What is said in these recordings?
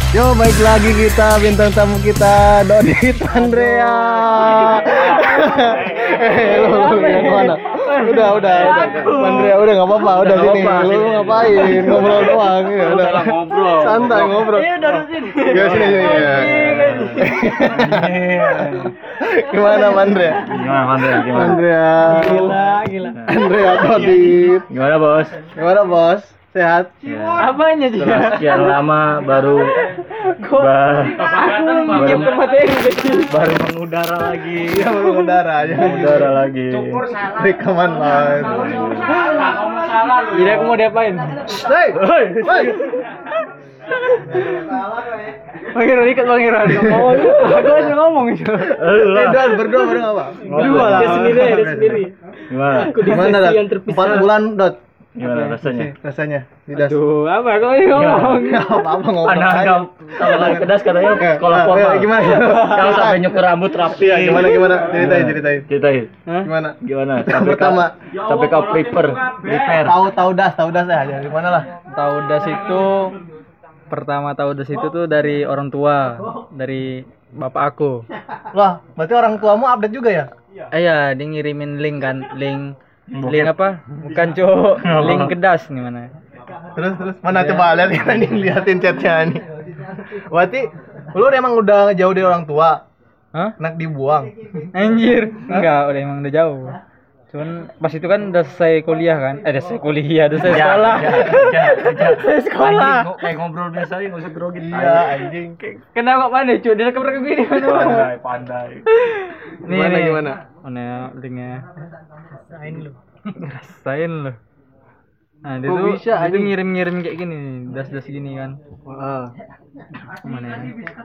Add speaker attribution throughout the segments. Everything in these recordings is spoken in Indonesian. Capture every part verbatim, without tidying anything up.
Speaker 1: Yo, baik lagi kita bintang tamu kita Dodit Andrea. Eh, lu lu yang mana? Udah, udah, udah. Andrea udah enggak apa-apa, udah sini. Lu ngapain? Ngobrol doang ya, udah.
Speaker 2: Ngobrol.
Speaker 1: Santai ngobrol.
Speaker 2: Iya, udah sini.
Speaker 1: Ya sini sini. Gimana Andrea?
Speaker 2: Gimana Andrea? Gimana?
Speaker 1: Andrea.
Speaker 3: Gila, gila.
Speaker 1: Andrea Dodit.
Speaker 2: Gimana, Bos?
Speaker 1: Gimana, Bos? Sehat?
Speaker 2: Ya.
Speaker 3: Apanya sih?
Speaker 2: Setelah sekian lama baru
Speaker 3: Kok
Speaker 2: ba-
Speaker 3: aku nyium ke materi kecil.
Speaker 2: baru mengudara lagi.
Speaker 1: Iya, baru udara aja.
Speaker 2: Mengudara lagi.
Speaker 1: Rekaman live.
Speaker 3: Jadi aku mau diapain?
Speaker 1: Hey,
Speaker 2: Hei,
Speaker 1: hey.
Speaker 3: Pangeran ikat pangeran. Oh, aku aja ngomong itu.
Speaker 2: Lu
Speaker 1: Eh,
Speaker 2: lah.
Speaker 1: Dan berdua berdua apa?
Speaker 3: Berdua lah. Dia sendiri, dia sendiri.
Speaker 2: Gimana?
Speaker 3: Aku di
Speaker 1: Gimana,
Speaker 3: sesi
Speaker 1: Dot?
Speaker 3: yang terpisah.
Speaker 1: Empat bulan, Dot.
Speaker 2: Gimana rasanya?
Speaker 1: Rasanya. Tidak.
Speaker 3: Aduh, apa kok ini ngomong?
Speaker 1: Apa-apa ngobrol
Speaker 2: Anak
Speaker 1: aja.
Speaker 2: kau kalau lagi pedas katanya
Speaker 1: Eh,
Speaker 2: sekolah
Speaker 1: eh,
Speaker 2: formal.
Speaker 1: eh, gimana?
Speaker 2: Kalau sampai nyukur rambut rapi.
Speaker 1: Iya, gimana gimana? Ceritain, ceritain.
Speaker 2: Ceritain.
Speaker 3: Hah?
Speaker 1: Gimana?
Speaker 2: Gimana?
Speaker 1: Yang pertama.
Speaker 2: kau- sampai kau prepare, prepare.
Speaker 1: Tahu tahu das, tahu das ya. Dari mana lah?
Speaker 3: Tahu das itu pertama tahu das itu tuh dari orang tua, dari bapak aku.
Speaker 1: Wah, berarti orang tuamu update juga ya?
Speaker 3: Eh ya, dia ngirimin link kan, link link apa? Bukan cowok, link kedas gimana?
Speaker 1: Terus terus mana
Speaker 3: Ya.
Speaker 1: coba lihat nih liatin chatnya nih. Berarti lu emang udah jauh dari orang tua,
Speaker 3: Hah?
Speaker 1: anak dibuang.
Speaker 3: Anjir, enggak, udah emang udah jauh. Cuman pas itu kan udah selesai kuliah kan? Eh, udah selesai kuliah, udah selesai sekolah.
Speaker 2: Ya, ya, ya.
Speaker 3: Selesai sekolah.
Speaker 2: Anjing, kok kayak ngobrol biasa aja, nggak usah grogi.
Speaker 1: Iya, anjing.
Speaker 3: Kenapa kok pandai cuy? Dia rekam-rekam gini mana?
Speaker 2: Pandai, pandai.
Speaker 3: Nih,
Speaker 1: Gimana,
Speaker 3: nih.
Speaker 1: gimana?
Speaker 3: Mana linknya? Rasain lu. Rasain lu. Nah, dia
Speaker 1: Kok
Speaker 3: tuh,
Speaker 1: bisa,
Speaker 3: dia tuh
Speaker 1: anjing?
Speaker 3: ngirim-ngirim kayak gini, das-das gini kan.
Speaker 1: Heeh.
Speaker 3: Mana ya?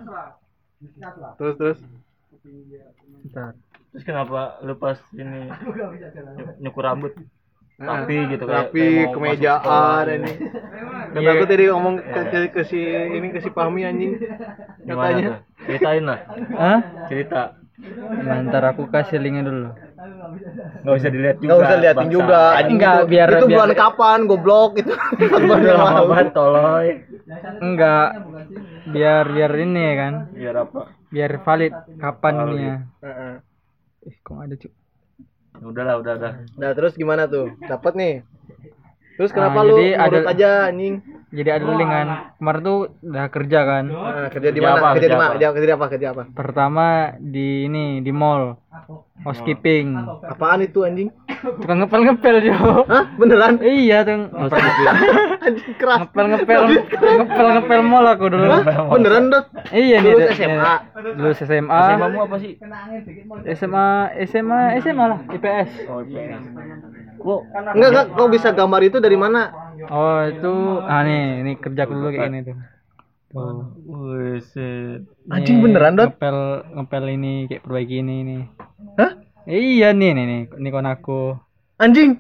Speaker 1: Terus terus.
Speaker 3: Bentar.
Speaker 2: Terus kenapa lu pas ini nyukur rambut? Rapi gitu kayak-
Speaker 1: Rapi,
Speaker 2: kayak mau
Speaker 1: kemejaan
Speaker 2: masuk sekolah.
Speaker 1: ini. Kata
Speaker 3: Iya.
Speaker 1: aku tadi ngomong ke, ke, ke si ini ke si Fahmi anjing.
Speaker 2: Gimana
Speaker 1: Katanya.
Speaker 2: tuh? Ceritain lah.
Speaker 3: Hah?
Speaker 2: Cerita.
Speaker 3: Nah, ntar aku kasih linknya dulu.
Speaker 2: Nggak usah dilihat juga.
Speaker 1: Enggak usah liatin
Speaker 2: bangsa.
Speaker 1: juga anjing.
Speaker 3: Enggak,
Speaker 1: itu,
Speaker 3: biar-
Speaker 1: itu
Speaker 3: biar-
Speaker 1: bulan kapan goblok itu.
Speaker 2: Udah lama banget toloy.
Speaker 3: Enggak. Biar biar ini ya kan.
Speaker 2: Biar apa?
Speaker 3: Biar valid kapan
Speaker 2: Oh,
Speaker 3: ini ya.
Speaker 1: Heeh.
Speaker 3: Eh, kok nggak ada cuy?
Speaker 2: Udah lah, udah udah.
Speaker 1: Nah, terus gimana tuh? Dapat nih. Terus
Speaker 3: Ah,
Speaker 1: kenapa lu
Speaker 3: jadi
Speaker 1: nurut
Speaker 3: ada-
Speaker 1: aja anjing?
Speaker 3: Jadi ada link kan. Kemarin tuh udah kerja kan.
Speaker 1: Nah, kerja di
Speaker 2: Kerja
Speaker 1: mana?
Speaker 2: apa?
Speaker 1: Kerja di
Speaker 2: Kerja
Speaker 1: mana?
Speaker 2: apa?
Speaker 1: Kerja kerja apa? Kerja apa?
Speaker 3: Pertama di ini di mall. Housekeeping.
Speaker 1: Apaan itu anjing?
Speaker 3: Tukang ngepel-ngepel Jo.
Speaker 1: Hah? Beneran?
Speaker 3: Iya, tuh.
Speaker 1: Anjing keras.
Speaker 3: Ngepel-ngepel ngepel-ngepel mall aku dulu.
Speaker 1: Hah? Beneran, Dot?
Speaker 3: Iya nih.
Speaker 1: Lulus
Speaker 3: ada-
Speaker 1: S M A.
Speaker 3: Lulus S M A.
Speaker 2: S M A mu apa sih?
Speaker 3: S M A S M A S M A lah, I P S.
Speaker 2: Oh, I P S. Kok
Speaker 1: Enggak, enggak, kau bisa gambar itu dari mana?
Speaker 3: Oh, itu ah nih, ini kerja dulu kayak gini tuh. Tuh.
Speaker 2: Buset.
Speaker 1: Anjing
Speaker 3: Nih,
Speaker 1: beneran, Dot?
Speaker 3: Ngepel ngepel ini kayak perbaiki ini nih.
Speaker 1: Hah?
Speaker 3: Iya nih nih nih, ini kon aku.
Speaker 1: Anjing.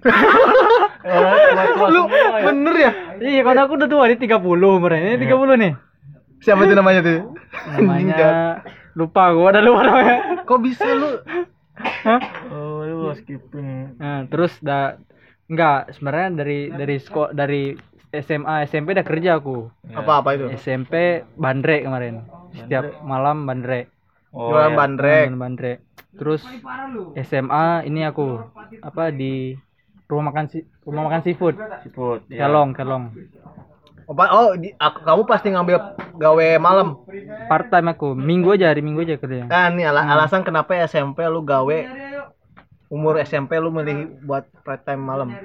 Speaker 2: tua-tua
Speaker 1: Lu
Speaker 2: semua ya.
Speaker 1: bener ya?
Speaker 3: Iya, kon aku udah tua, ini tiga puluh umurnya. Ini tiga puluh nih.
Speaker 1: Siapa itu namanya tuh? Anjing, Dot.
Speaker 3: Namanya lupa gua, ada lupa namanya.
Speaker 1: Kok bisa lu?
Speaker 3: Hah?
Speaker 2: Oh, lu skipping.
Speaker 3: Nah, terus dah enggak, sebenarnya dari dari sekolah dari S M A S M P udah kerja aku.
Speaker 1: Apa-apa itu?
Speaker 3: S M P bandrek kemarin. Setiap malam bandrek.
Speaker 2: Oh,
Speaker 1: Jualan
Speaker 2: ya.
Speaker 1: bandrek.
Speaker 3: Jualan bandrek. Terus S M A ini aku apa di rumah makan si rumah makan seafood.
Speaker 2: Siput. ya.
Speaker 3: Kelong, kelong.
Speaker 1: Apa? Oh, di, aku, kamu pasti ngambil gawe malam.
Speaker 3: Part time aku. Minggu aja, hari Minggu aja kerja.
Speaker 1: Kan nih ala- alasan kenapa S M P lu gawe umur S M P lu milih buat part time malam.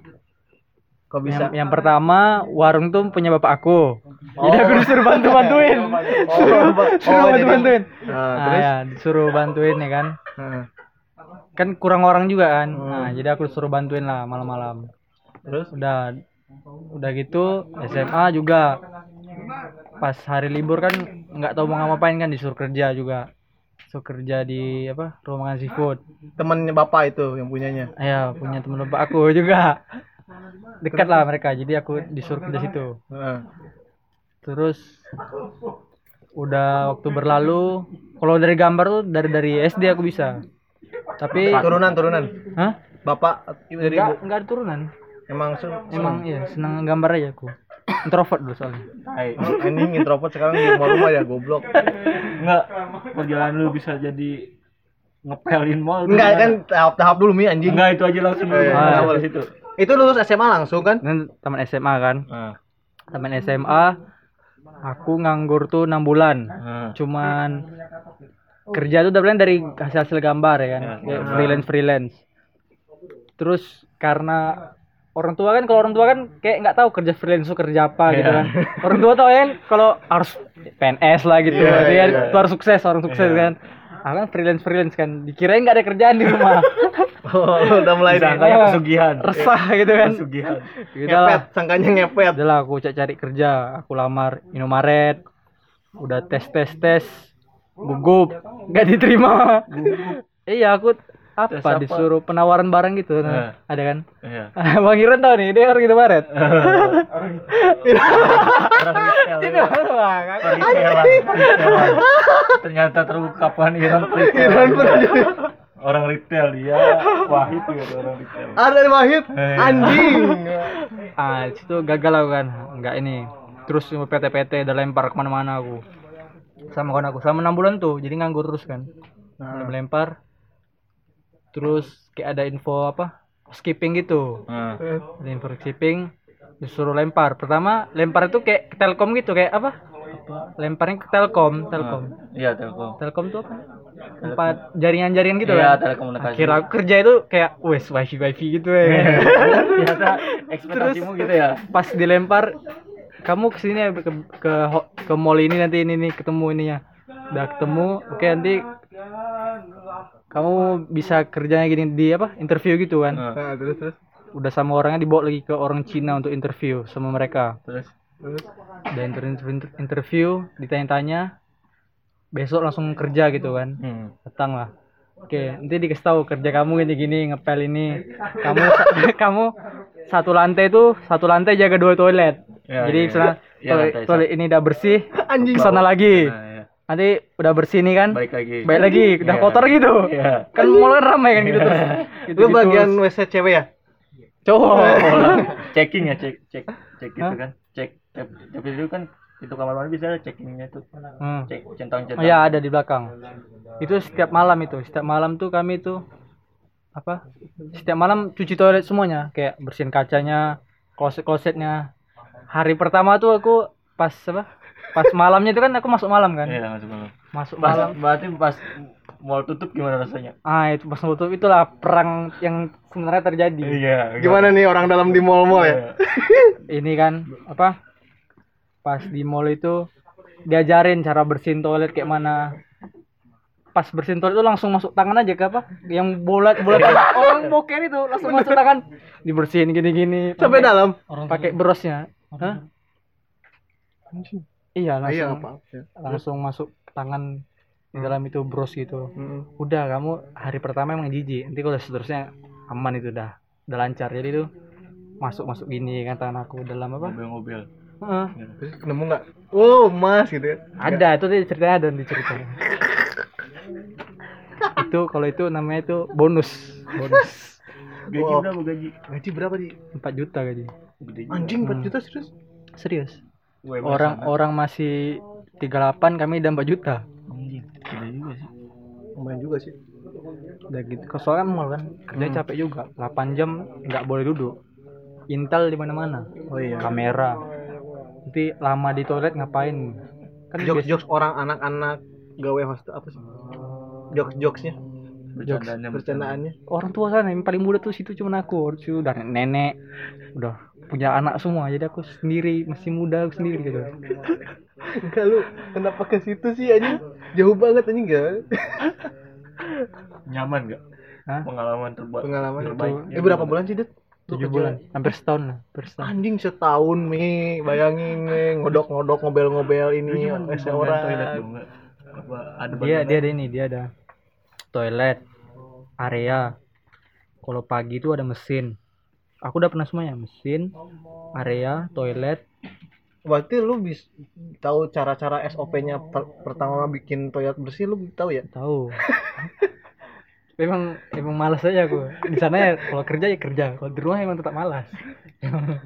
Speaker 1: Kok bisa?
Speaker 3: Yang, yang pertama, warung tuh punya bapak aku. Jadi aku disuruh bantu-bantuin.
Speaker 1: Oh, ba-
Speaker 3: Disuruh
Speaker 1: oh, jadi-
Speaker 3: bantu-bantuin.
Speaker 1: Nah,
Speaker 3: Nah,
Speaker 1: terus?
Speaker 3: ya, disuruh bantuin ya kan.
Speaker 1: Heeh.
Speaker 3: Kan kurang orang juga kan.
Speaker 1: Hmm.
Speaker 3: Nah, jadi aku disuruh bantuin lah malam-malam.
Speaker 1: Terus?
Speaker 3: Udah udah gitu S M A juga. Pas hari libur kan nggak tahu mau ngapain kan disuruh kerja juga. Disuruh kerja di apa? Rumah makan seafood.
Speaker 1: Temennya bapak itu yang punyanya.
Speaker 3: Ayo, punya temen bapak aku juga. Dekat lah mereka. Jadi aku disuruh kerja situ.
Speaker 1: Heeh.
Speaker 3: Terus udah waktu berlalu, kalau dari gambar tuh dari dari S D aku bisa. Tapi
Speaker 1: Turunan turunan.
Speaker 3: hah?
Speaker 1: Bapak ibu dari ibu.
Speaker 3: Enggak, enggak ada turunan.
Speaker 1: Emang su-
Speaker 3: Emang iya, senang gambar aja aku. introvert dulu soalnya.
Speaker 2: Tai.
Speaker 1: Anjing introvert sekarang di rumah ya goblok.
Speaker 2: Enggak, perjalanan lu bisa jadi ngepelin mall.
Speaker 1: Enggak kan tahap-tahap dulu Mi anjing.
Speaker 2: Enggak, itu aja langsung dulu.
Speaker 1: Eh,
Speaker 2: Ah,
Speaker 3: awal.
Speaker 2: di situ.
Speaker 1: Itu lulus S M A langsung kan?
Speaker 3: Kan teman S M A kan.
Speaker 2: Ah.
Speaker 3: Teman S M A aku nganggur tuh enam bulan.
Speaker 2: Ah.
Speaker 3: Cuman kerja tuh udah bilang dari hasil-hasil gambar ya kan.
Speaker 2: Ya,
Speaker 3: Kayak
Speaker 2: gambar.
Speaker 3: freelance-freelance. Terus karena orang tua kan kalau orang tua kan kayak nggak tahu kerja freelance itu kerja apa gitu
Speaker 2: Iya.
Speaker 3: kan. Orang tua tau kan kalau harus P N S lah gitu.
Speaker 1: Iya,
Speaker 3: Dia kan
Speaker 1: iya.
Speaker 3: tuh harus sukses, orang sukses
Speaker 2: Iya.
Speaker 3: kan. Ah kan freelance freelance kan. Dikirain nggak ada kerjaan di rumah.
Speaker 1: Oh, lu udah mulai nih.
Speaker 2: Sangkanya pesugihan.
Speaker 3: Resah gitu kan.
Speaker 2: Pesugihan.
Speaker 3: Udah lah.
Speaker 1: Ngepet, sangkanya ngepet.
Speaker 3: Udah lah aku cari cari kerja. Aku lamar Indomaret. Udah tes tes tes. Gugup. Nggak diterima. Iya aku
Speaker 2: Tes
Speaker 3: apa
Speaker 2: apa?
Speaker 3: disuruh penawaran barang gitu.
Speaker 2: Nah.
Speaker 3: Nah, ada kan?
Speaker 2: Iya.
Speaker 3: Bang Iren tau nih, dia orang Indomaret.
Speaker 2: Orang retail. Orang retailan. Ternyata terungkapkan Iran
Speaker 1: Iran pernah jadi.
Speaker 2: Orang retail dia Wahid tuh orang retail.
Speaker 1: Ada Wahid
Speaker 2: Eh, iya.
Speaker 1: anjing.
Speaker 3: Ah, itu gagal aku kan. Enggak ini. Terus P T P T udah lempar kemana-mana aku. Sama kawan aku selama enam bulan tuh, jadi nganggur terus kan. Nah. Melempar. Terus kayak ada info apa? Skipping gitu.
Speaker 2: Ah.
Speaker 3: Ada info skipping disuruh lempar. Pertama lempar itu kayak ke Telkom gitu, kayak apa? Lemparnya ke Telkom, Telkom.
Speaker 2: Iya, Telkom.
Speaker 3: Telkom tuh apa? Tempat jaringan-jaringan gitu
Speaker 2: Iya,
Speaker 3: kan.
Speaker 2: telekomunikasi.
Speaker 3: Akhirnya aku kerja itu kayak wes wifi wifi gitu ya.
Speaker 2: Ternyata ekspektasimu gitu ya.
Speaker 3: Pas dilempar, kamu kesini ya ke ke ho- ke mall ini nanti ini nih ketemu ininya. Udah ketemu, oke nanti kamu bisa kerjanya gini di apa? Interview gitu kan.
Speaker 2: Ah.
Speaker 1: Nah, terus terus.
Speaker 3: Udah sama orangnya dibawa lagi ke orang Cina untuk interview sama mereka.
Speaker 2: Terus
Speaker 1: Terus.
Speaker 3: Dan inter- interview ditanya-tanya, besok langsung kerja gitu kan.
Speaker 2: hmm.
Speaker 3: Datang lah. Oke, nanti dikasih tahu kerja kamu gini-gini, ngepel ini. Kamu kamu satu lantai itu satu lantai jaga dua toilet.
Speaker 2: Ya,
Speaker 3: Jadi
Speaker 2: ya.
Speaker 3: misalnya
Speaker 2: Ya,
Speaker 3: toilet,
Speaker 2: lantai
Speaker 3: toilet ini udah bersih,
Speaker 1: Anjing.
Speaker 3: sana lagi.
Speaker 2: Nah, ya.
Speaker 3: Nanti udah bersih nih kan,
Speaker 2: Baik lagi.
Speaker 3: baik lagi, udah
Speaker 2: Iya.
Speaker 3: kotor gitu.
Speaker 2: Iya.
Speaker 3: Kan mall kan ramai kan gitu terus. Gitu,
Speaker 1: Lu bagian W C cewek ya?
Speaker 3: cowok.
Speaker 2: Checking ya, cek cek cek gitu
Speaker 3: Hah?
Speaker 2: kan. Cek tapi tapi dulu kan itu kamar mandi bisa ada checkingnya tuh.
Speaker 3: Hmm.
Speaker 2: Cek centang-centang.
Speaker 3: Oh, iya ada di belakang. Itu setiap malam itu, setiap malam tuh kami tuh apa? Setiap malam cuci toilet semuanya, kayak bersihin kacanya, kloset-klosetnya. Hari pertama tuh aku pas apa? Pas malamnya itu kan aku masuk malam kan.
Speaker 2: Iya, masuk malam.
Speaker 3: Masuk
Speaker 2: Pas,
Speaker 3: malam.
Speaker 2: berarti pas mall tutup gimana rasanya?
Speaker 3: Ah, itu pas tutup itulah perang yang sebenarnya terjadi.
Speaker 2: Iya.
Speaker 1: Gimana nih orang dalam di mall-mall ya?
Speaker 3: Ini kan apa? Pas di mall itu diajarin cara bersihin toilet kayak mana. Pas bersihin toilet itu langsung masuk tangan aja ke apa? Yang bulat-bulat orang boker itu langsung masuk tangan, dibersihin gini-gini.
Speaker 1: Sampai dalam.
Speaker 3: Pakai brosnya. Hah? Iya,
Speaker 1: Ah, iya
Speaker 3: langsung
Speaker 1: apa?
Speaker 3: langsung masuk tangan di dalam itu bros gitu.
Speaker 1: Hmm.
Speaker 3: Udah kamu hari pertama emang jijik, nanti kalau seterusnya aman itu udah udah lancar. Jadi tuh masuk masuk gini kan tangan aku dalam apa?
Speaker 2: Mobil-mobil.
Speaker 3: Heeh.
Speaker 1: Terus nemu nggak? Oh mas gitu ya?
Speaker 3: Ada itu tuh ceritanya ada di ceritanya. Itu kalau itu namanya itu bonus bonus
Speaker 2: Gaji
Speaker 1: Wow.
Speaker 2: berapa gaji?
Speaker 1: Gaji berapa di?
Speaker 3: empat juta gaji
Speaker 2: Gede juga.
Speaker 1: Anjing empat
Speaker 3: Hmm.
Speaker 1: juta serius?
Speaker 3: serius.
Speaker 2: U M R
Speaker 3: Orang
Speaker 2: sana.
Speaker 3: orang masih tiga puluh delapan, kami udah empat juta.
Speaker 2: Anjing, gede juga sih.
Speaker 1: Lumayan juga sih.
Speaker 3: Udah gitu. Kalau soalnya mall kan kerja
Speaker 1: Hmm.
Speaker 3: capek juga. delapan jam nggak boleh duduk. Intel di mana-mana.
Speaker 1: Oh iya.
Speaker 3: Kamera. Nanti lama di toilet ngapain? Kan biasa-
Speaker 1: Jokes-jokes orang anak-anak gawe host apa sih? Jokes-jokesnya,
Speaker 2: Bercandanya
Speaker 1: bercandaannya.
Speaker 3: orang tua sana yang paling muda tuh situ cuma aku. Situ udah nenek, udah punya anak semua. Jadi aku sendiri masih muda aku sendiri gitu.
Speaker 1: Enggak lu, kenapa ke situ sih anjing? Jauh banget anjing enggak?
Speaker 2: Nyaman gak?
Speaker 3: Hah?
Speaker 2: Pengalaman terbaik.
Speaker 1: Pengalaman
Speaker 2: terbaik.
Speaker 1: itu. Eh berapa bulan sih, Det?
Speaker 3: tujuh bulan, hampir setahun lah, hampir setahun.
Speaker 1: Anjing setahun Mi, bayangin Mi, ngodok-ngodok ngobel-ngobel
Speaker 2: Lu
Speaker 1: ini
Speaker 2: cuma
Speaker 1: S
Speaker 2: bagian
Speaker 1: orang.
Speaker 2: toilet dong, nggak? Apa ada
Speaker 3: Dia
Speaker 2: bagian
Speaker 3: dia
Speaker 2: lain?
Speaker 3: ada ini, dia ada toilet, area. Kalau pagi itu ada mesin. Aku udah pernah semuanya, mesin, area, toilet.
Speaker 1: Berarti lu bisa tahu cara-cara S O P-nya per- pertama bikin toilet bersih lu tahu ya?
Speaker 3: Tahu. Memang emang malas aja aku. Di sana ya kalau kerja ya kerja, kalau di rumah emang tetap malas.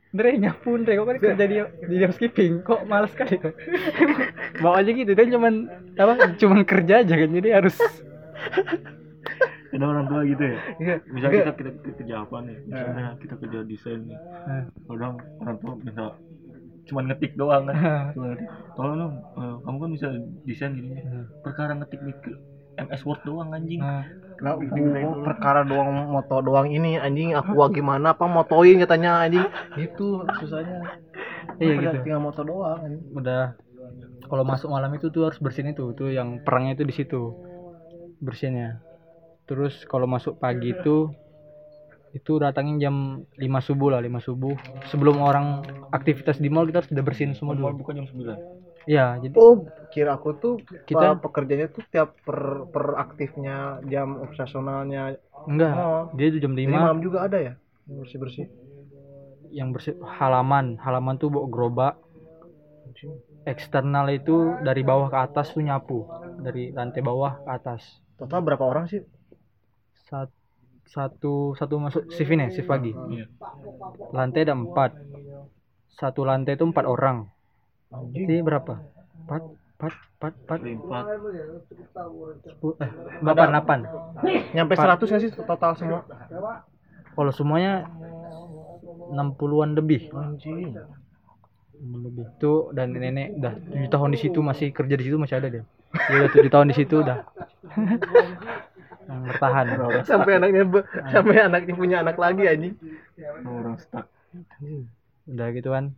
Speaker 3: Ndre nyapu Ndre kok kan kerja di di housekeeping kok malas sekali kok. Bawa aja gitu kan cuman apa cuman kerja aja kan jadi harus
Speaker 2: Ada orang tua gitu ya.
Speaker 1: Iya.
Speaker 2: Misal
Speaker 1: Enggak.
Speaker 2: kita, kita kita kerja apa nih? Misalnya kita kerja desain nih.
Speaker 3: Nah,
Speaker 2: Kadang orang tua minta cuman ngetik doang kan. Cuma ngetik. Tolong dong, eh, kamu kan bisa desain gini. Perkara ngetik di ke- M S Word doang anjing.
Speaker 3: nah,
Speaker 1: Nah, oh, perkara doang moto doang ini anjing aku gimana apa motoin katanya anjing itu susahnya.
Speaker 3: iya
Speaker 1: Udah
Speaker 3: gitu.
Speaker 1: tinggal moto doang anjing.
Speaker 3: Udah kalau masuk malam itu tuh harus bersihin itu tuh yang perangnya itu di situ bersihnya. Terus kalau masuk pagi itu itu datangin jam lima subuh lah, lima subuh sebelum orang aktivitas di mall kita sudah bersihin semua
Speaker 2: Mal
Speaker 3: dulu.
Speaker 2: bukan jam sembilan.
Speaker 3: Iya, jadi
Speaker 1: Oh, kira aku tuh
Speaker 3: Kita-
Speaker 1: kita pekerjaannya tuh tiap per per aktifnya jam operasionalnya.
Speaker 3: enggak,
Speaker 1: Oh.
Speaker 3: dia itu jam
Speaker 1: Jadi
Speaker 3: lima
Speaker 1: malam juga ada ya bersih-bersih.
Speaker 3: yang bersih halaman, halaman tuh bawa gerobak. Eksternal itu dari bawah ke atas tuh nyapu, dari lantai bawah ke atas.
Speaker 1: Total berapa orang sih?
Speaker 3: Sat- satu satu masuk shift ini, shift pagi.
Speaker 2: Iya.
Speaker 3: Lantai ada empat. Satu lantai itu empat orang.
Speaker 1: Anjing.
Speaker 3: Jadi berapa? Empat, empat, empat, empat,
Speaker 2: Kali empat.
Speaker 3: sepuluh, eh, delapan, delapan.
Speaker 1: Nyampe seratus nggak sih total semua?
Speaker 3: Kalau semuanya enam puluhan lebih.
Speaker 1: Anjing.
Speaker 3: Lebih. Itu dan nenek udah tujuh tahun di situ masih kerja di situ masih ada dia. Dia udah tujuh tahun di situ udah. Yang bertahan.
Speaker 1: Sampai anaknya be- sampai anaknya punya anak lagi anjing.
Speaker 2: Orang stuck.
Speaker 3: Udah gitu kan.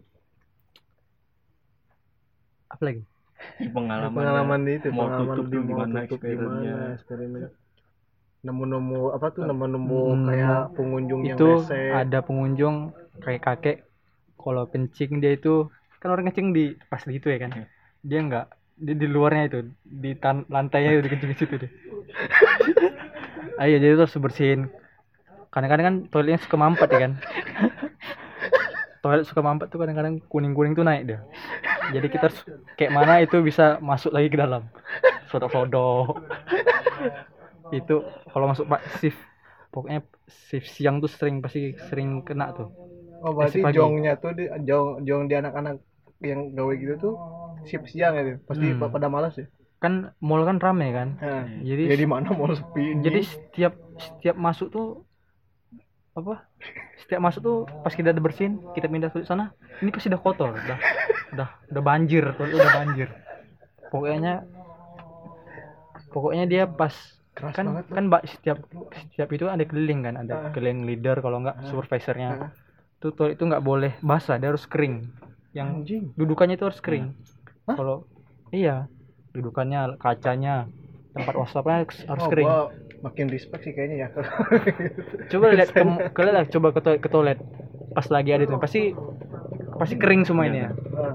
Speaker 3: Apa lagi?
Speaker 2: Pengalaman.
Speaker 1: Pengalaman itu,
Speaker 2: mau
Speaker 1: pengalaman
Speaker 2: tutup
Speaker 1: di
Speaker 2: tuh
Speaker 1: mau
Speaker 2: gimana
Speaker 1: tutup
Speaker 2: eksperimennya.
Speaker 1: gimana eksperimen. Nemu-nemu apa tuh nemu-nemu
Speaker 3: Hmm,
Speaker 1: kayak pengunjung yang
Speaker 3: Itu
Speaker 1: rese.
Speaker 3: ada pengunjung kayak kakek kalau kencing dia itu kan orang kencing di pas gitu ya kan.
Speaker 2: Iya.
Speaker 3: Dia enggak di, di luarnya itu di tan- lantainya itu dikencing di situ deh. Ayo jadi terus bersihin. Kadang-kadang kan toiletnya suka mampet ya kan. Toilet suka mampet tuh kadang-kadang kuning-kuning tuh naik dia. Jadi kita harus kayak mana itu bisa masuk lagi ke dalam. Sodok-sodok. Itu kalau masuk pak shift pokoknya shift siang tuh sering pasti sering kena tuh.
Speaker 1: Oh, berarti
Speaker 3: Esok pagi.
Speaker 1: jongnya tuh di jong jong di anak-anak yang gawe gitu tuh shift siang ya pasti
Speaker 3: Hmm.
Speaker 1: pada malas ya.
Speaker 3: Kan mall kan rame kan.
Speaker 1: Nah,
Speaker 3: Jadi
Speaker 1: ya di mana mau sepi.
Speaker 3: jadi setiap setiap masuk tuh apa? Setiap masuk tuh pas kita udah bersihin, kita pindah ke sana, ini pasti udah kotor, udah udah udah banjir, toilet udah banjir. Pokoknya pokoknya dia pas
Speaker 1: Keras
Speaker 3: kan
Speaker 1: banget,
Speaker 3: kan mbak setiap setiap itu ada keliling kan, ada
Speaker 1: Ah.
Speaker 3: keliling leader kalau enggak
Speaker 1: Ah.
Speaker 3: supervisornya.
Speaker 1: Ah.
Speaker 3: Tuh toilet itu nggak boleh basah, dia harus kering. Yang
Speaker 1: Anjing.
Speaker 3: dudukannya itu harus kering.
Speaker 1: Hah?
Speaker 3: Kalau iya, dudukannya, kacanya, tempat wastafnya harus
Speaker 1: Oh,
Speaker 3: kering.
Speaker 1: gua makin respect sih kayaknya ya.
Speaker 3: Coba lihat ke kalian lah coba ke toilet, ke toilet pas lagi ada itu pasti pasti kering semua ini ya.
Speaker 1: Ah.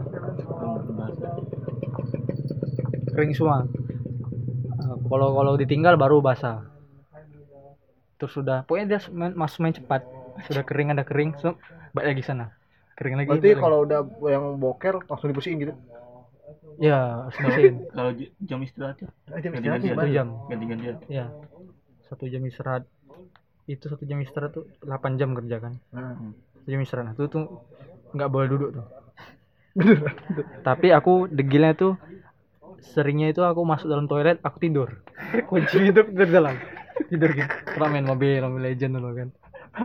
Speaker 3: Kering semua. Uh, Kalau kalau ditinggal baru basah. Terus sudah, pokoknya dia main, masuk main cepat. Sudah kering ada kering, so, balik lagi sana. Kering lagi.
Speaker 1: Berarti
Speaker 3: balik
Speaker 1: kalau udah yang boker langsung dibersihin gitu.
Speaker 3: lagi. Ya, harus bersihin.
Speaker 2: Kalau j- jam istirahat ya?
Speaker 1: Ah, jam
Speaker 2: Ganti-gantian.
Speaker 1: istirahat
Speaker 3: Satu jam.
Speaker 2: Ganti-gantian.
Speaker 3: Ya. Satu jam istirahat. Itu satu jam istirahat tuh delapan jam kerja kan.
Speaker 1: Nah.
Speaker 3: Satu jam istirahat. Itu tuh nggak boleh duduk tuh. Tapi aku degilnya tuh seringnya itu aku masuk dalam toilet aku tidur. Kunci itu tidur dalam. Tidur gitu. Pernah main mobil, mobil legend dulu kan.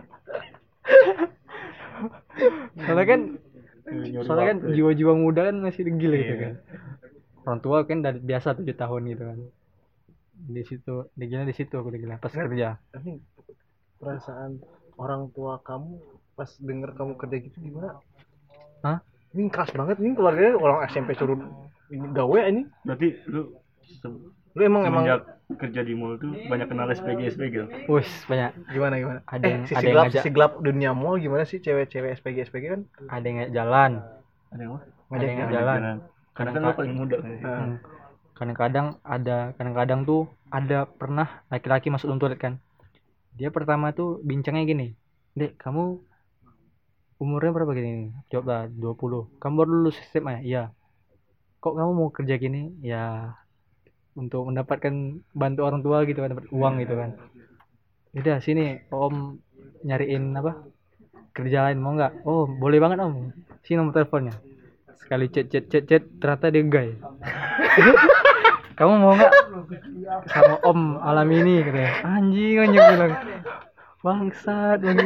Speaker 3: Soalnya kan soalnya kan jiwa-jiwa muda kan masih degil gitu kan. Orang tua kan dari biasa tujuh tahun gitu kan. Di situ, degilnya di situ aku degilnya pas
Speaker 1: Kan-
Speaker 3: kerja.
Speaker 1: Tapi perasaan orang tua kamu pas denger kamu kerja gitu gimana?
Speaker 3: Hah?
Speaker 1: Ini keras banget nih keluarganya orang S M P suruh ini gawe ini.
Speaker 2: Berarti lu se-
Speaker 1: Lu emang emang
Speaker 2: semenjak kerja di mall tuh banyak kenal S P G S P G.
Speaker 3: Wih, banyak.
Speaker 1: gimana gimana?
Speaker 3: Ada
Speaker 1: eh,
Speaker 3: yang-
Speaker 1: sisi
Speaker 3: ada yang
Speaker 1: gelap
Speaker 3: ngajak.
Speaker 1: sisi gelap dunia mall gimana sih cewek-cewek S P G S P G kan?
Speaker 3: Ada yang ngajak jalan.
Speaker 2: Ada yang apa?
Speaker 3: Ada yang
Speaker 1: Ngajak
Speaker 3: jalan.
Speaker 2: Karena kan lu paling muda kan.
Speaker 1: Nah,
Speaker 3: Hmm. Kadang-kadang ada, kadang-kadang tuh ada pernah laki-laki masuk dalam toilet kan. Dia pertama tuh bincangnya gini, Dek, kamu umurnya berapa gini? Jawab lah dua puluh. Kamu baru lulus S M A? Iya. Kok kamu mau kerja gini? Ya untuk mendapatkan bantu orang tua gitu kan, dapat uang gitu kan. Udah sini Om nyariin apa? kerja lain mau nggak? Oh boleh banget om, sini nomor teleponnya. Sekali chat chat chat chat ternyata dia gay. Kamu mau nggak sama om malam ini katanya. Anjing anjing bilang bangsat anjing.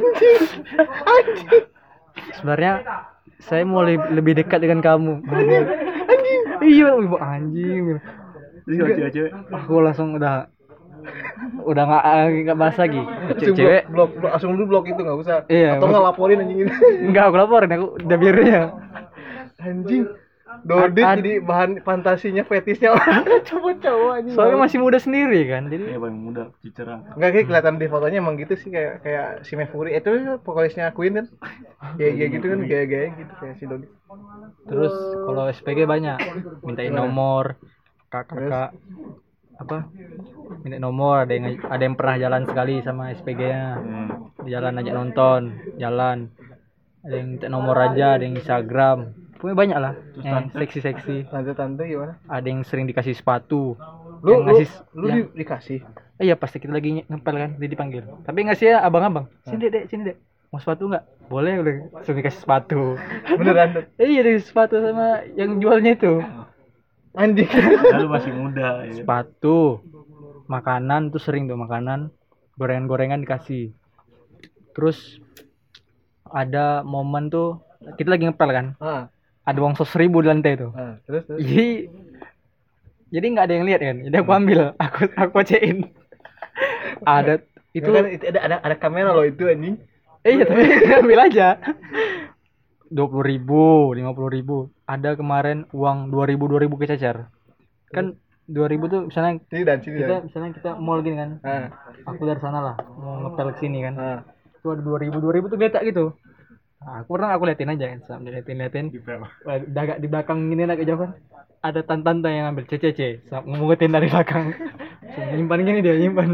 Speaker 3: Sebenarnya saya mau lebih, lebih dekat dengan kamu. Anjing. Iya ibu anjing.
Speaker 2: Cewek-cewek
Speaker 3: Aku langsung udah udah nggak nggak bahas lagi.
Speaker 1: Langsung
Speaker 3: Cewek
Speaker 1: blok, blok, langsung lu blok itu nggak usah.
Speaker 3: Iya,
Speaker 1: Atau nggak laporin anjing ini.
Speaker 3: nggak aku laporin aku udah biarin ya.
Speaker 1: Anjing. Dodit
Speaker 3: Ad-
Speaker 1: jadi bahan fantasinya fetisnya cowok-cowok anjing.
Speaker 3: Soalnya masih muda sendiri kan, jadi
Speaker 2: ya paling muda cicerang.
Speaker 1: Enggak kayak kelihatan di fotonya emang gitu sih kayak kayak si Mefuri itu vokalisnya Queen kan. Kayak kayak gitu kan gaya-gaya gitu kayak si Dodit.
Speaker 3: terus kalau S P G banyak mintain nomor kakak apa minta nomor, ada yang ada yang pernah jalan sekali sama S P G-nya,
Speaker 2: Hmm.
Speaker 3: jalan ajak nonton jalan, ada yang minta nomor aja, ada yang Instagram, pokoknya banyak lah
Speaker 2: Terus
Speaker 3: yang
Speaker 2: tante?
Speaker 3: seksi-seksi,
Speaker 1: Tante-tante gimana?
Speaker 3: ada yang sering dikasih sepatu,
Speaker 1: Lu
Speaker 3: yang
Speaker 1: lu,
Speaker 3: ngasih
Speaker 1: lu
Speaker 3: yang,
Speaker 1: di- dikasih.
Speaker 3: eh, iya pasti kita lagi ngepel kan, dia dipanggil, tapi ngasih ya abang-abang, sini dek, dek sini dek, mau sepatu nggak? Boleh, udah langsung dikasih sepatu.
Speaker 1: Beneran Dot?
Speaker 3: Eh, iya dikasih sepatu sama yang jualnya itu.
Speaker 1: Anjing.
Speaker 2: Lalu masih muda ya.
Speaker 3: Sepatu, makanan tuh sering tuh makanan, gorengan-gorengan dikasih. Terus ada momen tuh kita lagi ngepel kan,
Speaker 1: Ah,
Speaker 3: ada uang seratus ribu di lantai tuh.
Speaker 1: ah, terus terus.
Speaker 3: Jadi jadi nggak ada yang lihat kan, jadi aku ambil, aku aku kocein. Ada
Speaker 1: Itu
Speaker 3: itu,
Speaker 1: kan itu ada ada ada kamera loh itu anjing.
Speaker 3: eh iya tapi ambil aja. Dua puluh ribu, lima puluh ribu. Ada kemarin uang dua ribu dua ribu kececer. Kan dua ribu tuh misalnya
Speaker 1: Sini dan sini
Speaker 3: kita
Speaker 1: dan.
Speaker 3: misalnya kita mall gini kan,
Speaker 1: Ah,
Speaker 3: aku dari sana lah mau ngepel ke sini kan,
Speaker 1: ah.
Speaker 3: itu ada dua ribu dua ribu tuh geletak gitu. Nah, aku pernah aku liatin aja kan, sambil liatin liatin daga di belakang gini nak kejauhan ada tante-tante yang ambil C C C sambil ngemungutin dari belakang. So, nyimpan gini dia nyimpan.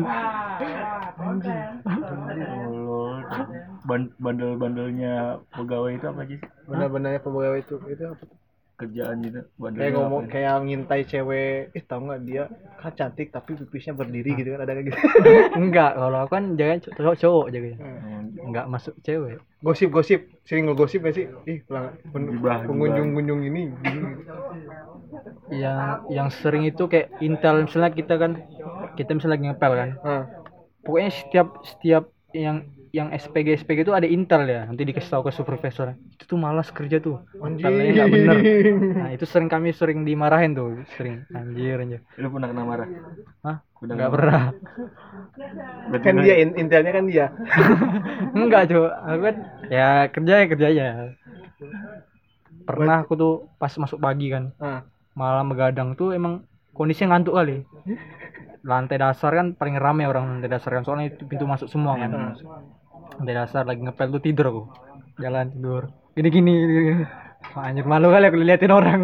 Speaker 2: Allah. Ban- bandel-bandelnya pegawai itu apa sih?
Speaker 1: Benar-benarnya pegawai itu itu apa?
Speaker 2: Kerjaan gitu. Bandel
Speaker 1: Kayak ngomong
Speaker 2: apa?
Speaker 1: kayak ngintai cewek, eh tau nggak dia kan cantik tapi pipisnya berdiri gitu kan ada kayak gitu.
Speaker 3: Enggak, kalau aku kan jaga cowok cowok jaga,
Speaker 2: Hmm.
Speaker 3: enggak masuk cewek.
Speaker 1: Gosip-gosip, sering ngegosip gak sih? Ih, pelang- pen-
Speaker 2: Gibah,
Speaker 1: pengunjung-pengunjung ini.
Speaker 3: Yang yang sering itu kayak intel, misalnya kita kan kita misalnya lagi ngepel kan,
Speaker 1: Ah,
Speaker 3: pokoknya setiap setiap yang yang S P G S P G itu ada intel ya, nanti dikasih tahu ke supervisor, itu tuh malas kerja tuh, intelnya nggak bener. Nah itu sering kami sering dimarahin tuh, sering anjir anjir.
Speaker 2: Lu pernah kena marah?
Speaker 3: Hah?
Speaker 2: Udah
Speaker 3: Nggak
Speaker 2: nggak
Speaker 3: pernah.
Speaker 2: Berarti
Speaker 1: kan
Speaker 2: lu-
Speaker 1: dia in- intelnya kan dia.
Speaker 3: Enggak cuy, aku kan ya kerja ya kerja aja. Pernah aku tuh pas masuk pagi kan,
Speaker 1: Ah,
Speaker 3: malam begadang tuh emang kondisinya ngantuk kali. Lantai dasar kan paling rame orang lantai dasar kan, soalnya itu pintu masuk semua kan. Lantai dasar lagi ngepel tuh tidur aku, jalan tidur gini gini, gini. Wah, anjir malu kali aku liatin orang.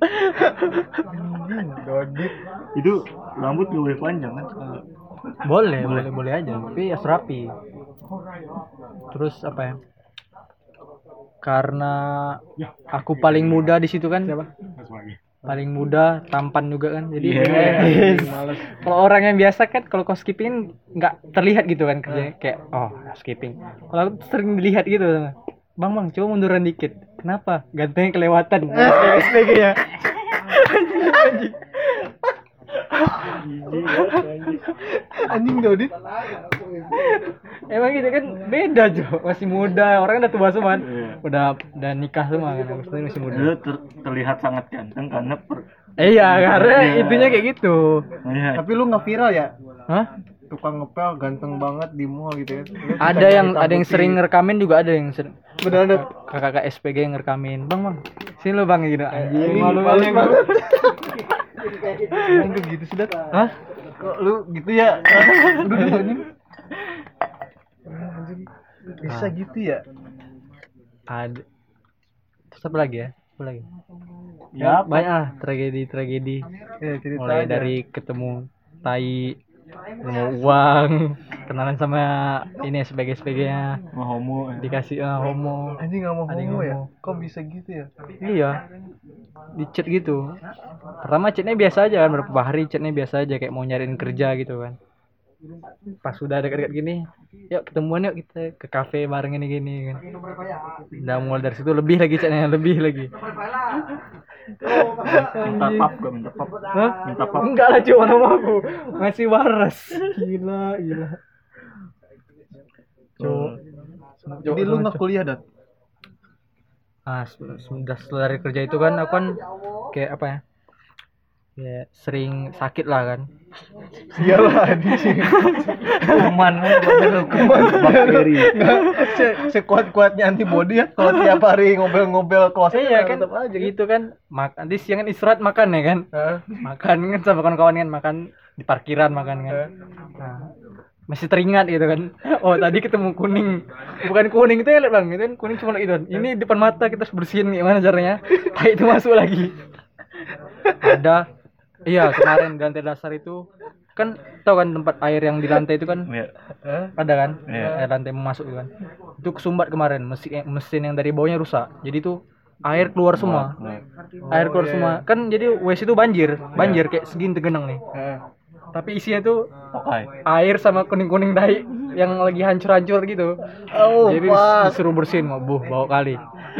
Speaker 1: Dodit.
Speaker 2: itu rambut gak boleh panjang kan?
Speaker 3: Boleh boleh boleh aja tapi ya rapi. Terus apa ya, karena aku paling muda di situ kan, paling muda, tampan juga kan, jadi
Speaker 2: Yeah.
Speaker 1: Males.
Speaker 3: kalau orang yang biasa kan kalau housekeeping nggak terlihat gitu kan kerjanya, kayak oh housekeeping. Kalau aku sering dilihat gitu, bang bang coba munduran dikit, kenapa gantengnya kelewatan S P G ya.
Speaker 1: Anjing Dodit.
Speaker 3: Emang gitu kan beda Jo, masih muda, orang udah tua semua kan.
Speaker 2: Iya.
Speaker 3: udah udah nikah semua kan, aku sendiri masih muda.
Speaker 2: Lu ter- terlihat sangat ganteng karena per-
Speaker 3: Eh, iya karena
Speaker 2: Iya.
Speaker 3: itunya kayak gitu.
Speaker 2: Iya.
Speaker 1: Tapi lu nggak viral ya?
Speaker 3: Hah?
Speaker 1: Tukang ngepel ganteng banget di mall gitu ya. Lu
Speaker 3: Ada
Speaker 1: suka
Speaker 3: yang
Speaker 1: hitam
Speaker 3: ada yang
Speaker 1: putih.
Speaker 3: sering ngerekamin juga, ada yang sering
Speaker 1: Beneran Dot.
Speaker 3: kakak-kakak S P G yang ngerekamin. Bang, bang. Sini lu Bang gitu. Anjing,
Speaker 1: Anjing,
Speaker 3: malu
Speaker 1: males
Speaker 3: kali
Speaker 1: banget.
Speaker 3: gua.
Speaker 1: Emang tuh gitu sih Dot.
Speaker 3: Hah?
Speaker 1: Kok lu gitu ya? Udah gitu anjing. Anjing. Bisa
Speaker 3: Ah.
Speaker 1: gitu ya?
Speaker 3: Ada. Terus apa lagi ya? Apa lagi?
Speaker 2: Ya,
Speaker 3: Banyak lah tragedi-tragedi.
Speaker 1: Ya cerita
Speaker 3: Mulai
Speaker 1: aja.
Speaker 3: dari ketemu tai, ketemu uang, kenalan sama ini S P G S P G-nya,
Speaker 2: mau homo.
Speaker 3: dikasih eh, homo.
Speaker 1: Anjing nggak mau
Speaker 3: Ada yang
Speaker 1: homo ya?
Speaker 3: homo.
Speaker 1: Kok bisa gitu ya?
Speaker 3: Iya. Di chat gitu. Pertama chatnya biasa aja kan, beberapa hari chatnya biasa aja kayak mau nyariin kerja gitu kan. Pas sudah dekat-dekat gini, yuk ketemuan yuk kita ke kafe bareng ini gini kan. Udah mulai dari situ lebih lagi chatnya, lebih lagi.
Speaker 2: Minta pap gak minta pap.
Speaker 3: Hah?
Speaker 2: Minta pap.
Speaker 3: Enggak lah cuma nama aku ngasih waras. Gila, gila. Cuk.
Speaker 1: Jadi lu nggak kuliah dat?
Speaker 3: Ah, sudah setelah dari kerja itu kan aku kan kayak apa ya? Kayak sering sakit lah kan.
Speaker 1: Iyalah anjing.
Speaker 2: Kuman lu kuman bakteri.
Speaker 1: Se- Sekuat-kuatnya antibody ya kalau tiap hari ngobel-ngobel kloset
Speaker 3: Iya kan,
Speaker 1: tetap aja
Speaker 3: gitu kan. Mak nanti siang kan istirahat makan ya kan.
Speaker 1: Heeh.
Speaker 3: Makan kan sama kawan-kawan kan, makan di parkiran makan kan. Nah, masih teringat gitu kan. Oh tadi ketemu kuning, bukan kuning itu ya bang, itu kan kuning cuma itu. Ini depan mata kita harus bersihin gimana caranya? Tai itu masuk lagi. Ada, iya kemarin di lantai dasar itu kan tau kan tempat air yang di lantai itu kan
Speaker 2: Iya.
Speaker 3: ada kan,
Speaker 2: Iya.
Speaker 3: air lantai mau masuk itu kan. Itu kesumbat kemarin, mesin mesin yang dari bawahnya rusak. Jadi tuh air keluar semua, air keluar semua. Kan jadi W C itu banjir, banjir kayak segini tergenang nih. Tapi isinya tuh
Speaker 2: Oke.
Speaker 3: air sama kuning-kuning tai yang lagi hancur-hancur gitu.
Speaker 1: Oh,
Speaker 3: Jadi
Speaker 1: pas.
Speaker 3: disuruh bersihin, mau buh bau kali.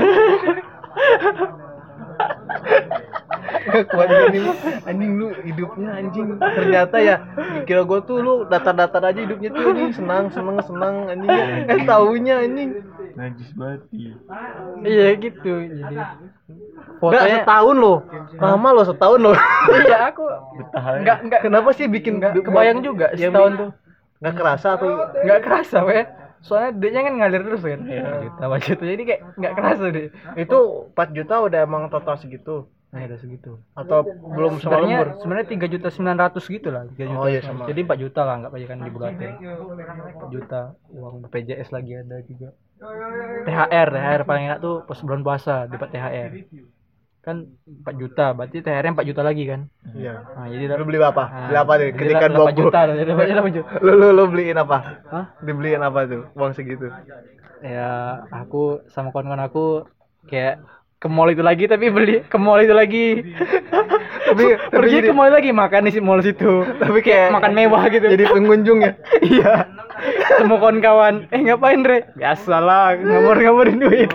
Speaker 1: Kuat ini anjing lu hidupnya anjing. Ternyata ya kira gua tuh lu datar-datar aja hidupnya tuh anjing, senang senang senang anjing. Eh taunya anjing.
Speaker 2: Najis banget.
Speaker 3: Iya gitu. Jadi
Speaker 1: Enggak
Speaker 3: fotonya
Speaker 1: setahun loh. Lama loh setahun loh.
Speaker 3: iya aku
Speaker 2: Betah.
Speaker 3: enggak enggak
Speaker 1: Kenapa sih bikin
Speaker 3: enggak kebayang juga
Speaker 1: Ya,
Speaker 3: setahun
Speaker 1: Mi.
Speaker 3: tuh.
Speaker 1: Nggak kerasa atau
Speaker 3: Enggak kerasa weh. Soalnya duitnya kan ngalir terus kan.
Speaker 2: Iya.
Speaker 3: Juta juta. Jadi kayak enggak kerasa deh.
Speaker 1: itu empat juta udah emang total segitu
Speaker 3: Nah, ada segitu.
Speaker 1: atau belum sama
Speaker 3: Sebenarnya
Speaker 1: lembur?
Speaker 3: sebenarnya tiga juta sembilan ratus gitu lah, tiga juta.
Speaker 1: Oh, iya, sama.
Speaker 3: Jadi empat juta lah anggap aja kan di bulan empat juta uang B P J S lagi ada juga. T H R, T H R paling enak tuh pas bulan puasa dapat T H R. Kan empat juta, berarti T H R-nya empat juta lagi kan.
Speaker 1: Iya.
Speaker 3: Nah, jadi
Speaker 1: Lu beli apa?
Speaker 3: Nah,
Speaker 1: Beli apa deh?
Speaker 3: jadi
Speaker 1: Ketikan
Speaker 3: delapan
Speaker 1: bobo.
Speaker 3: juta, jadi dapatnya delapan juta.
Speaker 1: Lu lu lu beliin apa?
Speaker 3: Hah?
Speaker 1: Dibeliin apa tuh? Uang segitu.
Speaker 3: Ya, aku sama kawan-kawan aku kayak ke mall itu lagi tapi beli ke mall itu lagi.
Speaker 1: Tapi tapi
Speaker 3: Pergi
Speaker 1: jadi,
Speaker 3: ke mall lagi makan di si mall situ.
Speaker 1: tapi kayak
Speaker 3: Makan mewah gitu.
Speaker 1: Jadi pengunjung ya.
Speaker 3: Iya. Temu kawan-kawan. Eh ngapain, Re? Biasalah, ngamur-ngamurin duit.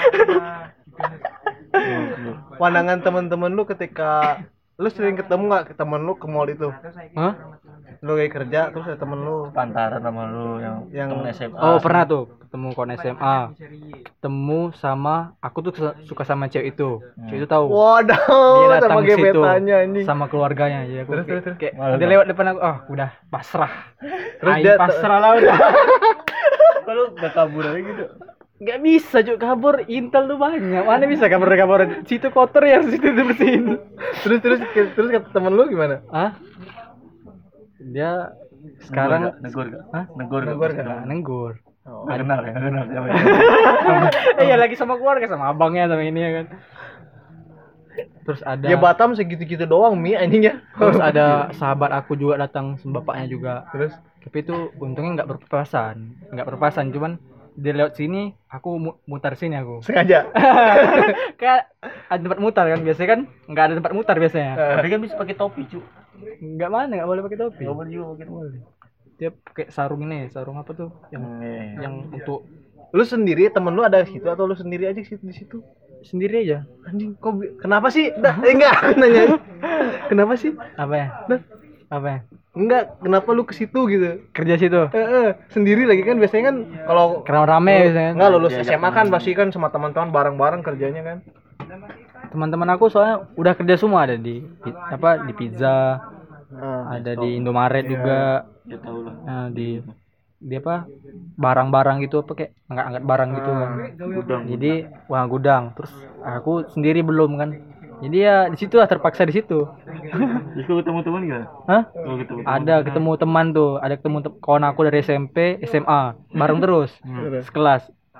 Speaker 1: Pandangan teman-teman lu ketika lu sering ketemu nggak ke temen lu ke mall itu?
Speaker 3: Hah?
Speaker 1: Lu lagi kerja terus ada temen lu
Speaker 2: Pantaran sama lu yang
Speaker 1: Yang-
Speaker 2: temen S M A.
Speaker 3: Oh, pernah tuh ketemu kawan S M A. Ketemu sama aku tuh kes- suka sama cewek itu. Cewek itu tahu.
Speaker 1: waduh
Speaker 3: Dia datang
Speaker 1: sama
Speaker 3: ke situ
Speaker 1: gebetannya anjing.
Speaker 3: sama keluarganya. Jadi aku
Speaker 1: Terus,
Speaker 3: kayak,
Speaker 1: terus, terus.
Speaker 3: kayak
Speaker 2: Malah,
Speaker 3: dia lewat depan aku, oh udah pasrah.
Speaker 1: Terus
Speaker 3: Aing
Speaker 1: dia-
Speaker 3: pasrah lah udah.
Speaker 2: Kalau udah kabur aja gitu.
Speaker 3: Gak bisa juga kabur, Intel tuh banyak. Mana bisa kabur-kabur? Situ kotor ya, situ dibersihin.
Speaker 1: terus terus terus kata temen lu gimana?
Speaker 3: Hah? Dia sekarang
Speaker 2: negor gak?
Speaker 3: Hah?
Speaker 2: Negor gak?
Speaker 1: Negor gak?
Speaker 3: Nggak nenggur.
Speaker 1: Oh.
Speaker 2: Nggak kenal ya, nggak kenal siapa ya.
Speaker 3: Eh ya lagi sama keluarga, sama abangnya sama ini ya kan. Terus ada
Speaker 1: Ya Batam segitu-gitu doang Mi anjing ya.
Speaker 3: terus ada sahabat aku juga datang sama bapaknya juga.
Speaker 1: Terus
Speaker 3: Tapi itu untungnya nggak berpapasan, nggak berpapasan, cuman dia lewat sini, aku mu- mutar sini aku.
Speaker 1: sengaja.
Speaker 3: Kayak ada tempat mutar kan, biasanya kan nggak ada tempat mutar biasanya.
Speaker 2: Tapi kan bisa pakai topi, cu.
Speaker 3: Nggak mana, nggak boleh pakai topi.
Speaker 2: Nggak boleh juga pakai topi.
Speaker 3: Dia pakai sarung ini, sarung apa tuh? Yang
Speaker 2: Hmm,
Speaker 3: yang untuk
Speaker 1: Lu sendiri temen lu ada di situ atau lu sendiri aja sih di situ?
Speaker 3: sendiri aja.
Speaker 1: Anjing kok bi- kenapa sih? Dah, eh, enggak aku nanya. Kenapa sih?
Speaker 3: Apa ya?
Speaker 1: Dah,
Speaker 3: Apa ya?
Speaker 1: enggak, kenapa lu ke situ gitu?
Speaker 3: Kerja situ.
Speaker 1: Eh, eh, sendiri lagi kan biasanya kan kalau
Speaker 3: Rame-rame biasanya.
Speaker 1: enggak lulus
Speaker 2: Diajak
Speaker 1: S M A kan pasti kan sama teman-teman bareng-bareng kerjanya kan.
Speaker 3: Teman-teman aku soalnya udah kerja semua, ada di pi- apa di pizza,
Speaker 1: Nah,
Speaker 3: ada di Indomaret juga,
Speaker 2: ya tahu lah.
Speaker 3: nah, di di apa barang-barang gitu apa kayak angkat-angkat barang gitu kan.
Speaker 2: Gudang.
Speaker 3: Jadi wah gudang. Terus aku sendiri belum kan. Jadi ya di situ lah, terpaksa di situ.
Speaker 2: Jadi kalau ketemu teman gimana?
Speaker 3: Hah?
Speaker 2: Kalau ketemu teman.
Speaker 3: Ada ketemu teman tuh, ada ketemu te- kawan aku dari S M P, S M A, bareng terus, sekelas.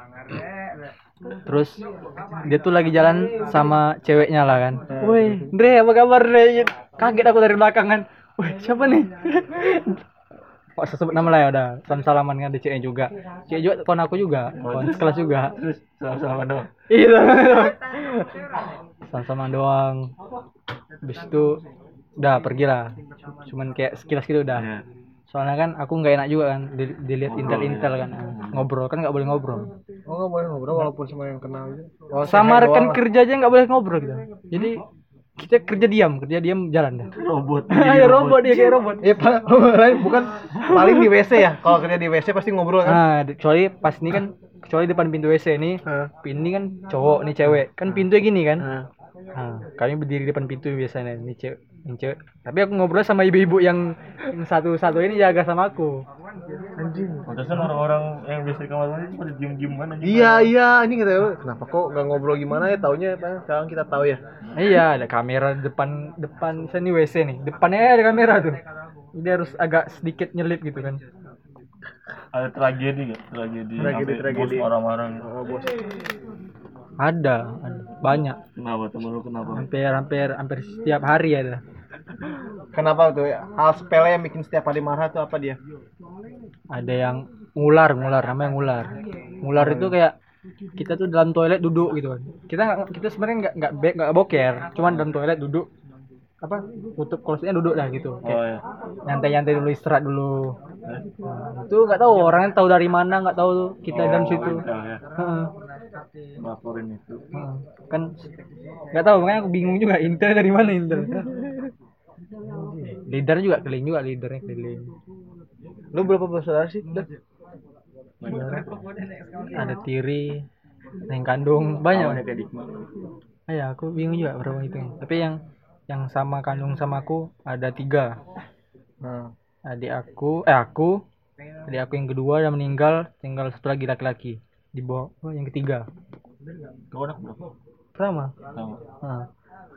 Speaker 3: Terus dia tuh lagi jalan sama ceweknya lah kan. Woi, Dre, apa kabar Dre? Kaget aku dari belakang kan. Woi, siapa nih? Kok sebut nama lah ya udah. Salam-salaman kan, ada ceweknya juga. Cewek juga kawan aku juga, kawan sekelas juga.
Speaker 2: Terus sama-sama doang.
Speaker 3: Iya, sama-sama. Sama-sama doang. Habis itu udah pergilah. Cuman kayak sekilas gitu udah.
Speaker 2: Ya.
Speaker 3: Soalnya kan aku nggak enak juga kan di- dilihat intel-intel kan. Ngobrol kan nggak boleh ngobrol.
Speaker 1: Oh nggak boleh ngobrol walaupun sama yang kenal gitu. Oh,
Speaker 3: Sama
Speaker 1: say hi
Speaker 3: rekan
Speaker 1: doang lah.
Speaker 3: kerja aja nggak boleh ngobrol gitu. Jadi kita kerja diam, kerja diam jalan dah.
Speaker 2: Robot.
Speaker 3: Ya robot dia kayak robot.
Speaker 1: Iya pak, bukan paling di W C ya. Kalau kerja di W C pasti ngobrol kan.
Speaker 3: Nah, di- kecuali pas ini kan kecuali depan pintu W C nih.
Speaker 1: Heeh.
Speaker 3: Ini kan cowok, nih cewek. Kan pintunya gini kan.
Speaker 1: Heeh.
Speaker 3: Nah, kami berdiri depan pintu biasanya nih cewek, ini cewek. Tapi aku ngobrol sama ibu-ibu yang, yang satu-satu ini jaga sama aku.
Speaker 1: Anjing.
Speaker 2: Pantesan orang-orang yang biasa di kamar mandi pada diem-diem kan anjing.
Speaker 1: Iya iya, ini kata gue, kenapa kok nggak ngobrol gimana ya? Taunya apa? Sekarang kita tahu ya.
Speaker 3: Iya, ada kamera di depan depan saya nih W C nih. Depannya ada kamera tuh. Jadi harus agak sedikit nyelip gitu kan.
Speaker 2: Ada tragedi nggak? Tragedi.
Speaker 1: Tragedi,
Speaker 2: sampai
Speaker 1: tragedi.
Speaker 2: Bos marah-marah.
Speaker 1: Oh bos.
Speaker 3: Ada, ada banyak.
Speaker 2: Kenapa temen lu kenapa?
Speaker 3: Hampir hampir hampir setiap hari ada.
Speaker 1: Kenapa tuh ya? Hal sepele yang bikin setiap hari marah tuh apa dia?
Speaker 3: Ada yang ngular, ngular namanya ngular. Ngular itu kayak kita tuh dalam toilet duduk gitu kan. Kita nggak kita sebenarnya nggak nggak be- nggak boker, cuman dalam toilet duduk apa tutup klosetnya duduk dah gitu.
Speaker 2: Oh
Speaker 3: Kayak
Speaker 2: ya.
Speaker 3: nyantai-nyantai dulu istirahat dulu. Nah, itu nggak tahu orangnya tahu dari mana, nggak tahu tuh kita dalam situ.
Speaker 2: Ya.
Speaker 3: Heeh.
Speaker 2: Laporin itu.
Speaker 3: Heeh. Kan nggak tahu makanya aku bingung juga Intel dari mana Intel. Leader juga keliling juga leadernya keliling.
Speaker 1: Lu berapa bersaudara sih? Udah.
Speaker 3: Ada tiri, yang kandung banyak.
Speaker 2: Awalnya kayak Dikma.
Speaker 3: Ah, ya, aku bingung juga berapa itu. Tapi yang yang sama kandung sama aku ada tiga.
Speaker 1: Nah,
Speaker 3: Adik aku, eh aku, adik aku yang kedua udah meninggal, tinggal satu lagi laki-laki. Di bawah oh, yang ketiga.
Speaker 2: Kau anak berapa?
Speaker 3: Sama.
Speaker 2: Sama.
Speaker 3: Nah.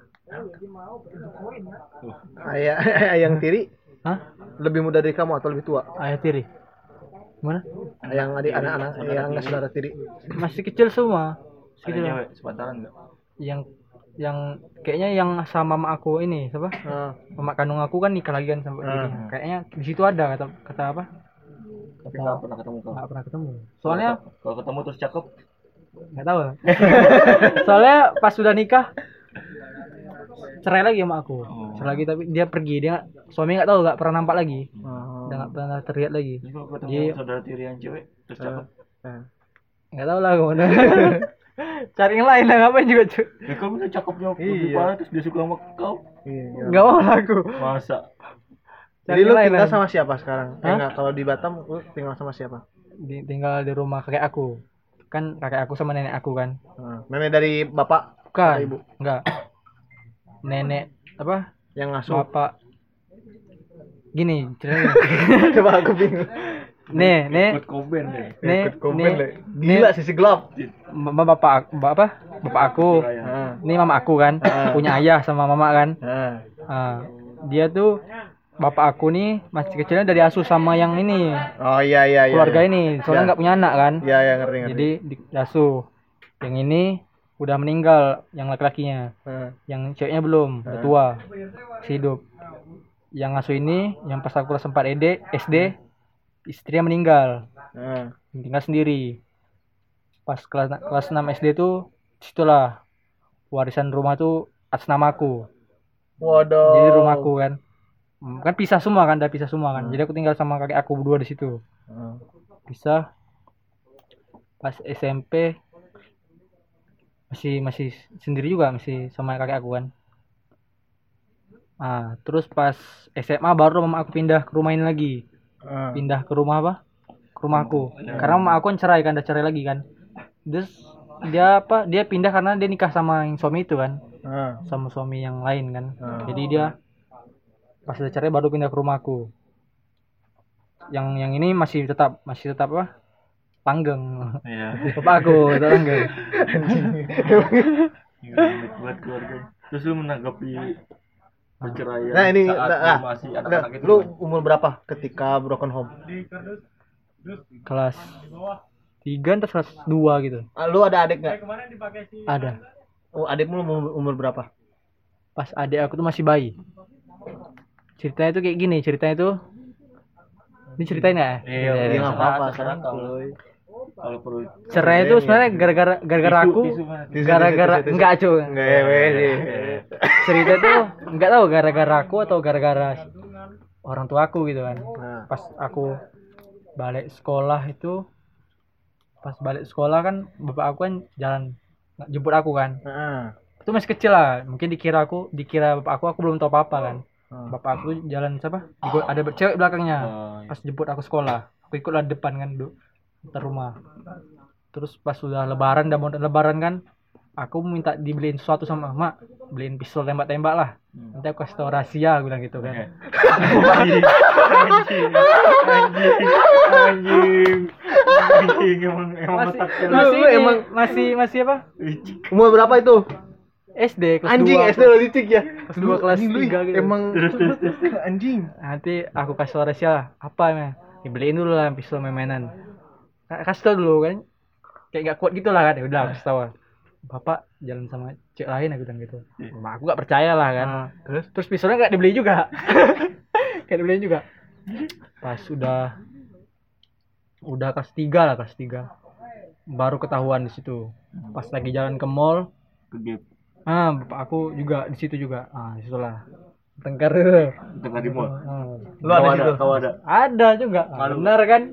Speaker 1: ayah ayang tiri
Speaker 3: Hah?
Speaker 1: lebih muda dari kamu atau lebih tua?
Speaker 3: Ayah tiri. Mana?
Speaker 1: Yang adik anak-anak yang nggak saudara tiri.
Speaker 3: Masih kecil semua. Masih
Speaker 2: Ada
Speaker 3: kecil.
Speaker 2: cewek sepantaran nggak?
Speaker 3: Yang yang kayaknya yang sama mama aku ini siapa?
Speaker 1: Nah,
Speaker 3: Mama kandung aku kan nikah lagi kan sama
Speaker 1: Hmm.
Speaker 3: ini. Kayaknya di situ ada kata kata apa?
Speaker 2: Tapi nggak pernah ketemu kau.
Speaker 3: Nggak pernah ketemu. Soalnya
Speaker 2: Kalau ketemu terus cakep.
Speaker 3: nggak tahu. Soalnya pas sudah nikah cerai lagi sama aku.
Speaker 2: Oh.
Speaker 3: Cerai lagi tapi dia pergi dia suami nggak tahu nggak pernah nampak lagi.
Speaker 1: oh.
Speaker 3: Udah nggak pernah terlihat lagi.
Speaker 2: Jadi kalau ketemu
Speaker 3: Jadi-
Speaker 2: saudara tiri yang cewek terus cakep.
Speaker 1: Nah.
Speaker 3: Nggak tahu lah kemana. Cari yang lain lah ngapain juga cuy.
Speaker 2: Ya kalau misalnya cakepnya lebih
Speaker 1: Iya.
Speaker 2: parah terus dia suka sama kau.
Speaker 1: Iya, iya.
Speaker 3: Nggak mau lah aku.
Speaker 2: Masa?
Speaker 1: Jadi
Speaker 3: Cari
Speaker 1: lu
Speaker 3: yang lain
Speaker 1: tinggal
Speaker 3: lah.
Speaker 1: sama siapa sekarang? Eh
Speaker 3: Hah?
Speaker 1: enggak, kalau di Batam lu tinggal sama siapa?
Speaker 3: Di- tinggal di rumah kakek aku. Kan kakek aku sama nenek aku kan.
Speaker 1: Nah, nenek dari bapak
Speaker 3: Bukan.
Speaker 1: atau ibu
Speaker 3: Enggak. Nenek apa?
Speaker 1: yang ngasuh.
Speaker 3: Bapak. Gini, ceritanya.
Speaker 1: Coba aku bingung.
Speaker 3: Nih, nih,
Speaker 2: Ikut Koben deh.
Speaker 3: nih,
Speaker 1: Ikut komen,
Speaker 3: nih,
Speaker 1: Le. Gila sisi gelap.
Speaker 3: mama bapak, bapak apa? Bapak aku.
Speaker 1: Nah,
Speaker 3: Ini mama aku kan,
Speaker 1: Ah.
Speaker 3: punya ayah sama mama kan.
Speaker 1: nah.
Speaker 3: Ah, dia tuh bapak aku nih masih kecilnya dari asuh sama yang ini
Speaker 1: Oh iya iya iya.
Speaker 3: keluarga
Speaker 1: iya.
Speaker 3: ini, soalnya
Speaker 1: Ya.
Speaker 3: nggak punya anak kan.
Speaker 1: Iya iya ngerti ngerti.
Speaker 3: Jadi diasuh. Yang ini udah meninggal, yang laki-lakinya.
Speaker 1: Nah,
Speaker 3: Yang ceweknya belum, udah tua, masih hidup. Yang ngasuh ini, yang pas aku kelas empat E D, S D, istrinya meninggal,
Speaker 1: nah.
Speaker 3: tinggal sendiri. Pas kelas kelas enam S D tuh, disitulah warisan rumah tuh atas namaku.
Speaker 1: Waduh.
Speaker 3: Jadi rumahku kan, Hmm, kan pisah semua kan, udah pisah semua kan. Jadi aku tinggal sama kakek aku berdua di situ.
Speaker 1: Nah.
Speaker 3: Pisah. Pas S M P masih masih sendiri juga, masih sama kakek aku kan. Ah, terus pas S M A baru mama aku pindah ke rumah ini lagi.
Speaker 1: Ah.
Speaker 3: Pindah ke rumah apa? Ke rumahku. Karena mama aku kan cerai kan, udah cerai lagi kan. Terus dia apa? Dia pindah karena dia nikah sama yang suami itu kan,
Speaker 1: Ah.
Speaker 3: sama suami yang lain kan.
Speaker 1: Ah.
Speaker 3: Jadi dia pas udah cerai baru pindah ke rumahku. Yang yang ini masih tetap masih tetap apa? Langgeng.
Speaker 2: Iya.
Speaker 3: Bapak aku tetap langgeng.
Speaker 2: Ingat buat keluarga. Terus lu menanggapi perceraian
Speaker 1: Nah ini
Speaker 2: saat
Speaker 1: nah,
Speaker 2: lu
Speaker 1: nah,
Speaker 2: masih
Speaker 1: nah,
Speaker 2: anak-anak itu?
Speaker 1: lu
Speaker 2: kan?
Speaker 1: umur berapa ketika broken home?
Speaker 3: Kelas tiga atau kelas dua gitu.
Speaker 1: Ah, lu ada adik nggak?
Speaker 3: Ada.
Speaker 1: Oh, adikmu umur, umur berapa?
Speaker 3: Pas adik aku tuh masih bayi. Ceritanya tuh kayak gini, ceritanya tuh ini ceritain nggak?
Speaker 2: Iya,
Speaker 1: Ya
Speaker 2: iya,
Speaker 1: nggak apa-apa.
Speaker 2: terserah kau.
Speaker 1: Santuy.
Speaker 2: Kalau perlu
Speaker 3: Cerai itu sebenarnya gara-gara gara-gara
Speaker 2: Tisu,
Speaker 3: aku
Speaker 2: tisu mana?
Speaker 1: Tisu,
Speaker 3: gara-gara
Speaker 1: tisu, tisu, tisu.
Speaker 3: enggak cuy.
Speaker 1: Enggak ya, weh sih.
Speaker 3: Cerita tuh enggak tahu gara-gara aku atau gara-gara orang tua aku gitu kan.
Speaker 1: Nah.
Speaker 3: Pas aku balik sekolah itu, pas balik sekolah kan bapak aku kan jalan jemput aku kan.
Speaker 1: Heeh.
Speaker 3: Itu masih kecil lah, mungkin dikira aku dikira bapak aku aku belum tahu apa-apa kan.
Speaker 1: Hmm.
Speaker 3: Bapak aku jalan siapa? Digo- ada cewek belakangnya.
Speaker 2: Oh, iya.
Speaker 3: Pas jemput aku sekolah, aku ikutlah depan kan, duduk depan rumah. Terus pas sudah lebaran, udah mau lebaran kan, aku minta dibeliin sesuatu sama mak, beliin pistol tembak-tembak lah.
Speaker 2: Hmm.
Speaker 3: Nanti aku kasih tau rahasia, aku bilang gitu
Speaker 2: Eh.
Speaker 3: kan.
Speaker 2: Anjing, anjing, anjing, anjing, anjing, emang emang
Speaker 3: Masih,
Speaker 2: otaknya
Speaker 3: masih,
Speaker 1: Lu
Speaker 3: ini,
Speaker 1: emang-
Speaker 3: masih, masih apa?
Speaker 2: licik.
Speaker 1: Umur berapa itu?
Speaker 3: S D kelas
Speaker 1: Anjing,
Speaker 3: dua.
Speaker 1: S D lo licik ya.
Speaker 3: Kelas dua, kelas
Speaker 1: anjing, lu
Speaker 3: tiga gitu.
Speaker 1: Emang
Speaker 2: Terus terus terus.
Speaker 1: anjing.
Speaker 3: Nanti aku kasih tau rahasia lah. Apa emang? Dibeliin dulu lah pistol mainan. Ka- Kasih tau dulu kan. Kayak gak kuat gitu lah kan. Ya udah kasih tau. Bapak jalan sama cewek lain aku bilang gitu. Mak aku gak percaya lah kan.
Speaker 1: Nah, terus
Speaker 3: Terus pistolnya gak dibeli juga. Gak dibeli juga. Pas udah udah kelas tiga lah, kelas tiga. Baru ketahuan di situ. Pas lagi jalan ke mall,
Speaker 2: Ke gap.
Speaker 3: ah bapak aku juga di situ juga. Ah, di situ lah. Tengkar itu.
Speaker 2: Tengah di mall.
Speaker 3: Ah.
Speaker 1: Lu ada
Speaker 2: Kau
Speaker 1: situ?
Speaker 2: Kau ada.
Speaker 3: Ada juga. Ah,
Speaker 2: Malu.
Speaker 3: benar kan?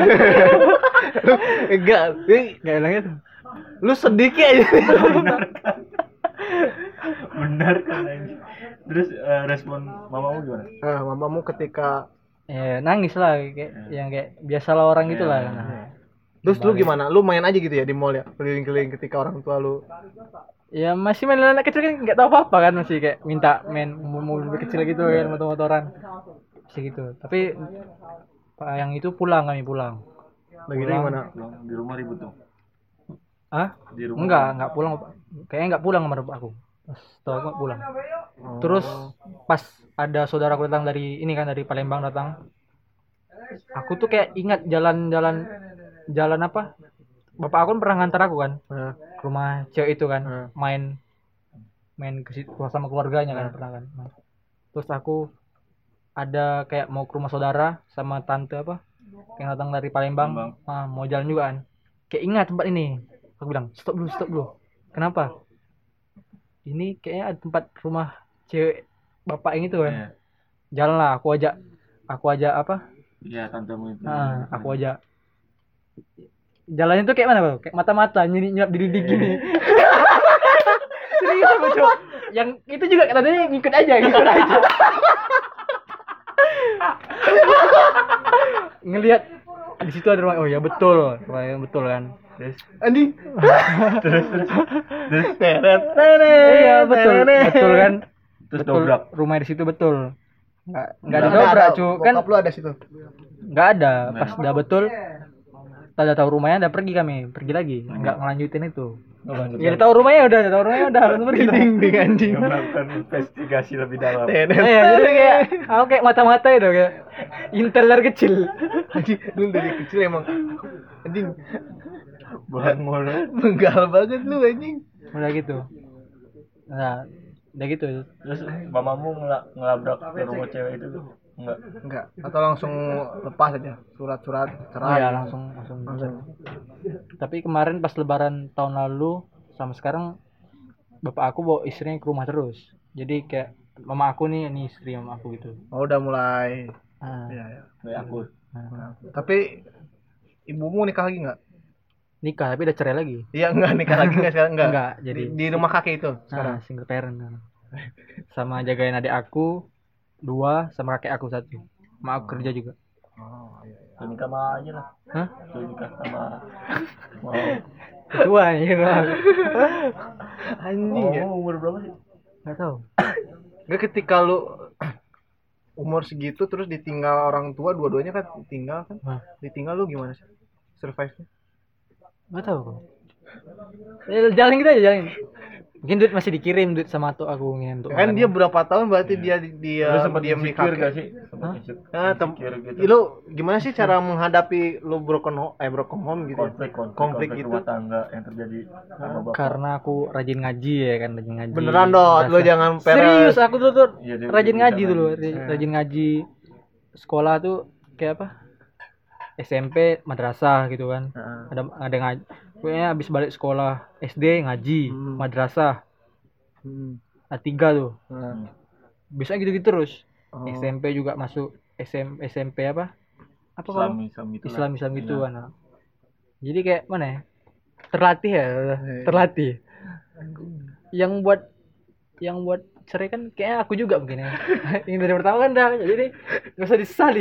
Speaker 1: enggak, eh,
Speaker 3: Gak bilang itu.
Speaker 1: lu sedikit aja.
Speaker 2: Benar kan anjing. Terus eh, respon mamamu gimana?
Speaker 1: Nah, mamamu ketika
Speaker 3: Ya nangis lah kayak yang kayak biasalah orang gitu lah.
Speaker 2: Ya.
Speaker 3: Nah.
Speaker 1: terus lu
Speaker 3: Balik.
Speaker 1: gimana? Lu main aja gitu ya di mall ya? Keliling-keliling ketika orang tua lu.
Speaker 3: Ya masih main anak kecil kan nggak tahu apa-apa kan, masih kayak minta main mobil kecil gitu kan, motor-motoran. Masih gitu. Tapi Pak yang itu pulang, kami pulang.
Speaker 1: Lagi di
Speaker 3: Pulang.
Speaker 1: mana?
Speaker 2: Pulang, di rumah ribut tuh.
Speaker 3: Hah?
Speaker 2: Di rumah.
Speaker 3: Enggak, enggak pulang. Pak. Kayaknya enggak pulang sama bapak aku. Pas tahu aku nggak pulang. Terus pas ada saudaraku datang dari ini kan, dari Palembang datang. Aku tuh kayak ingat jalan-jalan jalan apa? Bapak aku kan pernah ngantar aku kan
Speaker 1: Nah,
Speaker 3: ke rumah cewek itu kan,
Speaker 1: Hmm.
Speaker 3: main main ke situ sama keluarganya kan, pernah kan. Nah, terus aku ada kayak mau ke rumah saudara sama tante apa yang datang dari Palembang,
Speaker 2: Palembang.
Speaker 3: ah, mau jalan juga kan. Kayak ingat tempat ini. Aku bilang stop dulu, stop dulu. Kenapa? Ini kayaknya ada tempat rumah cewek bapak yang itu kan.
Speaker 2: Iya.
Speaker 3: Jalan lah, aku ajak, aku ajak apa?
Speaker 2: Iya, tantemu itu.
Speaker 3: Nah, aku ajak. Jalannya tuh kayak mana bang? Kayak mata-mata nyiri nyirap diri di gini. Serius aku cok. Yang itu juga katanya ngikut aja, ngikut aja. Ngelihat di situ ada rumah. Oh ya betul, rumahnya betul kan.
Speaker 2: Terus
Speaker 1: anjing.
Speaker 2: terus terus terus
Speaker 1: Teret, teret,
Speaker 3: Iya betul,
Speaker 1: teret.
Speaker 3: betul kan.
Speaker 2: terus
Speaker 3: Betul,
Speaker 2: dobrak.
Speaker 3: rumah di situ betul. Enggak enggak ada
Speaker 1: Ada,
Speaker 3: dobrak,
Speaker 1: ada.
Speaker 3: cu. Kan
Speaker 1: Bokap lu ada situ.
Speaker 3: enggak ada. Pas udah betul, kita udah tahu rumahnya, udah pergi kami, pergi lagi. Enggak ngelanjutin itu.
Speaker 2: Oh, lanjut.
Speaker 3: Ya udah tahu rumahnya udah, udah tahu rumahnya udah, langsung pergi.
Speaker 1: Ding anjing.
Speaker 2: Nggak melakukan investigasi lebih dalam.
Speaker 1: Teret.
Speaker 3: Iya, jadi kayak aku kayak mata-mata itu kayak intel dari kecil.
Speaker 1: Anjing, lu dari kecil emang anjing
Speaker 2: Bahan mulu.
Speaker 1: menggal banget lu anjing.
Speaker 3: Udah gitu. Nah, udah gitu.
Speaker 2: Terus mamamu ngela- ngelabrak ke rumah cewek itu tuh? Enggak.
Speaker 1: Enggak, atau langsung lepas aja surat-surat
Speaker 3: Oh
Speaker 1: cerai.
Speaker 3: ya, langsung langsung.
Speaker 1: Langsung.
Speaker 3: Tapi kemarin pas lebaran tahun lalu sama sekarang bapak aku bawa istrinya ke rumah terus. Jadi kayak mama aku nih, ini istri mama aku gitu.
Speaker 1: Oh, udah mulai.
Speaker 3: Ah,
Speaker 1: Iya, ya.
Speaker 2: Kayak aku.
Speaker 3: ah.
Speaker 1: Tapi ibumu nikah lagi enggak?
Speaker 3: Nikah tapi udah cerai lagi.
Speaker 1: Iya, enggak nikah lagi enggak sekarang enggak?
Speaker 3: Enggak, jadi
Speaker 1: di, di rumah kakek itu sekarang.
Speaker 3: nah, single parent kan. Sama jagain adik aku dua, sama kakek aku satu. Mak aku kerja juga.
Speaker 1: Oh, iya.
Speaker 2: Tuh nikah sama aja lah.
Speaker 3: Hah?
Speaker 2: Tuh nikah sama mau.
Speaker 3: Ketua ya kan.
Speaker 1: Anjing ya.
Speaker 2: Oh, umur berapa sih?
Speaker 3: Enggak tahu.
Speaker 1: Enggak, ketika lu umur segitu terus ditinggal orang tua, dua-duanya kan ditinggal kan?
Speaker 3: Hah?
Speaker 1: Ditinggal lu gimana sih? Survive-nya?
Speaker 3: Enggak tahu kok. Eh, jalan kita aja jalan. Mungkin duit masih dikirim duit sama tuh aku ingin untuk
Speaker 1: Kan
Speaker 3: makan.
Speaker 1: dia berapa tahun berarti dia dia
Speaker 2: Lu sempat
Speaker 1: diam di
Speaker 2: insecure
Speaker 1: kakek.
Speaker 2: gak sih?
Speaker 3: Hah?
Speaker 2: Sempat insecure
Speaker 1: Nah, tem-
Speaker 2: insecure gitu.
Speaker 1: lu gimana sih cara menghadapi lu broken home, eh broken home gitu? ya?
Speaker 2: konflik konflik,
Speaker 1: konflik
Speaker 2: konflik
Speaker 1: itu.
Speaker 2: rumah tangga yang terjadi sama bapak.
Speaker 3: Karena aku rajin ngaji ya kan, rajin ngaji.
Speaker 1: Beneran dong, lu
Speaker 3: Rasa-
Speaker 1: jangan peres.
Speaker 3: Serius aku tuh, tuh
Speaker 2: Iya, dia-
Speaker 3: rajin
Speaker 2: dia
Speaker 3: ngaji
Speaker 2: bisa
Speaker 3: dulu,
Speaker 2: ngaji.
Speaker 3: ri- rajin ngaji. Sekolah tuh kayak apa? S M P madrasah gitu kan.
Speaker 1: Heeh.
Speaker 3: Ada ada ngaji. Pokoknya habis balik sekolah S D ngaji,
Speaker 1: Hmm.
Speaker 3: madrasah.
Speaker 1: Hmm.
Speaker 3: Ada tiga tuh.
Speaker 1: Nah.
Speaker 3: Bisa gitu-gitu terus.
Speaker 1: Oh.
Speaker 3: S M P juga masuk S M S M P apa apa kalau
Speaker 2: Islam Islam itu
Speaker 3: Islam Islam gitu
Speaker 2: Iya.
Speaker 3: kan. Jadi kayak mana ya, terlatih ya terlatih. Yang buat yang buat cerai kan kayaknya aku juga mungkin ya. Yang dari pertama kan dah, jadi nggak usah disesali.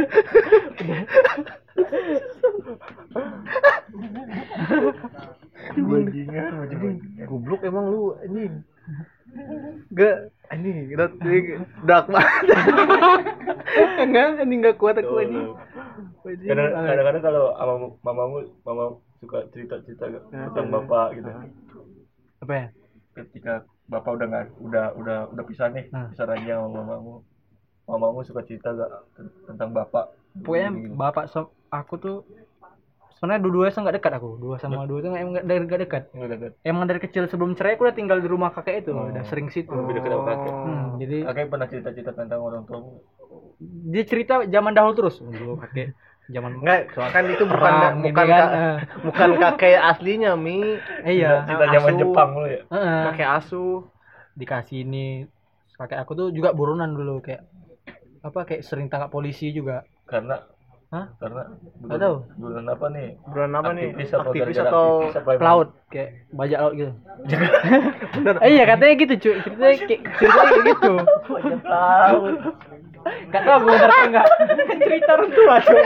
Speaker 2: bajingan bajingan
Speaker 1: Goblok emang lu anjing. Gak anjing, udah dark banget. Enggak, anjing enggak kuat aku anjing.
Speaker 2: kadang kadang kalau sama mamamu mama suka cerita cerita tentang bapak gitu
Speaker 3: Apa ya?
Speaker 2: ketika bapak udah nggak udah udah udah pisah nih
Speaker 3: Nah.
Speaker 2: pisah lagi sama mamamu mamamu suka cerita gak tentang bapak
Speaker 3: Pokoknya
Speaker 2: Gini-gini.
Speaker 3: bapak so, aku tuh sebenarnya dua-duanya nggak dekat aku. Dua sama dua tuh emang nggak nggak dekat.
Speaker 2: Nggak dekat.
Speaker 3: Emang dari kecil sebelum cerai aku udah tinggal di rumah kakek itu,
Speaker 2: Oh.
Speaker 3: udah sering situ.
Speaker 2: Lebih dekat sama kakek.
Speaker 3: Hmm, jadi
Speaker 2: Kakek pernah cerita cerita tentang orang tuamu
Speaker 3: dia cerita zaman dahulu terus. Dulu kakek zaman
Speaker 1: Enggak, kan itu bukan
Speaker 3: perang ini
Speaker 1: bukan
Speaker 3: kan,
Speaker 1: ka-
Speaker 3: eh.
Speaker 1: bukan kakek aslinya, Mi.
Speaker 3: Eh, iya.
Speaker 2: cerita zaman
Speaker 1: Asuh.
Speaker 2: Jepang lu ya
Speaker 3: Heeh.
Speaker 1: Kakek asuh.
Speaker 3: Dikasih ini kakek aku tuh juga buronan dulu kayak apa kayak sering tangkap polisi juga.
Speaker 2: karena
Speaker 3: Hah?
Speaker 2: karena
Speaker 3: Nggak tahu.
Speaker 2: bulan apa nih
Speaker 1: Bulan apa nih?
Speaker 2: Aktivis apa
Speaker 1: Aktivis
Speaker 2: gara-gara
Speaker 1: atau
Speaker 2: aktivis apa emang?
Speaker 3: Pelaut kayak bajak laut gitu. Eh, iya katanya gitu cuy, ceritanya kayak ceritanya kayak gitu.
Speaker 2: Bajak laut
Speaker 3: Gak tau gue bener apa enggak. Cerita orang tua cuy.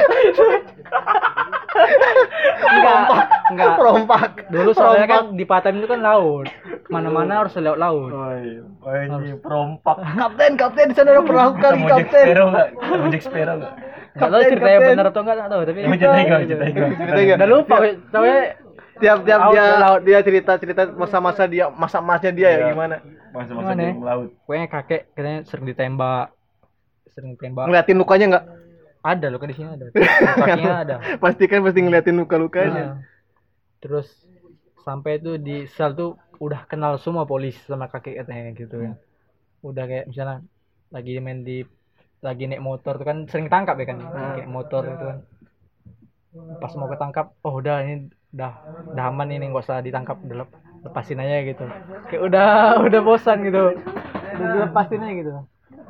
Speaker 3: Enggak, enggak.
Speaker 1: Perompak.
Speaker 3: Dulu soalnya kan di Patem itu kan laut. Mana-mana harus lewat laut.
Speaker 2: oh iya oh, ini perompak
Speaker 1: Kapten, kapten di sana ada perahu kali
Speaker 2: ketemu Jack
Speaker 1: kapten.
Speaker 2: Sparrow nggak ketemu Jack Sparrow nggak
Speaker 3: Enggak tahu
Speaker 1: Kapten,
Speaker 3: ceritanya
Speaker 1: kapten.
Speaker 3: benar atau enggak enggak tahu tapi.
Speaker 2: Emang ceritain nggak ceritain nggak
Speaker 1: Ceritain nggak?
Speaker 3: Udah lupa soalnya
Speaker 1: Tiap-tiap
Speaker 3: Laut,
Speaker 1: dia
Speaker 3: laut.
Speaker 1: dia cerita-cerita masa-masa dia masa-masanya dia ya
Speaker 2: Iya.
Speaker 1: gimana?
Speaker 2: masa-masa
Speaker 3: Gimana
Speaker 2: di
Speaker 3: ya?
Speaker 2: laut
Speaker 3: pokoknya kakek katanya sering ditembak. Sering ditembak.
Speaker 1: Ngeliatin lukanya enggak?
Speaker 3: Ada luka di sini ada. Kakinya ada.
Speaker 1: Pasti kan pasti ngeliatin luka-lukanya.
Speaker 3: Nah, terus sampai itu di sel tuh udah kenal semua polisi sama kakek katanya gitu kan. Udah kayak misalnya lagi main di lagi naik motor tuh kan sering tangkap ya kan, kayak motor itu kan. Pas mau ketangkap, oh udah ini udah udah aman ini nggak usah ditangkap, udah lep- lepasin aja gitu. Kayak udah udah bosan gitu. Udah dilepasin aja gitu.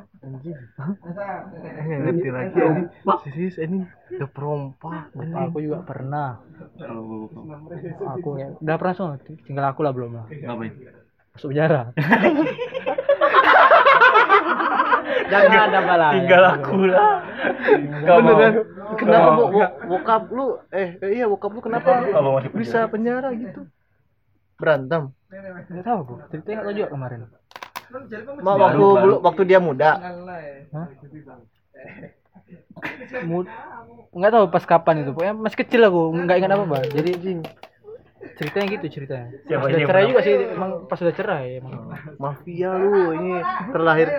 Speaker 1: Nggak ngerti lagi ini. Serius ini udah perompak.
Speaker 3: Bapak aku juga pernah.
Speaker 2: kalau
Speaker 3: Aku ya udah pernah semua, tinggal aku lah belum lah.
Speaker 2: ngapain
Speaker 3: Masuk penjara. Jangan ada malah.
Speaker 2: tinggal aku lah nggak mau
Speaker 1: Beneran. Kenapa
Speaker 2: Nggak
Speaker 1: bo-
Speaker 2: mau.
Speaker 1: bo- bokap lu eh eh, iya bokap lu kenapa
Speaker 2: Nggak mau masuk
Speaker 1: bisa penjara gitu? Berantem.
Speaker 3: Nggak tahu aku, ceritanya nggak tahu juga kemarin.
Speaker 1: Ma,
Speaker 2: Baru,
Speaker 1: waktu
Speaker 2: baru.
Speaker 1: belu- waktu dia muda.
Speaker 3: Hah? Mud nggak tahu pas kapan itu, pokoknya masih kecil aku, nggak ingat apa apa. Jadi ceritanya gitu ceritanya.
Speaker 2: Siapa
Speaker 3: Pas udah
Speaker 2: yang
Speaker 3: cerai
Speaker 2: menang?
Speaker 3: juga sih, emang pas udah cerai emang.
Speaker 1: Mafia lu ini terlahir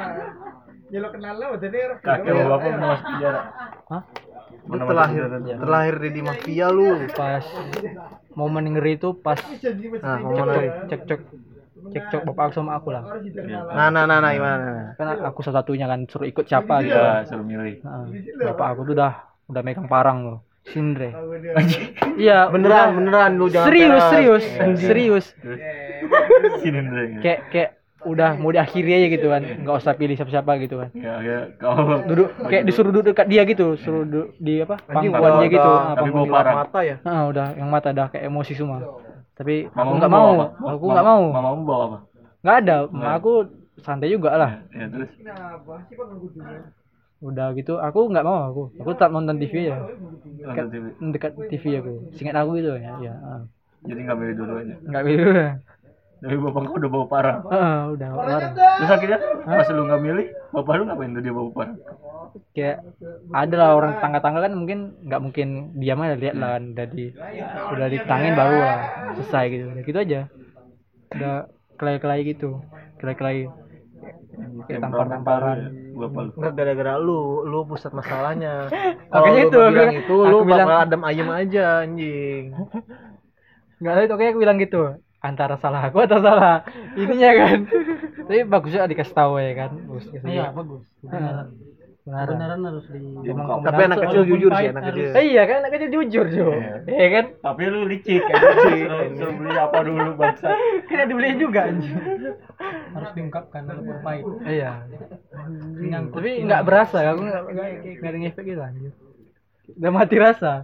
Speaker 2: kakek bapak mau masuk penjara
Speaker 3: Hah?
Speaker 1: lu terlahir terlahir di mafia lu.
Speaker 3: Pas momen ngeri itu pas
Speaker 1: Nah, ngomong
Speaker 3: cekcok
Speaker 1: lagi.
Speaker 3: cekcok cekcok bapak aku sama aku lah.
Speaker 1: Nah, nah, nah, nah, gimana?
Speaker 3: Kan aku salah satunya kan suruh ikut siapa gitu.
Speaker 2: iya suruh milih
Speaker 3: Nah, bapak aku tuh udah udah megang parang loh. Sindre. Iya,
Speaker 1: Beneran,
Speaker 3: udah.
Speaker 1: beneran lu jangan
Speaker 3: Serius,
Speaker 1: peras.
Speaker 3: serius,
Speaker 1: Anjing.
Speaker 3: serius.
Speaker 2: sini deh
Speaker 3: Kayak kayak udah mau diakhiri aja gitu kan, nggak usah pilih siapa-siapa gitu kan.
Speaker 2: ya ya kau
Speaker 3: Duduk kayak disuruh duduk dekat dia gitu, suruh duduk di apa?
Speaker 1: Anjing,
Speaker 3: Pangkuan
Speaker 1: udah-
Speaker 3: dia gitu.
Speaker 1: udah-
Speaker 3: Nah,
Speaker 2: tapi
Speaker 3: pangkuan
Speaker 2: bawa
Speaker 3: dia.
Speaker 2: parang.
Speaker 1: mata ya.
Speaker 3: Nah, udah yang mata dah kayak emosi semua. Tapi aku
Speaker 2: Mamamu
Speaker 3: nggak
Speaker 2: bawa
Speaker 3: mau,
Speaker 2: apa?
Speaker 3: aku
Speaker 2: Mam-
Speaker 3: nggak mau.
Speaker 2: mamamu bawa apa
Speaker 3: Nggak ada, ma aku santai juga lah.
Speaker 2: ya terus
Speaker 3: Udah gitu, aku nggak mau aku. Aku tetap nonton T V ya.
Speaker 2: nonton T V
Speaker 3: Dekat T V aku. Singkat aku gitu ya. Ya. ah.
Speaker 2: jadi nggak milih dua-duanya
Speaker 3: Nggak bisa.
Speaker 2: tapi bapak kau udah bawa parang
Speaker 3: Heeh, udah keluar.
Speaker 2: terus akhirnya pas lu nggak milih bapak lu ngapain tuh dia bawa parang
Speaker 3: Kayak ada lah orang tangga-tangga kan mungkin nggak mungkin diam aja lihat lah kan udah di udah ditangin baru lah selesai gitu. Udah gitu aja. Udah kelai-kelai gitu. Kelai-kelai kayak tampar-tamparan.
Speaker 2: bapak lu
Speaker 1: Enggak gara-gara lu, lu pusat masalahnya.
Speaker 3: Makanya
Speaker 1: Kalau lu
Speaker 3: itu,
Speaker 1: nggak bilang
Speaker 3: aku-
Speaker 1: itu, lu
Speaker 3: aku bilang-
Speaker 1: bakal adem ayem aja anjing.
Speaker 3: Nggak tahu itu kayak aku bilang gitu. Antara salah aku atau salah ininya kan. Tapi bagusnya dikasih tahu ya kan. Bagus. Iya, bagus. Kebenaran.
Speaker 4: harus di
Speaker 2: Diungkap.
Speaker 1: Tapi anak kecil jujur sih, anak kecil.
Speaker 3: Eh, iya kan anak kecil jujur Jo.
Speaker 2: Iya.
Speaker 3: Iya kan?
Speaker 2: Tapi lu licik kan. Suruh suruh beli apa dulu bangsa.
Speaker 3: Kena dibeliin juga anjing.
Speaker 4: harus diungkapkan walaupun pahit.
Speaker 3: Iya.
Speaker 4: Menyangkut
Speaker 3: Tapi enggak berasa, aku enggak enggak enggak ada ngefek gitu anjir. Udah mati rasa.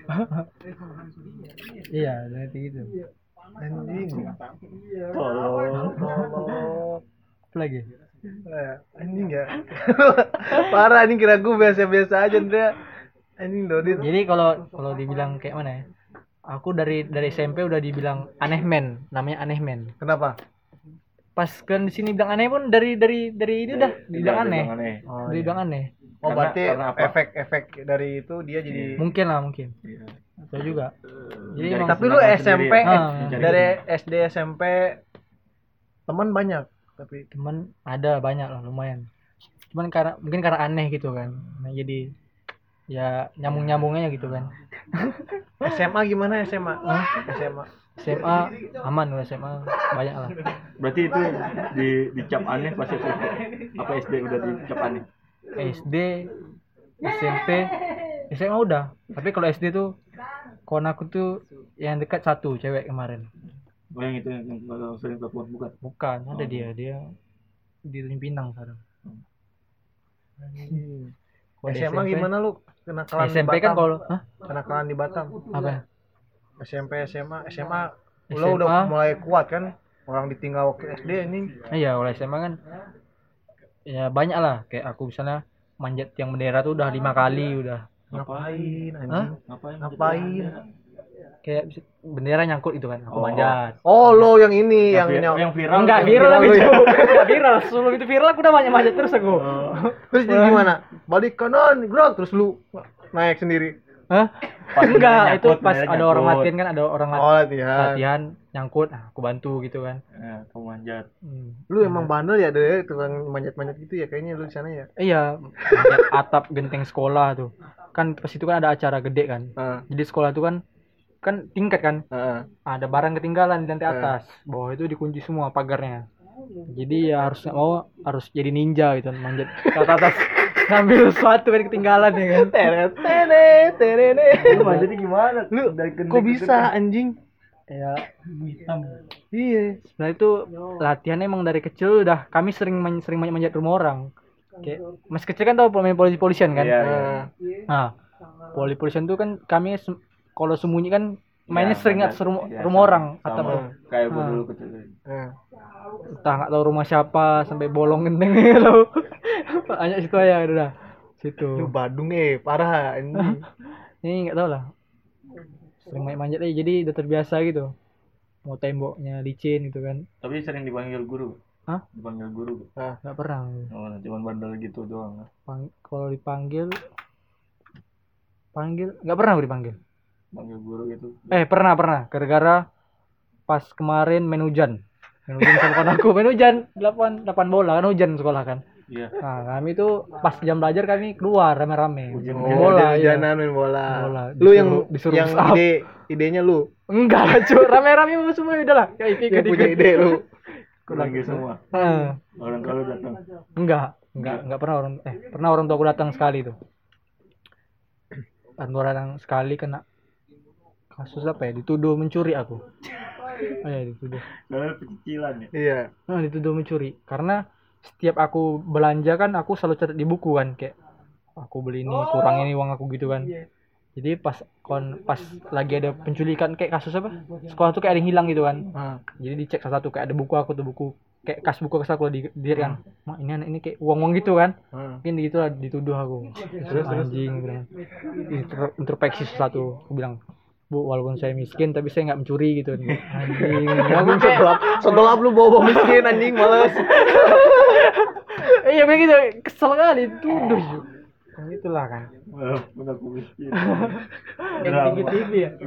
Speaker 3: Iya, udah mati gitu.
Speaker 1: Anjing.
Speaker 2: Tolong.
Speaker 1: Tolong.
Speaker 3: Apa lagi?
Speaker 1: Eh, anjing ya. Parah anjing, kira gue biasa-biasa aja Andrea. Anjing Dodit.
Speaker 3: Jadi kalau kalau dibilang kayak mana ya? Aku dari dari S M P udah dibilang aneh men, namanya aneh men.
Speaker 1: Kenapa?
Speaker 3: Pas kan di sini bilang aneh pun dari dari dari ini udah dibilang aneh.
Speaker 1: Oh,
Speaker 3: Dibilang aneh.
Speaker 1: Oh,
Speaker 2: Karena-
Speaker 1: berarti
Speaker 2: karena apa?
Speaker 1: efek-efek dari itu dia jadi.
Speaker 3: Mungkin lah mungkin.
Speaker 2: Iya.
Speaker 3: Saya juga. Jadi
Speaker 2: Jadi
Speaker 3: emang
Speaker 1: Tapi lu
Speaker 2: Senang
Speaker 1: S M P
Speaker 2: sendiri.
Speaker 1: eh,
Speaker 3: Ah,
Speaker 1: dari S D S M P teman banyak, tapi
Speaker 3: teman ada banyak lah lumayan. Cuman karena mungkin karena aneh gitu kan. Nah, jadi ya nyambung-nyambungnya gitu kan.
Speaker 1: S M A gimana S M A? S M A.
Speaker 3: S M A aman lah, S M A banyak lah.
Speaker 2: Berarti itu di dicap aneh pas S M P. Apa S D udah dicap aneh?
Speaker 3: S D, S M P, S M A udah. Tapi kalau S D tuh kawan aku tuh yang dekat satu cewek kemarin.
Speaker 2: Oh yang itu yang yang sering telepon bukan?
Speaker 3: Bukan, ada dia, dia di Tanjung Pinang sekarang. Kalau di
Speaker 1: S M A gimana lu? Kenakalan
Speaker 3: S M P
Speaker 1: di
Speaker 3: kan
Speaker 1: Batam.
Speaker 3: kalau hah?
Speaker 1: Kenakalan di Batam.
Speaker 3: Apa?
Speaker 1: S M P, S M A, S M A
Speaker 3: S
Speaker 1: lu
Speaker 3: M A.
Speaker 1: udah mulai kuat kan? Orang ditinggal waktu S D ini.
Speaker 3: Iya, kalau S M A kan ya banyak lah. Kayak aku misalnya manjat tiang bendera tuh udah lima kali udah.
Speaker 1: Ngapain
Speaker 3: Hah?
Speaker 1: anjing?
Speaker 2: Ngapain?
Speaker 1: Ngapain?
Speaker 3: Kayak bisa- bendera nyangkut itu kan, aku
Speaker 2: Oh.
Speaker 3: manjat.
Speaker 1: Oh, lo yang ini yang
Speaker 2: Yang,
Speaker 1: yang,
Speaker 2: yang viral.
Speaker 3: Enggak
Speaker 2: tuh.
Speaker 3: viral
Speaker 1: viral
Speaker 3: itu.
Speaker 1: lu ya?
Speaker 3: Enggak viral. Sebelum itu viral aku udah banyak manjat terus aku.
Speaker 2: Oh.
Speaker 1: terus jadi gimana? Balik kanan, gerak terus lu naik sendiri.
Speaker 3: Hah?
Speaker 2: Pas
Speaker 3: Enggak,
Speaker 2: bendera
Speaker 3: itu
Speaker 2: nyangkut,
Speaker 3: pas
Speaker 2: bendera
Speaker 3: ada orang
Speaker 2: nyangkut.
Speaker 3: latihan kan, ada orang lat-
Speaker 1: Oh, latihan.
Speaker 3: latihan nyangkut, nah, aku bantu gitu kan.
Speaker 2: Ya, kamu manjat.
Speaker 3: Hmm.
Speaker 1: Lu emang bandel ya deh tukang manjat-manjat gitu ya kayaknya lu di sana ya.
Speaker 3: Iya, manjat atap genteng sekolah tuh. Kan pas itu kan ada acara gede kan.
Speaker 1: Heeh.
Speaker 3: Jadi sekolah tuh kan kan tingkat kan.
Speaker 1: Heeh.
Speaker 3: Ada barang ketinggalan di lantai atas. Bawah itu dikunci semua pagarnya. Jadi ya harus nggak mau harus jadi ninja gitu manjat ke atas ngambil sesuatu kan ketinggalan ya kan.
Speaker 1: Teret teret teret.
Speaker 2: Lu manjatnya gimana?
Speaker 1: Lu
Speaker 2: dari gendeng
Speaker 1: kok
Speaker 2: ke
Speaker 1: bisa anjing?
Speaker 3: Ya,
Speaker 4: hitam.
Speaker 1: Iya.
Speaker 3: nah itu latihannya emang dari kecil udah kami sering man- sering manjat manjat rumah orang. Kayak masih kecil kan tau pemain polisi polisian kan.
Speaker 2: Iya, iya.
Speaker 1: Nah,
Speaker 3: Nah, poli polisian tuh kan kami sem- kalau sembunyi kan mainnya
Speaker 2: Ya,
Speaker 3: sering
Speaker 2: manjat.
Speaker 3: ngat rumah,
Speaker 2: Ya,
Speaker 3: rumah
Speaker 2: sama.
Speaker 3: orang
Speaker 2: Sama.
Speaker 3: atau
Speaker 2: Kayak gua
Speaker 3: Ah.
Speaker 2: dulu kecil.
Speaker 1: nah.
Speaker 3: entah nggak tahu rumah siapa sampai bolong genteng gitu. Banyak situ aja udah. Situ.
Speaker 1: Lu Badung eh parah anjing.
Speaker 3: Ini nggak tahu lah. Sering main manjat aja jadi udah terbiasa gitu. Mau temboknya licin gitu kan.
Speaker 2: Tapi sering dipanggil guru.
Speaker 3: Hah?
Speaker 2: Dipanggil guru.
Speaker 3: Nggak pernah.
Speaker 2: Oh, cuman bandel gitu doang.
Speaker 3: Pang- kalau dipanggil panggil nggak pernah aku dipanggil.
Speaker 2: Panggil guru gitu.
Speaker 3: Eh pernah pernah gara-gara pas kemarin main hujan. Main hujan sama kawan aku, main hujan delapan delapan bola kan hujan sekolah kan.
Speaker 2: Iya.
Speaker 3: Nah, kami tuh pas jam belajar kami keluar rame-rame.
Speaker 2: Hujan-
Speaker 3: Main
Speaker 1: Oh,
Speaker 3: bola
Speaker 1: dia
Speaker 3: ya.
Speaker 1: hujanan main bola.
Speaker 3: Bola.
Speaker 1: Lu yang
Speaker 3: Disuruh- disuruh
Speaker 1: yang
Speaker 3: push up.
Speaker 1: ide idenya lu.
Speaker 3: Enggak lah, cuy. Rame-rame semua udah lah. Ya ikut
Speaker 1: Yang punya ide lu.
Speaker 2: Panggil semua.
Speaker 3: Heeh.
Speaker 2: Orang kalau datang.
Speaker 3: Enggak, enggak, enggak pernah orang eh pernah orang tua aku datang sekali tuh. Orang tua datang sekali kena kasus apa ya? Dituduh mencuri aku. Oh ya, dituduh.
Speaker 2: Karena pecicilan ya.
Speaker 1: Iya.
Speaker 3: Nah, dituduh mencuri karena setiap aku belanja kan aku selalu catat di buku kan kayak aku beli ini kurang ini uang aku gitu kan. Jadi pas kon pas lagi ada penculikan kayak kasus apa? Sekolah tuh kayak ada yang hilang gitu kan.
Speaker 1: Nah,
Speaker 3: Jadi dicek satu-satu kayak ada buku aku tuh buku kayak kas buku kas aku di diri kan. Mak ini anak ini kayak uang-uang gitu kan.
Speaker 1: nah.
Speaker 3: Mungkin gitu lah dituduh aku. Terus anjing gitu kan. Intro- Introspeksi sesuatu aku bilang, "Bu, walaupun saya miskin tapi saya nggak mencuri gitu." Anjing. Aku kayak
Speaker 1: Segelap, segelap lu bawa miskin anjing males.
Speaker 3: iya begitu kesel kali dituduh. Nah, itulah kan.
Speaker 2: Walaupun aku miskin.
Speaker 3: Yang T V ya.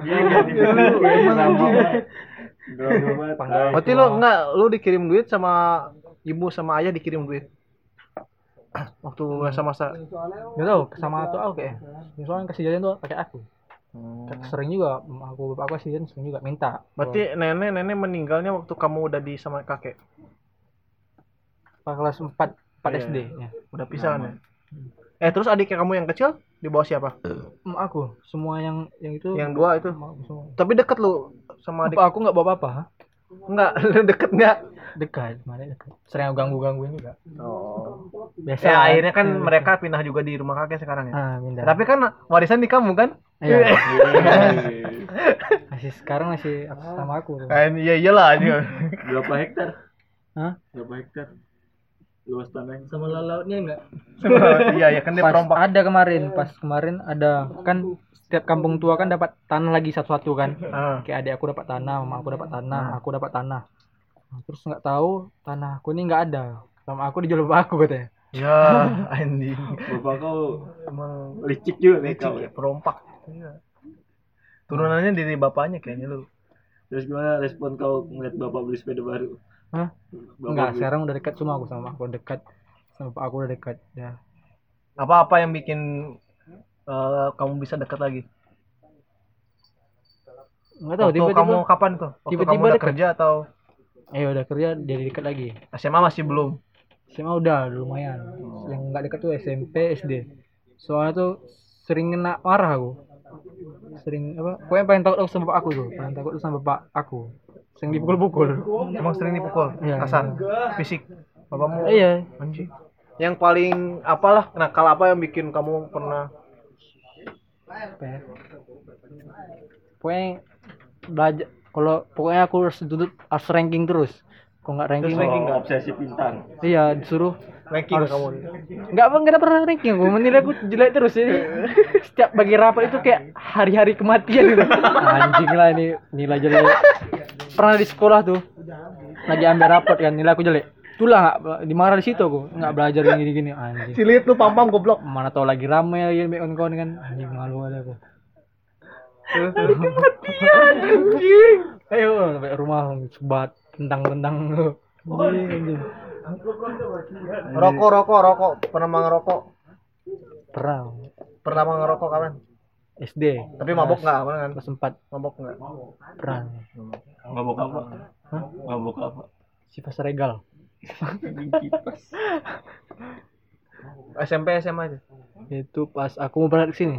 Speaker 1: Berarti lu enggak lu dikirim duit sama ibu sama ayah dikirim duit. Waktu masa-masa.
Speaker 3: Gak tau sama atau aku kayak. Soalnya kasih jajan tuh pakai aku. Sering juga aku bapak aku kasih jajan sering juga minta.
Speaker 1: Berarti nenek-nenek meninggalnya waktu kamu udah di sama kakek.
Speaker 3: Pas kelas empat empat
Speaker 1: Iya.
Speaker 3: S D ya.
Speaker 1: Udah pisah kan ya? Eh terus adiknya kamu yang kecil di bawah siapa?
Speaker 3: Emak aku, semua yang yang itu
Speaker 1: Yang dua itu.
Speaker 3: emak aku semua.
Speaker 1: Tapi deket lu sama adik.
Speaker 3: Bapak aku nggak bawa apa-apa.
Speaker 1: Enggak, lu deket enggak?
Speaker 3: Dekat, mana dekat. Sering ganggu-gangguin juga.
Speaker 1: Oh.
Speaker 3: Biasa.
Speaker 1: Ya akhirnya kan
Speaker 3: Ya,
Speaker 1: mereka pindah juga di rumah kakek sekarang ya.
Speaker 3: ah, pindah.
Speaker 1: Tapi kan warisan di kamu kan?
Speaker 3: Iya. Masih sekarang masih sama aku tuh.
Speaker 1: Kan iya iyalah aja.
Speaker 2: Berapa hektar?
Speaker 3: Hah?
Speaker 2: Berapa hektar? Luas tanahnya.
Speaker 4: Sama lautnya enggak?
Speaker 1: Iya ya kan dia
Speaker 3: Pas
Speaker 1: perompak.
Speaker 3: ada kemarin, pas kemarin ada kan setiap kampung tua kan dapat tanah lagi satu-satu kan.
Speaker 1: Ah.
Speaker 3: Kayak adik aku dapat tanah, mama aku dapat tanah, aku dapat tanah. Nah, terus nggak tahu tanah aku ini nggak ada. Sama aku dijual bapak aku katanya.
Speaker 1: Ya anjing.
Speaker 2: Bapak kau
Speaker 1: Emang
Speaker 2: licik juga nih
Speaker 1: licik
Speaker 2: kau.
Speaker 1: ya, perompak. Iya. Turunannya dari bapaknya kayaknya lu.
Speaker 2: Terus gimana respon kau melihat bapak beli sepeda baru?
Speaker 3: Hah?
Speaker 2: Bapak
Speaker 3: Enggak,
Speaker 2: beli-
Speaker 3: sekarang udah dekat semua aku sama aku dekat. Sama bapak aku udah dekat ya.
Speaker 1: Apa-apa yang bikin eh, kamu bisa dekat lagi?
Speaker 3: Enggak tahu
Speaker 1: Waktu
Speaker 3: tiba-tiba
Speaker 1: kamu kapan tuh? Waktu
Speaker 3: tiba-tiba
Speaker 1: kamu udah
Speaker 3: dekat.
Speaker 1: kerja atau
Speaker 3: eh udah kerja jadi dekat lagi.
Speaker 1: S M A masih belum?
Speaker 3: S M A udah lumayan. Yang enggak dekat tuh S M P, S D. Soalnya tuh sering kena marah aku. Sering apa? Pokoknya paling takut aku sama bapak aku tuh. Paling takut tuh sama bapak aku. Sering dipukul-pukul.
Speaker 1: Emang sering dipukul?
Speaker 3: Iya.
Speaker 1: Kasar? Fisik? Bapakmu?
Speaker 3: Eh, iya.
Speaker 1: Anjing. Yang paling apalah nakal apa yang bikin kamu pernah
Speaker 3: Apa ya? Pokoknya belajar kalau pokoknya aku harus duduk harus ranking terus. Kalau nggak ranking,
Speaker 1: Terus ranking
Speaker 2: Oh, obsesi pintar.
Speaker 3: iya disuruh
Speaker 1: ranking
Speaker 3: Harus-
Speaker 1: kamu?
Speaker 3: nggak apa nggak pernah ranking aku menilai aku jelek terus ini setiap bagi rapat itu kayak hari-hari kematian gitu anjing lah ini nilai jelek pernah di sekolah tuh lagi ambil rapat kan nilai aku jelek itulah nggak dimarah di situ aku nggak belajar yang gini-gini anjing
Speaker 1: Silit lu pam-pam goblok.
Speaker 3: mana tahu lagi rame lagi ambil kawan-kawan kan anjing malu ada aku
Speaker 1: Terus terus. Anjing.
Speaker 3: ayo sampai rumah sebat tendang-tendang lu anjing anjing
Speaker 1: Rokok rokok rokok. Pernah mau ngerokok?
Speaker 3: pernah
Speaker 1: Pertama ngerokok kapan?
Speaker 3: S D
Speaker 1: Tapi mabok nggak? Apa kan?
Speaker 3: kelas empat
Speaker 1: Mabok nggak?
Speaker 3: pernah
Speaker 2: Mabok apa?
Speaker 3: Hah?
Speaker 2: Mabok apa?
Speaker 3: Sifas Regal
Speaker 1: S M P S M A aja.
Speaker 3: itu pas aku mau berangkat ke sini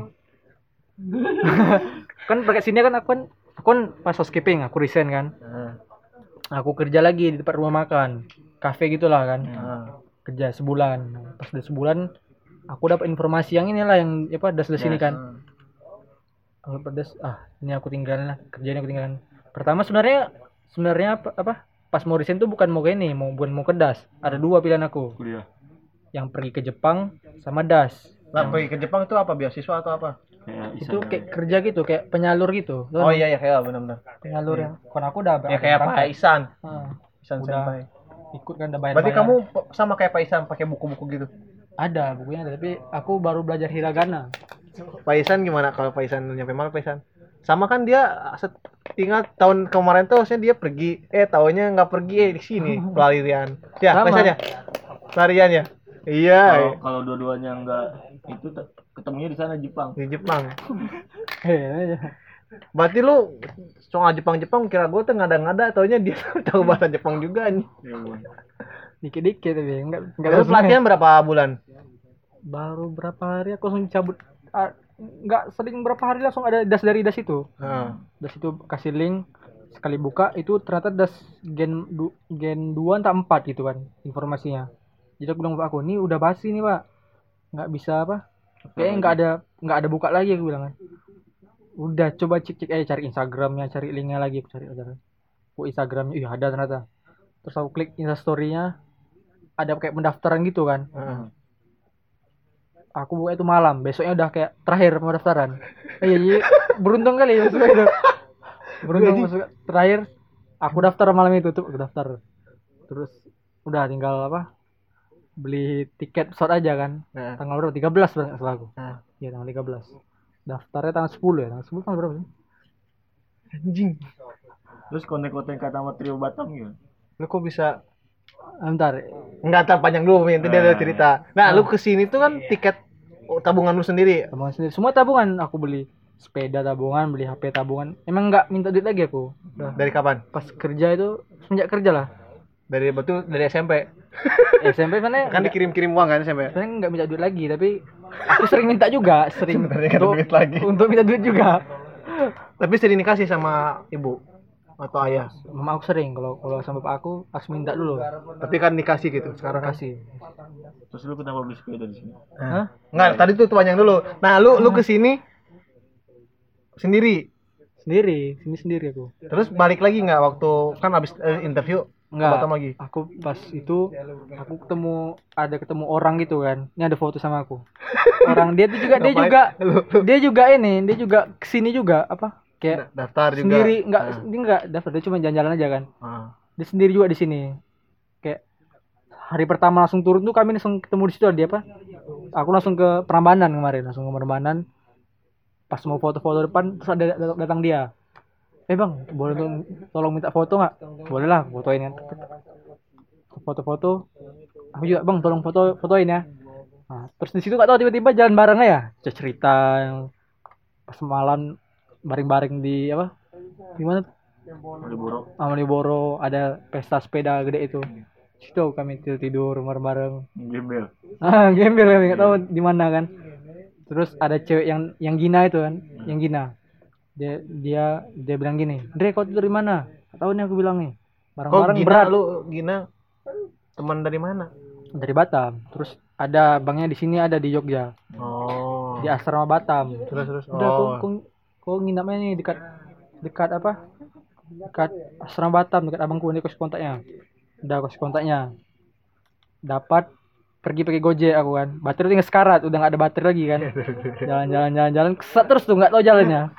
Speaker 3: kan berangkat sini kan aku kan aku kan pas housekeeping aku resign kan
Speaker 1: Nah,
Speaker 3: aku kerja lagi di tempat rumah makan kafe gitulah kan
Speaker 1: nah.
Speaker 3: kerja sebulan pas udah sebulan aku dapat informasi yang inilah yang apa das-das ini kan aku pedas ah ini aku tinggalin lah kerjanya aku tinggalin pertama sebenarnya sebenarnya apa, apa pas mau resign tuh bukan mau ke ini mau bukan mau ke das ada dua pilihan aku
Speaker 2: Kuliah.
Speaker 3: yang pergi ke Jepang sama das
Speaker 1: Lah pergi ke Jepang itu apa? Beasiswa atau apa?
Speaker 2: Kayak
Speaker 3: itu
Speaker 2: Isan.
Speaker 3: kayak kerja gitu kayak penyalur gitu Lo
Speaker 1: Oh iya ya kayak benar-benar.
Speaker 3: penyalur yang kan aku udah
Speaker 1: Ya kayak Pak Isan.
Speaker 3: Ah,
Speaker 1: Isan
Speaker 3: Udah.
Speaker 1: Senpai.
Speaker 3: ikut kan udah bayar
Speaker 1: Berarti kamu p- sama kayak Pak Isan pakai buku-buku gitu.
Speaker 3: ada bukunya ada tapi aku baru belajar hiragana
Speaker 1: Pak Isan gimana kalau Pak Isan nyampe mana Pak Isan? Sama kan dia set- tinggal tahun kemarin tuh harusnya dia pergi, eh tahunnya nggak pergi eh di sini pelarian. Ya,
Speaker 3: Sama.
Speaker 1: Pak Isan ya? Pelarian ya? Iya,
Speaker 2: Kalau kalau dua-duanya enggak itu te- ketemunya di sana Jepang.
Speaker 1: di Jepang.
Speaker 3: Heh,
Speaker 1: Berarti lu soal Jepang-Jepang kira gue tuh ngada-ngada taunya dia tahu bahasa Jepang juga nih.
Speaker 3: dikit-dikit tapi enggak enggak
Speaker 1: Terus
Speaker 3: langsung
Speaker 1: pelatihan berapa bulan?
Speaker 3: baru berapa hari aku langsung cabut ah, enggak sering berapa hari langsung ada das dari das itu
Speaker 1: Nah,
Speaker 3: das itu kasih link sekali buka itu ternyata das gen du, gen dua entah empat gitu kan informasinya jadi aku bilang ke aku ini udah basi nih pak nggak bisa apa kayaknya nggak ada nggak ada buka lagi aku bilang kan udah coba cek cek aja cari Instagramnya cari linknya lagi aku cari aja oh Instagramnya iya ada ternyata terus aku klik Instastorynya ada kayak pendaftaran gitu kan
Speaker 1: Heeh.
Speaker 3: aku buka itu malam besoknya udah kayak terakhir pendaftaran iya iya beruntung kali ya masuk itu beruntung masuk terakhir aku daftar malam itu tuh aku daftar terus udah tinggal apa beli tiket pesawat aja kan
Speaker 1: Nah,
Speaker 3: tanggal berapa tiga belas berarti salah aku
Speaker 1: nah.
Speaker 3: iya tanggal tiga belas daftarnya tanggal sepuluh ya tanggal sepuluh tanggal berapa sih
Speaker 1: Anjing.
Speaker 2: Terus konten-konten kata sama trio Batam gitu.
Speaker 1: Lu kok bisa
Speaker 3: ah, bentar
Speaker 1: enggak tar panjang dulu nanti dia ada cerita. Nah, lu kesini tuh kan tiket tabungan lu sendiri.
Speaker 3: tabungan sendiri semua tabungan aku beli sepeda tabungan beli H P tabungan emang nggak minta duit lagi aku udah
Speaker 1: Dari kapan?
Speaker 3: pas kerja itu sejak kerja lah
Speaker 1: Dari betul dari S M P.
Speaker 3: S M P mana
Speaker 1: Kan dikirim-kirim uang kan S M P.
Speaker 3: sebenarnya nggak minta duit lagi tapi aku sering minta juga, sering
Speaker 1: Sebenarnya nggak ada
Speaker 3: untuk,
Speaker 1: duit lagi.
Speaker 3: untuk minta duit juga.
Speaker 1: Tapi sering dikasih sama ibu atau ayah.
Speaker 3: Mama aku sering kalau kalau sama bapak aku harus minta dulu.
Speaker 1: Tapi kan dikasih gitu. Sekarang kan.
Speaker 3: Kasih.
Speaker 2: Terus lu kenapa beli sepeda di sini?
Speaker 3: Hah?
Speaker 1: Enggak, tadi tuh panjang dulu. Nah, lu lu ke sini sendiri.
Speaker 3: Sendiri, sini sendiri aku.
Speaker 1: Terus balik lagi nggak waktu kan abis eh, interview ke
Speaker 3: Enggak.
Speaker 1: Batam lagi?
Speaker 3: Aku pas itu aku ketemu ada ketemu orang gitu kan. Ini ada foto sama aku. Orang dia tuh juga dia
Speaker 1: Ngapain?
Speaker 3: juga
Speaker 1: Lu- lu
Speaker 3: dia juga ini, dia juga kesini juga apa? Kayak
Speaker 1: da- daftar juga.
Speaker 3: sendiri enggak
Speaker 1: Nah.
Speaker 3: dia enggak daftar, dia cuma jalan-jalan aja kan.
Speaker 1: Ah.
Speaker 3: Dia sendiri juga di sini. Kayak hari pertama langsung turun tuh kami langsung ketemu di situ dia apa? Aku langsung ke Prambanan kemarin, langsung ke Prambanan. Pas mau foto-foto depan terus ada datang, datang dia. Eh bang, boleh dong tolong minta foto nggak? Boleh lah, fotoin kan. Foto-foto. Aku juga bang, tolong foto fotoin ya. Nah, terus di situ nggak tahu tiba-tiba jalan bareng ya. Cerita pas malam bareng-bareng di apa? Di mana?
Speaker 2: Malioboro.
Speaker 3: Ah, Malioboro ada pesta sepeda gede itu. Situ kami tidur tidur bareng-bareng.
Speaker 2: Gembel.
Speaker 3: Ah, gembel kami nggak tahu di mana kan. Terus ada cewek yang yang Gina itu kan, yang Gina. Dia dia dia bilang gini, "Dre, kau tidur di mana?" Nggak tahu nih aku bilang nih.
Speaker 1: Kok
Speaker 3: Bareng-bareng
Speaker 1: Gina
Speaker 3: berat
Speaker 1: lu Gina teman dari mana?
Speaker 3: dari Batam. Terus ada banknya di sini, ada di Jogja,
Speaker 1: Oh.
Speaker 3: di asrama Batam.
Speaker 1: Terus terus.
Speaker 3: Udah kok
Speaker 1: Oh.
Speaker 3: kok kok nginapnya nih dekat dekat apa? Dekat asrama Batam, dekat abangku ini kos kontaknya. Udah kos kontaknya. Dapat pergi pakai Gojek aku kan. Baterai tinggal sekarat, udah nggak ada baterai lagi kan. Jalan-jalan jalan-jalan kesat terus tuh nggak tahu jalannya.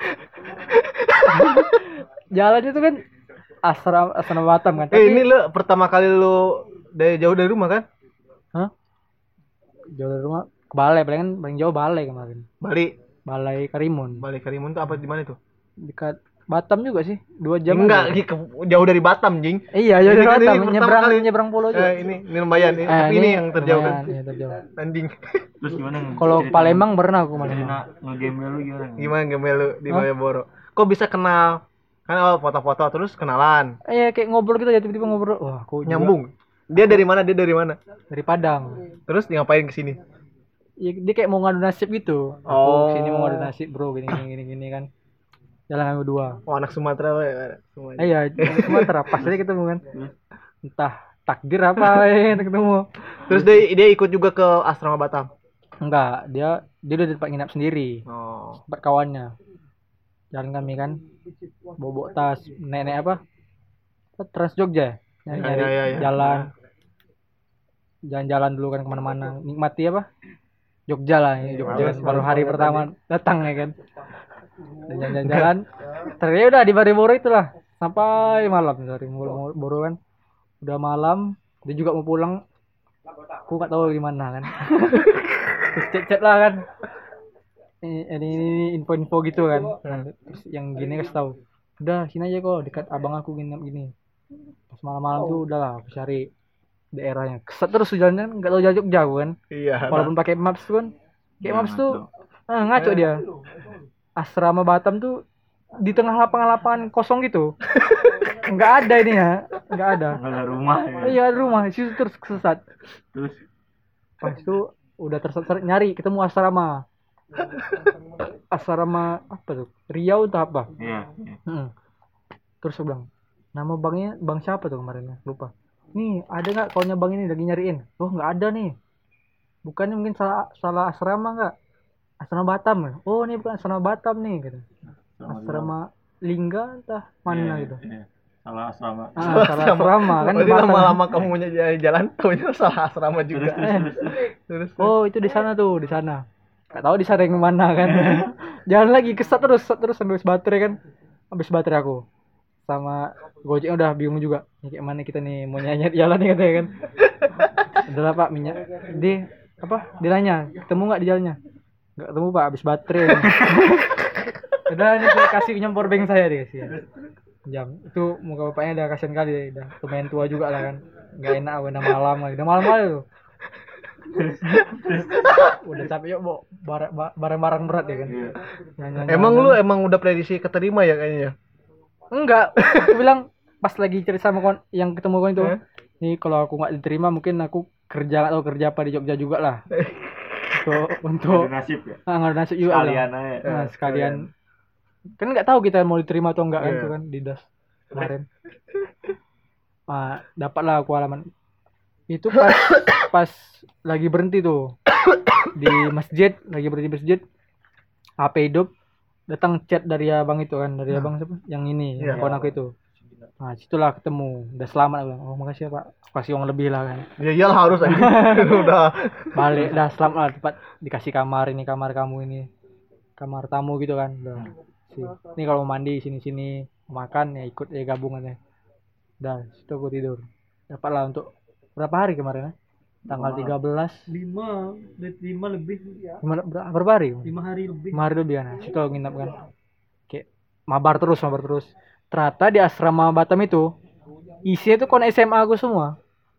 Speaker 3: Jalannya tuh kan asrama asrama Batam kan.
Speaker 1: Eh, ini lu pertama kali lu dari jauh dari rumah kan?
Speaker 3: Hah? Jauh dari rumah ke Balai, paling paling jauh Balai kemarin.
Speaker 1: Bali.
Speaker 3: Balai Karimun.
Speaker 1: Bali Karimun tuh apa di mana tuh?
Speaker 3: Dekat Batam juga sih, dua jam.
Speaker 1: Enggak,
Speaker 3: aja.
Speaker 1: ini ke- jauh dari Batam, Jing.
Speaker 3: Eh, iya, jauh
Speaker 1: Ini
Speaker 3: dari
Speaker 1: kan ini
Speaker 3: Batam,
Speaker 1: pertama
Speaker 3: nyebrang
Speaker 1: kali.
Speaker 3: nyebrang pulau juga.
Speaker 1: Eh, ini ini lumayan, ini,
Speaker 3: Eh,
Speaker 1: tapi ini yang terjauh kan.
Speaker 3: lumayan, iya, terjauh.
Speaker 1: Landing.
Speaker 2: Terus gimana?
Speaker 3: Kalau
Speaker 2: cerita-
Speaker 3: Palembang pernah aku
Speaker 2: cerita
Speaker 3: Palembang.
Speaker 2: ngegembel lu gimana?
Speaker 1: Gimana gembel lu di
Speaker 3: Hah?
Speaker 1: Malioboro? Kok bisa kenal? Kan oh, foto-foto terus kenalan.
Speaker 3: Eh, kayak ngobrol gitu ya, tiba-tiba ngobrol. Wah, aku juga
Speaker 1: Nyambung. Dia dari mana? Dia dari mana?
Speaker 3: dari Padang.
Speaker 1: Terus dia ngapain ke sini?
Speaker 3: Ya, dia kayak mau ngadu nasib gitu. Aku
Speaker 1: Oh.
Speaker 3: kesini mau ngadu nasib, bro, gini gini gini, gini kan. Jalan kami berdua.
Speaker 1: Oh, anak Sumatera we, semuanya.
Speaker 3: Eh, iya, Sumatera pas aja ketemu kan. Entah takdir apa ya kita ketemu.
Speaker 1: Terus dia dia ikut juga ke asrama Batam.
Speaker 3: Enggak, dia dia udah di tempat nginap sendiri.
Speaker 1: Oh.
Speaker 3: Tempat kawannya. Jalan kami kan. Bawa tas, nenek apa? Apa, Trans Jogja. Nyari,
Speaker 1: Ya,
Speaker 3: nyari
Speaker 1: ya, ya, ya.
Speaker 3: jalan. Jalan-jalan dulu kan kemana-mana. Nikmati apa? Jogja lah, ini Jogja
Speaker 1: Males,
Speaker 3: kan. Baru
Speaker 1: males
Speaker 3: hari
Speaker 1: banget
Speaker 3: pertama datang ya kan. Dan jalan-jalan. Ternyata udah di Malioboro itulah sampai malam dari Malioboro kan. Udah malam, dia juga mau pulang. Aku nggak tahu di mana kan. Terus chat-chat lah kan. Ini, ini, ini info-info gitu kan. Terus yang gini kasih tahu. Udah sini aja kok dekat abang aku gini gini. Pas malam-malam tuh udahlah aku cari daerahnya. Kesat terus jalannya nggak tahu jauh jauh kan.
Speaker 1: Iya.
Speaker 3: Walaupun pakai maps tuh kan. Kayak
Speaker 2: Ya,
Speaker 3: maps tuh
Speaker 2: ngaco.
Speaker 3: ah, ngaco dia. Asrama Batam tuh di tengah lapangan-lapangan kosong gitu. Nggak ada ini ya, nggak ada.
Speaker 2: Nggak ada rumah ya.
Speaker 3: Iya rumah, situ terus kesesat.
Speaker 2: Terus
Speaker 3: Pas itu udah tersesat nyari, ketemu asrama. Asrama apa tuh? Riau atau apa?
Speaker 2: iya, iya.
Speaker 3: Hmm. Terus aku bilang, nama banknya bang siapa tuh kemarin ya? Lupa. Nih ada nggak kaunya bang ini lagi nyariin? Oh nggak ada nih. Bukannya mungkin salah salah asrama nggak? Asrama Batam ya? Oh ini bukan asrama Batam nih gitu.
Speaker 2: Sama
Speaker 3: Asrama Lingga entah mana
Speaker 2: Iya,
Speaker 3: gitu.
Speaker 2: iya. Salah asrama.
Speaker 3: Ah, salah asrama kan
Speaker 1: Berarti
Speaker 3: Batam.
Speaker 1: lama-lama kamu punya jalan, kamu salah asrama juga.
Speaker 2: Terus terus terus.
Speaker 1: Terus.
Speaker 3: Oh itu di sana tuh, di sana. Gak tahu di sana yang mana kan. Jalan lagi kesat terus, kesat terus sampai habis baterai kan. Habis baterai aku. Sama Gojeknya udah bingung juga. Ini kayak mana kita nih mau nyanyi jalan nih katanya kan. Udah lah Pak minyak. Di apa? Dilanya, ketemu nggak di jalannya? Nggak ketemu Pak, habis baterai. Udah ini saya kasih pinjam powerbank saya deh sih. Jam itu muka bapaknya udah kasihan kali, udah lumayan tua juga lah kan. Nggak enak, udah malam lagi, udah malam kali tuh. Udah capek yuk bo barang-barang berat ya kan.
Speaker 2: Iya.
Speaker 3: Jalan-jalan.
Speaker 1: Emang lu emang udah prediksi keterima ya kayaknya?
Speaker 3: Enggak, aku bilang pas lagi cerita sama kon yang ketemu kon itu.
Speaker 1: Eh?
Speaker 3: Nih kalau aku nggak diterima mungkin aku kerja atau kerja apa di Jogja juga lah. untuk untuk
Speaker 2: Ada nasib ya.
Speaker 3: ah, ngadu nasib juga lah.
Speaker 2: Sekalian aja.
Speaker 3: Nah, sekalian kan nggak tahu kita mau diterima atau enggak kan
Speaker 1: Iya.
Speaker 3: tuh kan di das kemarin. Ah, dapatlah aku halaman itu pas pas lagi berhenti tuh di masjid, lagi berhenti di masjid, H P hidup, datang chat dari abang itu kan, dari abang siapa? Yang ini, yang
Speaker 1: Iya.
Speaker 3: kawan aku itu. Nah, situlah ketemu, udah selamat aku bilang, oh makasih ya Pak, kasih uang lebih lah kan.
Speaker 1: Ya iyalah harus aja. Udah.
Speaker 3: Balik, dah selamat lah, tempat dikasih kamar ini, kamar kamu ini, kamar tamu gitu kan. Udah. Si, ini kalau mau mandi sini-sini, makan ya ikut ya gabung aja. Udah, situ aku tidur. Dapatlah untuk berapa hari kemarin ya? Tanggal tiga belas,
Speaker 4: lima lima lebih
Speaker 3: gimana ber- berapa hari?
Speaker 4: lima hari lebih.
Speaker 3: lima hari lebih kan. Situ aku nginap kan. Kayak mabar terus, mabar terus. Ternyata di asrama Batam itu isinya tuh kon S M A aku semua.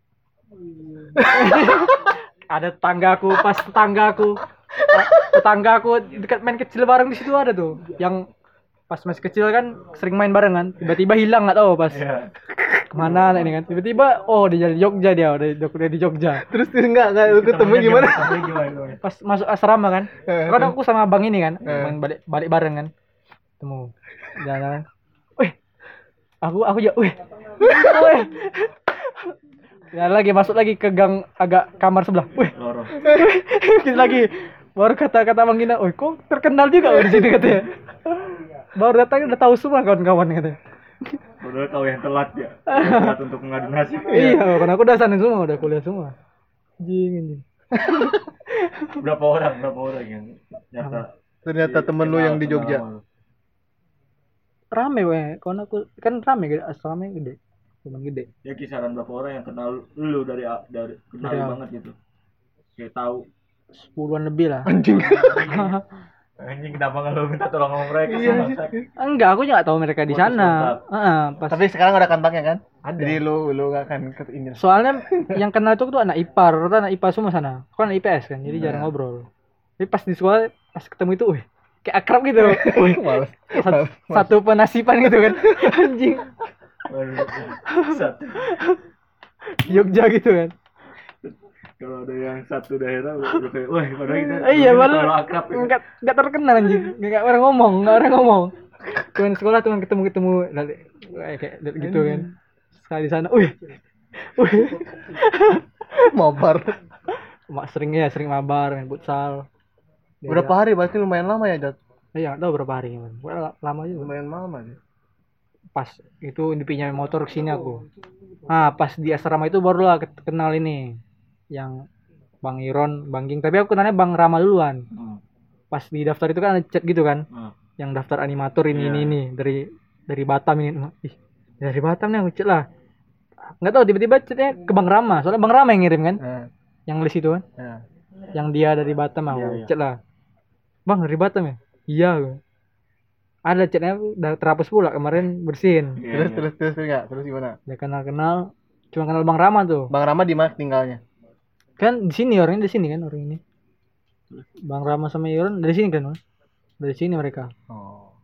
Speaker 3: Ada tetanggaku, pas tetanggaku, tetanggaku dekat main kecil bareng di situ ada tuh. Yang pas masih kecil kan sering main barengan, tiba-tiba hilang nggak tahu pas
Speaker 2: Iya.
Speaker 3: kemana anak ini kan. Tiba-tiba oh dia di Jogja dia, udah udah di Jogja.
Speaker 1: Terus terus enggak enggak lu ketemu gimana?
Speaker 2: Ketemunya gimana? gimana?
Speaker 3: Pas masuk asrama kan,
Speaker 1: Eh,
Speaker 3: kan aku sama abang ini kan,
Speaker 1: Eh.
Speaker 3: main balik balik bareng kan, ketemu jalan, wih, aku aku ya, wih, wih, jalan lagi masuk lagi ke gang agak kamar sebelah, wih,
Speaker 2: Lorong.
Speaker 3: gitu lagi, baru kata-kata abang Gina, wih, kok terkenal juga di sini katanya, baru datang udah tahu semua kawan-kawan katanya,
Speaker 2: Udah kau yang telat ya. Telat untuk mengadu nasib.
Speaker 3: iya, karena aku udah sana semua, udah kuliah semua, jing ini,
Speaker 2: Berapa orang? Berapa orang yang nyata?
Speaker 1: Ternyata temen lu yang di Jogja.
Speaker 3: rame weh, karena aku kan rame gede, asrama gede, cuman gede.
Speaker 2: Ya kisaran berapa orang yang kenal lu dari dari kenal
Speaker 3: Dari
Speaker 2: lu
Speaker 3: awal.
Speaker 2: banget gitu. Kayak tahu.
Speaker 3: Sepuluhan lebih lah.
Speaker 1: Anjing.
Speaker 2: Anjing kenapa nggak lu minta tolong sama mereka
Speaker 1: Iya.
Speaker 2: sih, bangsat?
Speaker 3: Enggak, aku juga nggak tahu mereka di
Speaker 2: Oh,
Speaker 3: sana.
Speaker 2: terus
Speaker 3: Heeh, pas
Speaker 1: Tapi sekarang ada kontaknya kan?
Speaker 3: Ada.
Speaker 1: Jadi lu lu gak akan ke ini.
Speaker 3: soalnya yang kenal itu tuh anak ipar, rata anak I P A semua sana. Aku kan anak I P S kan, jadi jarang
Speaker 1: Nah.
Speaker 3: ngobrol. Tapi pas di sekolah, pas ketemu itu, wih, kayak akrab gitu. Wih,
Speaker 1: Males.
Speaker 3: satu, satu penasiban gitu kan. Anjing,
Speaker 2: Bangsat.
Speaker 3: Jogja gitu kan.
Speaker 2: Kalau ada yang satu daerah udah udah kayak, wah padahal kita
Speaker 3: Eh, iya,
Speaker 2: dulu
Speaker 3: malah
Speaker 2: terlalu akrab ya.
Speaker 3: enggak enggak terkenal anjing. Enggak orang ngomong, enggak orang ngomong. Cuman sekolah cuman ketemu-ketemu kayak gitu kan. Sekali di sana, wih. Wih.
Speaker 1: Mabar.
Speaker 3: Mak sering ya, sering mabar, main futsal.
Speaker 1: Berapa hari berarti lumayan lama ya, Jat?
Speaker 3: Eh, ya, tahu berapa hari kan. Lama juga.
Speaker 1: Lumayan lama sih.
Speaker 3: Pas itu dipinjam motor ke sini aku. Ah, pas di asrama itu barulah ket- kenal ini yang Bang Iron, Bang Ging. Tapi aku kenalnya Bang Rama duluan.
Speaker 2: Hmm.
Speaker 3: Pas di daftar itu kan ada chat gitu kan.
Speaker 2: Hmm.
Speaker 3: Yang daftar animator ini
Speaker 2: Iya.
Speaker 3: ini ini dari dari Batam ini. Ih, dari Batam nih aku chat lah. Nggak tahu tiba-tiba chatnya ke Bang Rama. Soalnya Bang Rama yang ngirim kan.
Speaker 1: Nah,
Speaker 3: Yang list itu kan.
Speaker 1: nah.
Speaker 3: Yang dia dari Batam aku
Speaker 2: Iya, iya.
Speaker 3: chat lah. Bang dari Batam ya? Iya. aku. Ada chatnya udah terhapus pula kemarin bersihin.
Speaker 2: Iya,
Speaker 1: Terus
Speaker 2: iya.
Speaker 1: terus terus enggak? Terus gimana?
Speaker 3: Dia kenal-kenal, cuma kenal Bang Rama tuh.
Speaker 1: Bang Rama di mana tinggalnya?
Speaker 3: Kan di sini orangnya di sini kan orang ini. Bang Rama sama Iron dari sini kan, Mas? Dari sini mereka.
Speaker 1: Oh.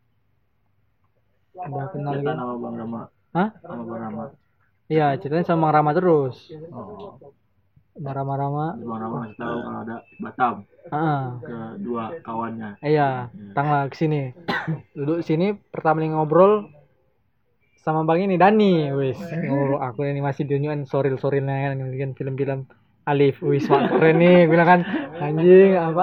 Speaker 3: Ada kenal
Speaker 2: Cerita
Speaker 3: gitu.
Speaker 2: nama Bang Rama.
Speaker 3: Hah?
Speaker 2: Nama Bang Rama.
Speaker 3: Iya, ceritanya sama Bang Rama terus.
Speaker 1: Oh.
Speaker 3: Bang Rama-Rama.
Speaker 2: Bang Rama ngasih tahu kalau ada Batam
Speaker 3: Heeh.
Speaker 2: ke dua kawannya.
Speaker 3: Iya, datang lah ke sini. Duduk sini pertama kali ngobrol sama Bang ini Dani, wis. Ngobrol aku ini masih diunjukin soril-sorilnya kan, kan film-film Alif, wis wah, keren nih, bilang kan anjing apa?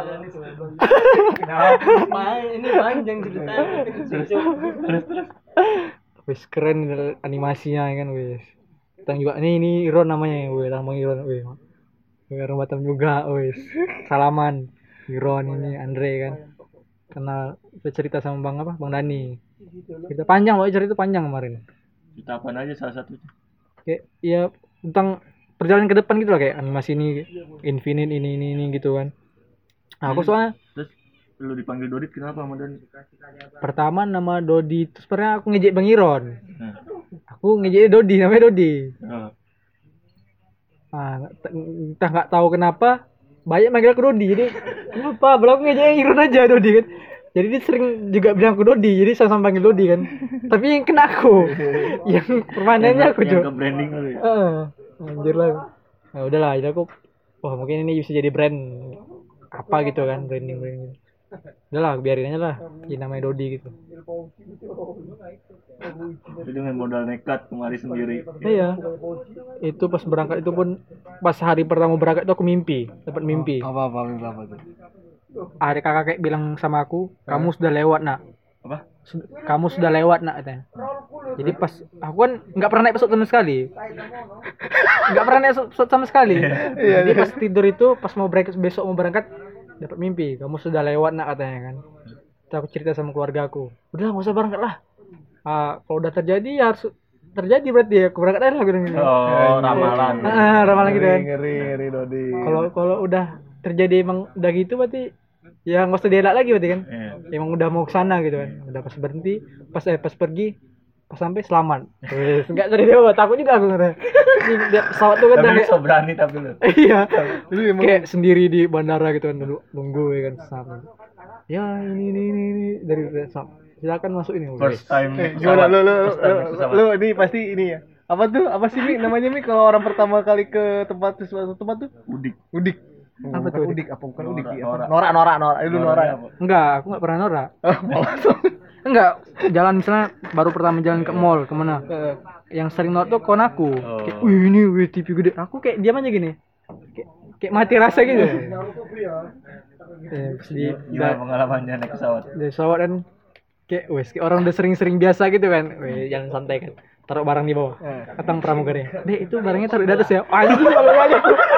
Speaker 4: Ini panjang ceritanya.
Speaker 2: Terus terus.
Speaker 3: Wis keren animasinya kan wis. Datang juga nih ini Iron namanya, wis datang Bang Iron, wis. Orang Batam juga, wis. Salaman Iron ini Andre kan. Kenal cerita sama Bang apa? Bang Dani. Cerita panjang loh, cerita panjang kemarin.
Speaker 2: Cerita apa aja salah satunya.
Speaker 3: Kayak ya tentang perjalanan ke depan gitu lah, kayak animasi ini Infinite ini ini ini gitu kan. Nah, aku soalnya
Speaker 2: Terus lu dipanggil Dodit kenapa sama Dani?
Speaker 3: pertama nama Dodi itu sebenarnya aku ngejek Bang Iron.
Speaker 2: Nah.
Speaker 3: Aku ngejek Dodi, namanya Dodi.
Speaker 2: Oh.
Speaker 3: Ah, nggak- entah nggak tahu kenapa banyak manggil aku Dodi. Jadi kenapa? Belum aku ngejek Iron aja Dodi kan. Jadi dia sering juga bilang aku Dodi, jadi sama-sama panggil Dodi kan. Tapi yang kena aku, yang permanennya aku
Speaker 2: yang
Speaker 3: juga.
Speaker 2: ke branding lu ya.
Speaker 3: Heeh. Anjir lah. Nah, udahlah, jadi aku wah mungkin ini bisa jadi brand apa gitu kan, branding branding. Udah lah, biarin aja lah. Ini namanya Dodi gitu.
Speaker 2: Jadi dengan modal nekat kemari sendiri.
Speaker 3: Iya. Itu pas berangkat itu pun pas hari pertama berangkat itu aku mimpi, dapat mimpi.
Speaker 1: Apa apa mimpi apa tuh?
Speaker 3: Ada kakak kayak bilang sama aku, kamu sudah lewat nak.
Speaker 2: Apa?
Speaker 3: Sud- Kamu sudah lewat nak katanya. Jadi pas aku kan nggak pernah naik pesawat sama sekali, nggak pernah naik pesawat sama sekali. Jadi pas tidur itu, pas mau berangkat besok mau berangkat, dapat mimpi, kamu sudah lewat nak katanya kan. Terus aku cerita sama keluarga aku, udah nggak usah berangkat lah. Ah, kalau udah terjadi ya harus terjadi berarti ya, aku berangkat aja lah gitu.
Speaker 2: Oh, ramalan.
Speaker 3: Ah, ramalan gitu kan.
Speaker 1: Ngeri ngeri Dodi.
Speaker 3: Kalau kalau udah terjadi emang udah gitu berarti ya nggak usah dielak lagi berarti kan.
Speaker 2: Iya.
Speaker 3: Emang udah mau ke sana gitu kan. Udah pas berhenti, pas eh pas pergi, pas sampai selamat. Wes, enggak jadi dia takut juga aku ngeliat. Ini dia pesawat tuh kan
Speaker 2: Tapi
Speaker 3: udah
Speaker 2: lu
Speaker 3: kayak
Speaker 2: so berani tapi lu.
Speaker 3: iya.
Speaker 1: Lu emang
Speaker 3: Kayak sendiri di bandara gitu kan dulu nunggu ya kan sampai. Ya ini ini ini, ini. dari dari- sam- silakan masuk ini.
Speaker 2: First time.
Speaker 1: eh, gimana lu lu
Speaker 2: First time
Speaker 1: lu,
Speaker 2: naik pesawat.
Speaker 1: lu ini pasti ini ya. Apa tuh? Apa sih Mi namanya Mi kalau orang pertama kali ke tempat sesuatu tempat tuh?
Speaker 2: Udik.
Speaker 1: Udik.
Speaker 3: Apa
Speaker 1: Bukan
Speaker 3: tuh
Speaker 1: udik? Apa bukan
Speaker 2: Norak,
Speaker 1: udik? ya?
Speaker 2: norak.
Speaker 1: Norak norak norak. Itu
Speaker 2: Noranya
Speaker 1: norak.
Speaker 2: apa?
Speaker 3: Enggak, aku enggak pernah norak.
Speaker 1: Malas.
Speaker 3: Enggak, jalan misalnya baru pertama jalan ke mall kemana?
Speaker 1: Heeh.
Speaker 3: Yang sering norak tuh kon aku.
Speaker 2: Oh.
Speaker 3: Kayak, wih ini wih T V gede. Aku kayak diam aja gini. Kayak, kayak mati rasa gitu. Eh, pas di
Speaker 2: Gimana pengalamannya naik pesawat?
Speaker 3: dari pesawat kan kayak wes kayak orang udah sering-sering biasa gitu kan. Weh, jangan santai kan. Taruh barang di bawah. Datang pramugari. Dek, itu barangnya taruh di atas ya. Anjing kalau aja.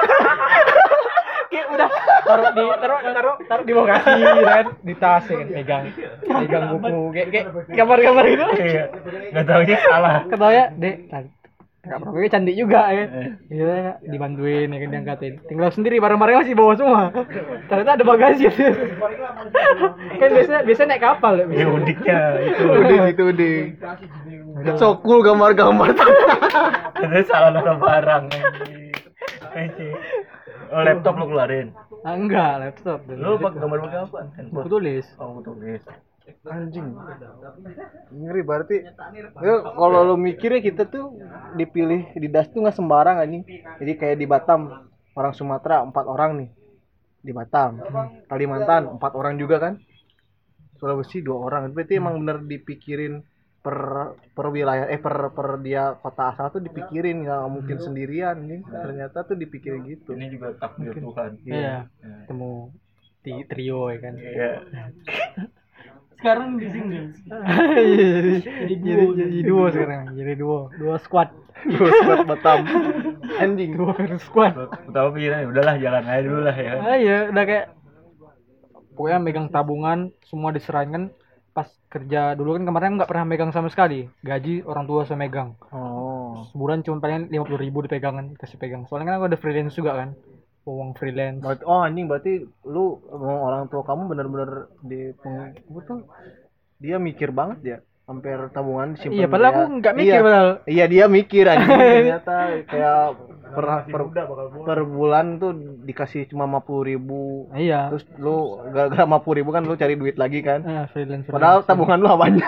Speaker 3: Kayak udah taruh di taruh taruh taruh di bawah kaki kan, di tas ya kan, pegang. Pegang buku kayak kayak gambar-gambar gitu.
Speaker 2: Iya. Enggak tahu ya salah.
Speaker 3: Ketawa ya, Dek. Kak pramugari cantik juga ya. Iya, dibantuin ya kan diangkatin. Tinggal sendiri barang-barangnya masih bawa semua. Ternyata ada bagasi. Kan biasanya biasanya naik kapal ya.
Speaker 2: Ya udiknya itu.
Speaker 1: Udik itu udik. So cool gambar-gambar.
Speaker 2: Itu salah naruh barang. anjing. Anjing. Oh, laptop lu keluarin.
Speaker 3: Ah, enggak, laptop.
Speaker 2: Lu pakai gambar pakai apa?
Speaker 3: Aku
Speaker 2: Handphone.
Speaker 3: tulis.
Speaker 2: Oh, tulis.
Speaker 1: Anjing. Ngeri berarti. Ya, kalau lu mikirnya kita tuh dipilih di das tuh nggak sembarang anjing. Jadi kayak di Batam orang Sumatera empat orang nih di Batam. Kalimantan empat orang juga kan. Sulawesi dua orang. Berarti emang bener dipikirin per per wilayah eh per per dia kota asal tuh dipikirin nggak mungkin sendirian anjing. Ternyata tuh dipikirin gitu.
Speaker 2: Ini juga takdir Tuhan.
Speaker 3: Iya. Ketemu di trio ya kan.
Speaker 2: Iya.
Speaker 4: Sekarang di single.
Speaker 3: jadi, jadi, jadi duo sekarang, jadi duo, duo squad,
Speaker 1: Terus buat Batam. Anjing.
Speaker 3: duo versus squad.
Speaker 2: Pertama pikiran udahlah jalan aja dulu lah ya.
Speaker 3: Ah iya, udah kayak pokoknya megang tabungan semua diserahin kan. Pas kerja dulu kan kemarin nggak pernah megang sama sekali, gaji orang tua saya megang.
Speaker 1: Oh.
Speaker 3: Sebulan cuma paling lima puluh ribu dipegangan, kasih pegang. Soalnya kan aku ada freelance juga kan, uang freelance.
Speaker 1: Berarti, oh anjing berarti lu emang orang tua kamu bener-bener di peng, apa tuh dia mikir banget ya hampir tabungan disimpan
Speaker 3: Iya, padahal
Speaker 1: dia.
Speaker 3: aku nggak mikir
Speaker 1: iya,
Speaker 3: padahal.
Speaker 1: iya dia mikir anjing ternyata kayak per, per, per bulan tuh dikasih cuma lima puluh ribu
Speaker 3: Iya.
Speaker 1: terus lu gara-gara lima puluh ribu kan lu cari duit lagi kan
Speaker 3: Ah, freelance,
Speaker 1: padahal
Speaker 3: freelance.
Speaker 1: tabungan lu banyak.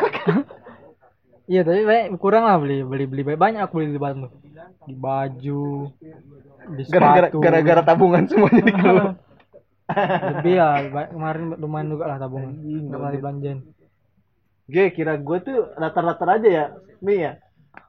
Speaker 3: Iya tapi banyak, kurang lah beli beli beli banyak aku beli di Bandung, di baju, di
Speaker 1: gara-gara
Speaker 3: sepatu.
Speaker 1: gara-gara tabungan semuanya dikeluar.
Speaker 3: Lebih ya ba- kemarin lumayan juga lah tabungan,
Speaker 1: Anjing,
Speaker 3: nggak pernah dibelanjain.
Speaker 1: Gue kira gue tuh datar-datar aja ya Mi ya.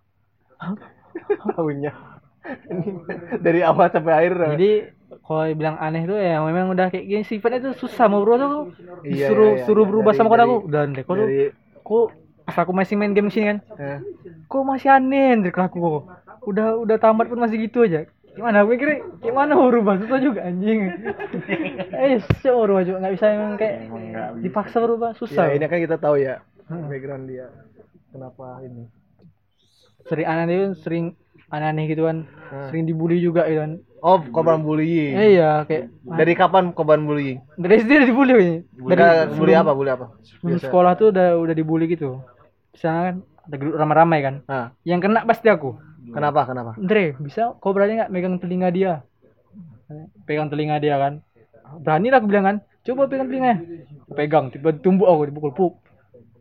Speaker 1: Tahunya dari awal sampai akhir.
Speaker 3: Jadi kalau bilang aneh tuh ya memang udah kayak gini sifatnya tuh susah mau berubah tuh.
Speaker 1: Iya,
Speaker 3: Disuruh
Speaker 1: iya, iya.
Speaker 3: suruh berubah
Speaker 1: Dari-
Speaker 3: sama kode
Speaker 1: dari-
Speaker 3: aku dan deh kok tuh
Speaker 1: dari
Speaker 3: kok pas aku masih main game sini kan,
Speaker 1: eh,
Speaker 3: kok masih aneh dari kelaku kok. Udah udah tamat pun masih gitu aja. Gimana gue kira gimana mau berubah susah juga anjing. Eh susah mau berubah juga nggak bisa emang kayak dipaksa berubah susah.
Speaker 1: ya ini kan kita tahu ya background dia kenapa ini.
Speaker 3: Sering aneh itu sering aneh-aneh gitu kan,
Speaker 1: Hmm.
Speaker 3: sering dibully juga gitu kan.
Speaker 1: Oh korban bullying.
Speaker 3: Eh, iya kayak
Speaker 1: Dari kapan korban bullying?
Speaker 3: dari S D udah dibully weh. Dari
Speaker 1: Dari bully
Speaker 3: sebelum-
Speaker 1: apa? Bully apa?
Speaker 3: sebelum
Speaker 1: Biasa.
Speaker 3: sekolah tuh udah udah dibully gitu. Misalnya kan ada grup ramai-ramai kan.
Speaker 1: Nah,
Speaker 3: Yang kena pasti aku.
Speaker 1: kenapa? Kenapa?
Speaker 3: Andre, bisa kau berani nggak megang telinga dia? Pegang telinga dia kan. Berani lah aku bilang kan. Coba pegang telinganya. Aku pegang, tiba tumbuk aku dipukul puk.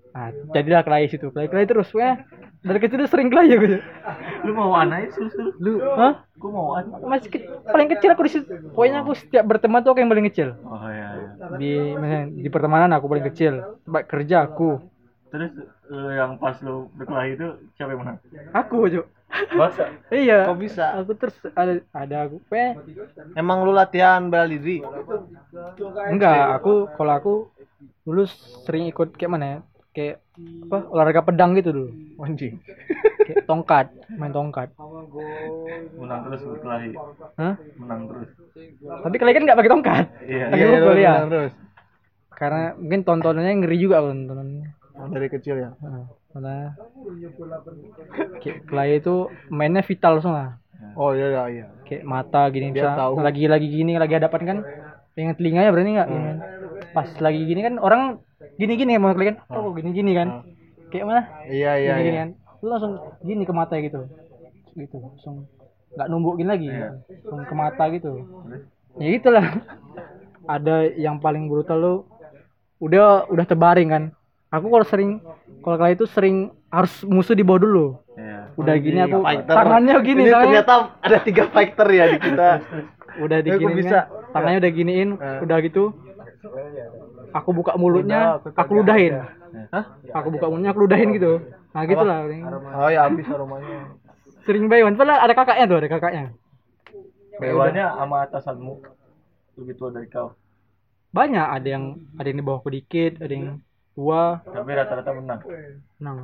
Speaker 3: Nah, jadilah kelahi situ. Kelahi-kelahi terus ya. Dari kecil udah sering kelahi gitu.
Speaker 2: Lu mau anak itu suruh
Speaker 3: Lu, hah?
Speaker 2: Gua mau anak.
Speaker 3: Masih ke- paling kecil aku di situ. Pokoknya aku setiap berteman tuh aku yang paling kecil.
Speaker 2: Oh iya, iya.
Speaker 3: Di misalnya, di pertemanan aku paling kecil. Tempat kerja aku.
Speaker 2: Terus lu yang pas lu berkelahi itu siapa yang menang?
Speaker 3: Aku, Cuk.
Speaker 2: Masa?
Speaker 3: Iya.
Speaker 1: Kok bisa?
Speaker 3: Aku terus ada ada aku. Eh,
Speaker 1: Emang lu latihan bela diri?
Speaker 3: enggak, aku kalau aku dulu sering ikut kayak mana ya? Kayak apa? Olahraga pedang gitu dulu.
Speaker 1: Anjing.
Speaker 3: Kayak tongkat, main tongkat.
Speaker 2: Menang terus berkelahi.
Speaker 3: Hah?
Speaker 2: Menang terus.
Speaker 3: Tapi kalian kan nggak pakai tongkat.
Speaker 2: Iya.
Speaker 3: Pakai
Speaker 1: Iya,
Speaker 3: pukul
Speaker 1: lu
Speaker 3: ya.
Speaker 1: menang terus.
Speaker 3: Karena mungkin tontonannya ngeri juga aku tontonannya.
Speaker 1: Oh, dari kecil ya.
Speaker 3: Nah, karena kayak kelahi itu mainnya vital semua.
Speaker 1: Oh iya iya iya.
Speaker 3: Kayak mata gini
Speaker 1: Dia
Speaker 3: bisa
Speaker 1: tahu.
Speaker 3: lagi lagi gini lagi hadapan kan pengen telinganya berani nggak gini kan. Pas lagi gini kan orang gini-gini mau kalian kan oh gini-gini kan kayak mana
Speaker 1: Iya iya
Speaker 3: gini-gini
Speaker 1: iya.
Speaker 3: kan lu langsung gini ke mata gitu gitu langsung nggak numbukin lagi langsung ke mata gitu ya gitulah. Ada yang paling brutal lu udah udah terbaring kan aku kalau sering kalau kali itu sering harus musuh di bawah dulu
Speaker 2: Iya.
Speaker 3: udah gini aku
Speaker 1: Fighter.
Speaker 3: tangannya gini
Speaker 1: Ini
Speaker 3: tangannya
Speaker 1: ternyata ada tiga fighter ya di kita.
Speaker 3: udah
Speaker 1: Ya, kok
Speaker 3: diginiin
Speaker 1: bisa?
Speaker 3: kan, tangannya udah giniin
Speaker 1: Eh.
Speaker 3: udah gitu aku buka mulutnya
Speaker 1: Udah, aku
Speaker 3: aku ludahin
Speaker 1: Hah?
Speaker 3: aku buka mulutnya aku ludahin gitu nah gitulah
Speaker 1: Oh ya habis aromanya.
Speaker 3: sering bayuan padahal ada kakaknya tuh ada kakaknya
Speaker 2: Bawahnya sama atasanmu lebih tua dari kau.
Speaker 3: banyak ada yang ada yang di bawahku dikit ada yang tua
Speaker 2: Tapi rata-rata menang.
Speaker 3: nah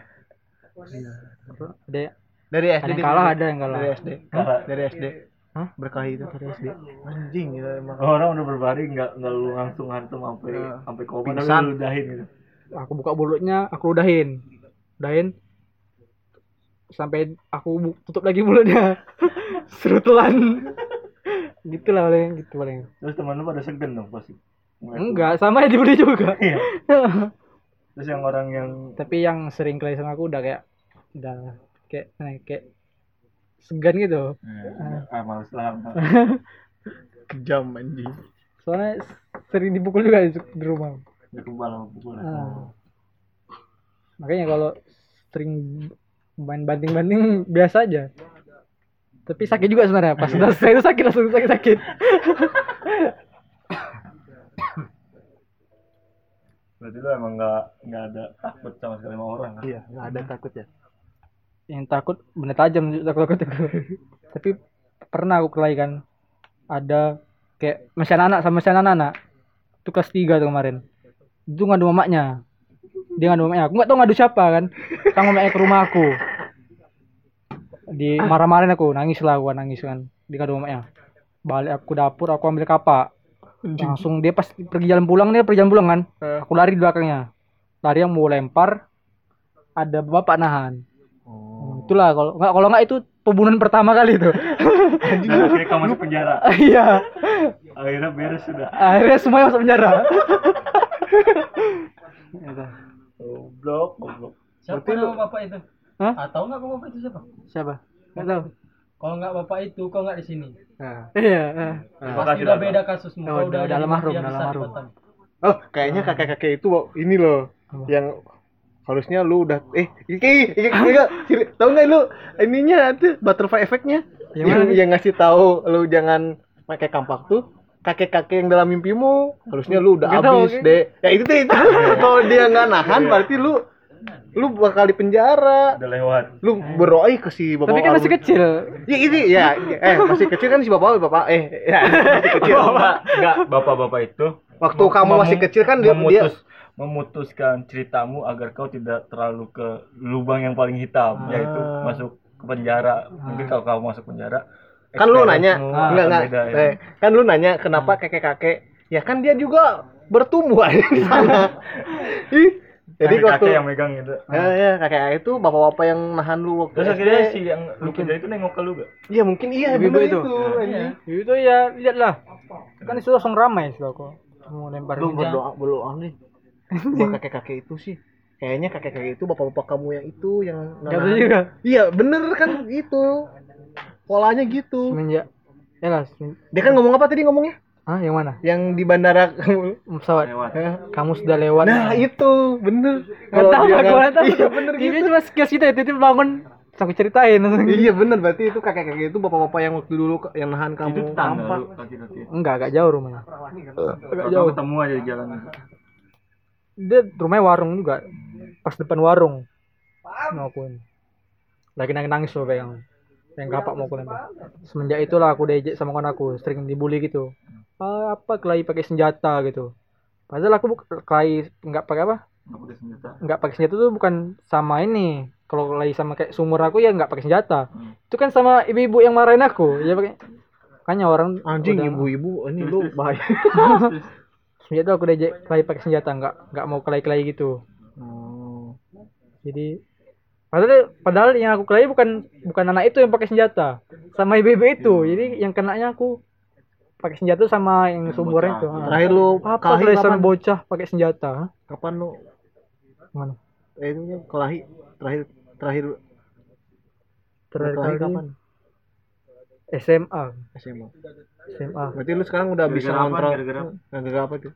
Speaker 3: ada
Speaker 1: Dari S D
Speaker 3: ada yang
Speaker 1: dia
Speaker 3: kalah
Speaker 1: berkelahi.
Speaker 3: ada yang kalah
Speaker 1: Dari S D.
Speaker 2: Kalah.
Speaker 1: Dari S D.
Speaker 3: Hah?
Speaker 1: Berkelahi itu dari S D. Anjing gitu emang.
Speaker 2: Orang udah berbaring nggak nggak lu langsung hantam sampai
Speaker 1: Iya.
Speaker 2: sampai koma
Speaker 1: Pingsan.
Speaker 2: tapi lu udahin gitu.
Speaker 3: aku buka mulutnya aku ludahin ludahin sampai aku bu- tutup lagi mulutnya suruh telan gitulah paling gitu paling
Speaker 2: Terus teman lu pada segen dong pasti. Ngeliat lu.
Speaker 3: enggak sama ya dibully juga
Speaker 2: Iya. Terus yang orang yang
Speaker 3: tapi yang sering kelahi sama aku udah kayak udah kayak eh, kayak segan gitu
Speaker 2: eh, ah males lah.
Speaker 1: Kejam anjing.
Speaker 3: soalnya sering dipukul juga di, di rumah
Speaker 2: Dia kebal sama pukul.
Speaker 3: Ah. Makanya kalau sering main banting-banting biasa aja tapi sakit juga sebenarnya pas udah selesai itu sakit langsung sakit-sakit
Speaker 2: Berarti lu emang nggak nggak ada takut sama sekali sama orang kan?
Speaker 1: Iya, enggak ada takut ya.
Speaker 3: yang takut bener tajam takut takut aku. Tapi pernah aku kelahi kan ada kayak masih anak-anak sama masih anak-anak itu kelas tiga tuh kemarin itu ngadu mamanya dia ngadu mamanya aku nggak tahu ngadu siapa kan sang mamanya ke rumah aku di marah-marahin aku nangis lah gua nangis kan di ngadu mamanya balik aku dapur aku ambil kapak langsung dia pas pergi jalan pulang dia pergi jalan pulang kan aku lari di belakangnya lari yang mau lempar ada bapak nahan. Hmm, itulah kalau nggak kalau nggak itu pembunuhan pertama kali itu.
Speaker 2: Akhirnya kau masuk penjara.
Speaker 3: Iya.
Speaker 2: Akhirnya beres sudah.
Speaker 3: Akhirnya semuanya masuk penjara.
Speaker 2: Goblok, goblok.
Speaker 4: Siapa
Speaker 1: Berarti
Speaker 4: nama
Speaker 1: lu-
Speaker 4: bapak itu?
Speaker 3: Hah?
Speaker 4: Ah, tahu nggak kau bapak itu siapa?
Speaker 3: Siapa? Nggak tahu.
Speaker 4: Kalau nggak bapak itu, kau nggak di sini.
Speaker 1: Nah.
Speaker 3: Iya. eh.
Speaker 2: Terima
Speaker 4: Pasti
Speaker 2: kasih
Speaker 4: udah
Speaker 2: Dado.
Speaker 4: beda kasusmu.
Speaker 3: Oh,
Speaker 4: Kau
Speaker 3: udah- udah
Speaker 4: jadi
Speaker 3: almarhum,
Speaker 4: mafia
Speaker 3: udah
Speaker 4: besar di
Speaker 3: almarhum.
Speaker 4: Batam.
Speaker 1: Oh, kayaknya kakek-kakek itu ini loh
Speaker 3: Apa?
Speaker 1: yang harusnya lu udah eh iki iki iki tahu nggak lu ininya tuh butterfly efeknya
Speaker 3: Yang
Speaker 1: yang,
Speaker 3: mana nih?
Speaker 1: yang ngasih tahu lu jangan pakai kampak tuh kakek-kakek yang dalam mimpimu harusnya lu udah
Speaker 3: Nggak tahu,
Speaker 1: habis
Speaker 3: oke.
Speaker 1: deh ya itu tuh itu kalau dia nggak nahan berarti lu lu bakal di penjara
Speaker 2: Udah lewat.
Speaker 1: lu berdoa ke si bapak
Speaker 3: Tapi kan masih
Speaker 1: Arun.
Speaker 3: kecil.
Speaker 1: ya ini ya eh masih kecil kan si bapak bapak eh ya masih kecil
Speaker 2: Enggak, enggak bapak-bapak itu
Speaker 1: waktu kamu masih
Speaker 2: mem-
Speaker 1: kecil kan dia, dia
Speaker 2: memutus memutuskan ceritamu agar kau tidak terlalu ke lubang yang paling hitam
Speaker 1: Ah.
Speaker 2: yaitu masuk ke penjara. Mungkin kalau kamu masuk penjara
Speaker 1: kan lu nanya
Speaker 2: experience-mu
Speaker 3: Ah,
Speaker 1: enggak
Speaker 2: akan
Speaker 1: enggak
Speaker 2: beda, ya.
Speaker 1: eh, kan lu nanya kenapa kakek-kakek ya kan dia juga bertumbuh aja di sana Ih, jadi
Speaker 2: Kakek-kakek
Speaker 1: waktu
Speaker 2: yang megang gitu.
Speaker 1: ya, ya kakek itu bapak-bapak yang nahan lu waktu
Speaker 2: Terus
Speaker 1: S D.
Speaker 2: akhirnya si yang lu kerja itu nengok ke lu gak?
Speaker 1: Iya mungkin iya
Speaker 3: Ibu-ibu
Speaker 1: bener
Speaker 3: itu.
Speaker 1: itu, anjing.
Speaker 3: Itu ya lihatlah. Kan itu langsung ramai sih aku. Mau lempar
Speaker 1: Lu
Speaker 3: meja.
Speaker 1: berdoa berdoa nih buat kakek-kakek itu sih kayaknya kakek-kakek itu bapak-bapak kamu yang itu yang
Speaker 3: Nggak tahu juga.
Speaker 1: iya bener kan gitu polanya gitu
Speaker 3: Semenjak ya lah semen-
Speaker 1: dia kan ngomong apa tadi ngomongnya
Speaker 3: Hah, yang mana?
Speaker 1: Yang di bandara
Speaker 3: Pesawat.
Speaker 2: Lewat.
Speaker 3: Kamu sudah lewat.
Speaker 1: Nah, itu bener.
Speaker 3: Nggak tahu
Speaker 1: dia
Speaker 3: aku
Speaker 1: nggak-
Speaker 3: nggak tahu.
Speaker 1: Iya bener
Speaker 3: Dia
Speaker 1: gitu.
Speaker 3: cuma sekilas kita itu itu bangun sampai ceritain.
Speaker 1: Iya bener, berarti itu kakek-kakek itu bapak-bapak yang waktu dulu ke- yang nahan
Speaker 2: Itu
Speaker 1: kamu
Speaker 2: tetangga
Speaker 1: campak.
Speaker 2: lu kaki-kaki.
Speaker 3: Enggak, agak jauh rumahnya. Agak
Speaker 2: Kalau
Speaker 3: jauh.
Speaker 2: ketemu aja di jalan.
Speaker 3: Dia rumahnya warung juga. Pas depan warung. Ngakuin. Lagi nangis-nangis loh yang yang kapak mau lempar. Semenjak itulah aku diejek sama kawan aku, sering dibully gitu. Ah, apa kelahi pakai senjata gitu. Padahal aku buk- kelahi nggak pakai apa?
Speaker 2: Nggak pakai senjata.
Speaker 3: Nggak pakai senjata tuh bukan sama ini. Kalau kelahi sama kayak sumur aku ya nggak pakai senjata.
Speaker 2: Hmm.
Speaker 3: Itu kan sama ibu-ibu yang marahin aku. Ya pakai. Makanya orang
Speaker 1: Anjing
Speaker 3: udah-
Speaker 1: ibu-ibu ini lu bahaya.
Speaker 3: Semenjak itu aku diejek kelahi pakai senjata, nggak nggak mau kelahi-kelahi gitu.
Speaker 1: Oh.
Speaker 3: Jadi padahal padahal yang aku kelahi bukan bukan anak itu yang pakai senjata, sama ibu-ibu itu. Jadi yang kenanya aku pakai senjata sama yang
Speaker 2: Yang
Speaker 3: seumuran
Speaker 2: bocah.
Speaker 3: itu. Ah.
Speaker 1: Terakhir lu
Speaker 3: Apa
Speaker 1: kelahi
Speaker 3: kelahi
Speaker 1: kapan?
Speaker 3: sama bocah pakai senjata? Hah?
Speaker 1: Kapan lu?
Speaker 3: Mana?
Speaker 1: Eh itu kelahi terakhir terakhir
Speaker 3: Terakhir
Speaker 1: kelahi
Speaker 3: kali
Speaker 1: kapan?
Speaker 3: S M A.
Speaker 1: S M A.
Speaker 3: S M A.
Speaker 1: Berarti lu sekarang udah bisa
Speaker 2: Gara-gara apa?
Speaker 1: ngontrol.
Speaker 2: Gara-gara apa?
Speaker 1: Gara-gara apa tuh?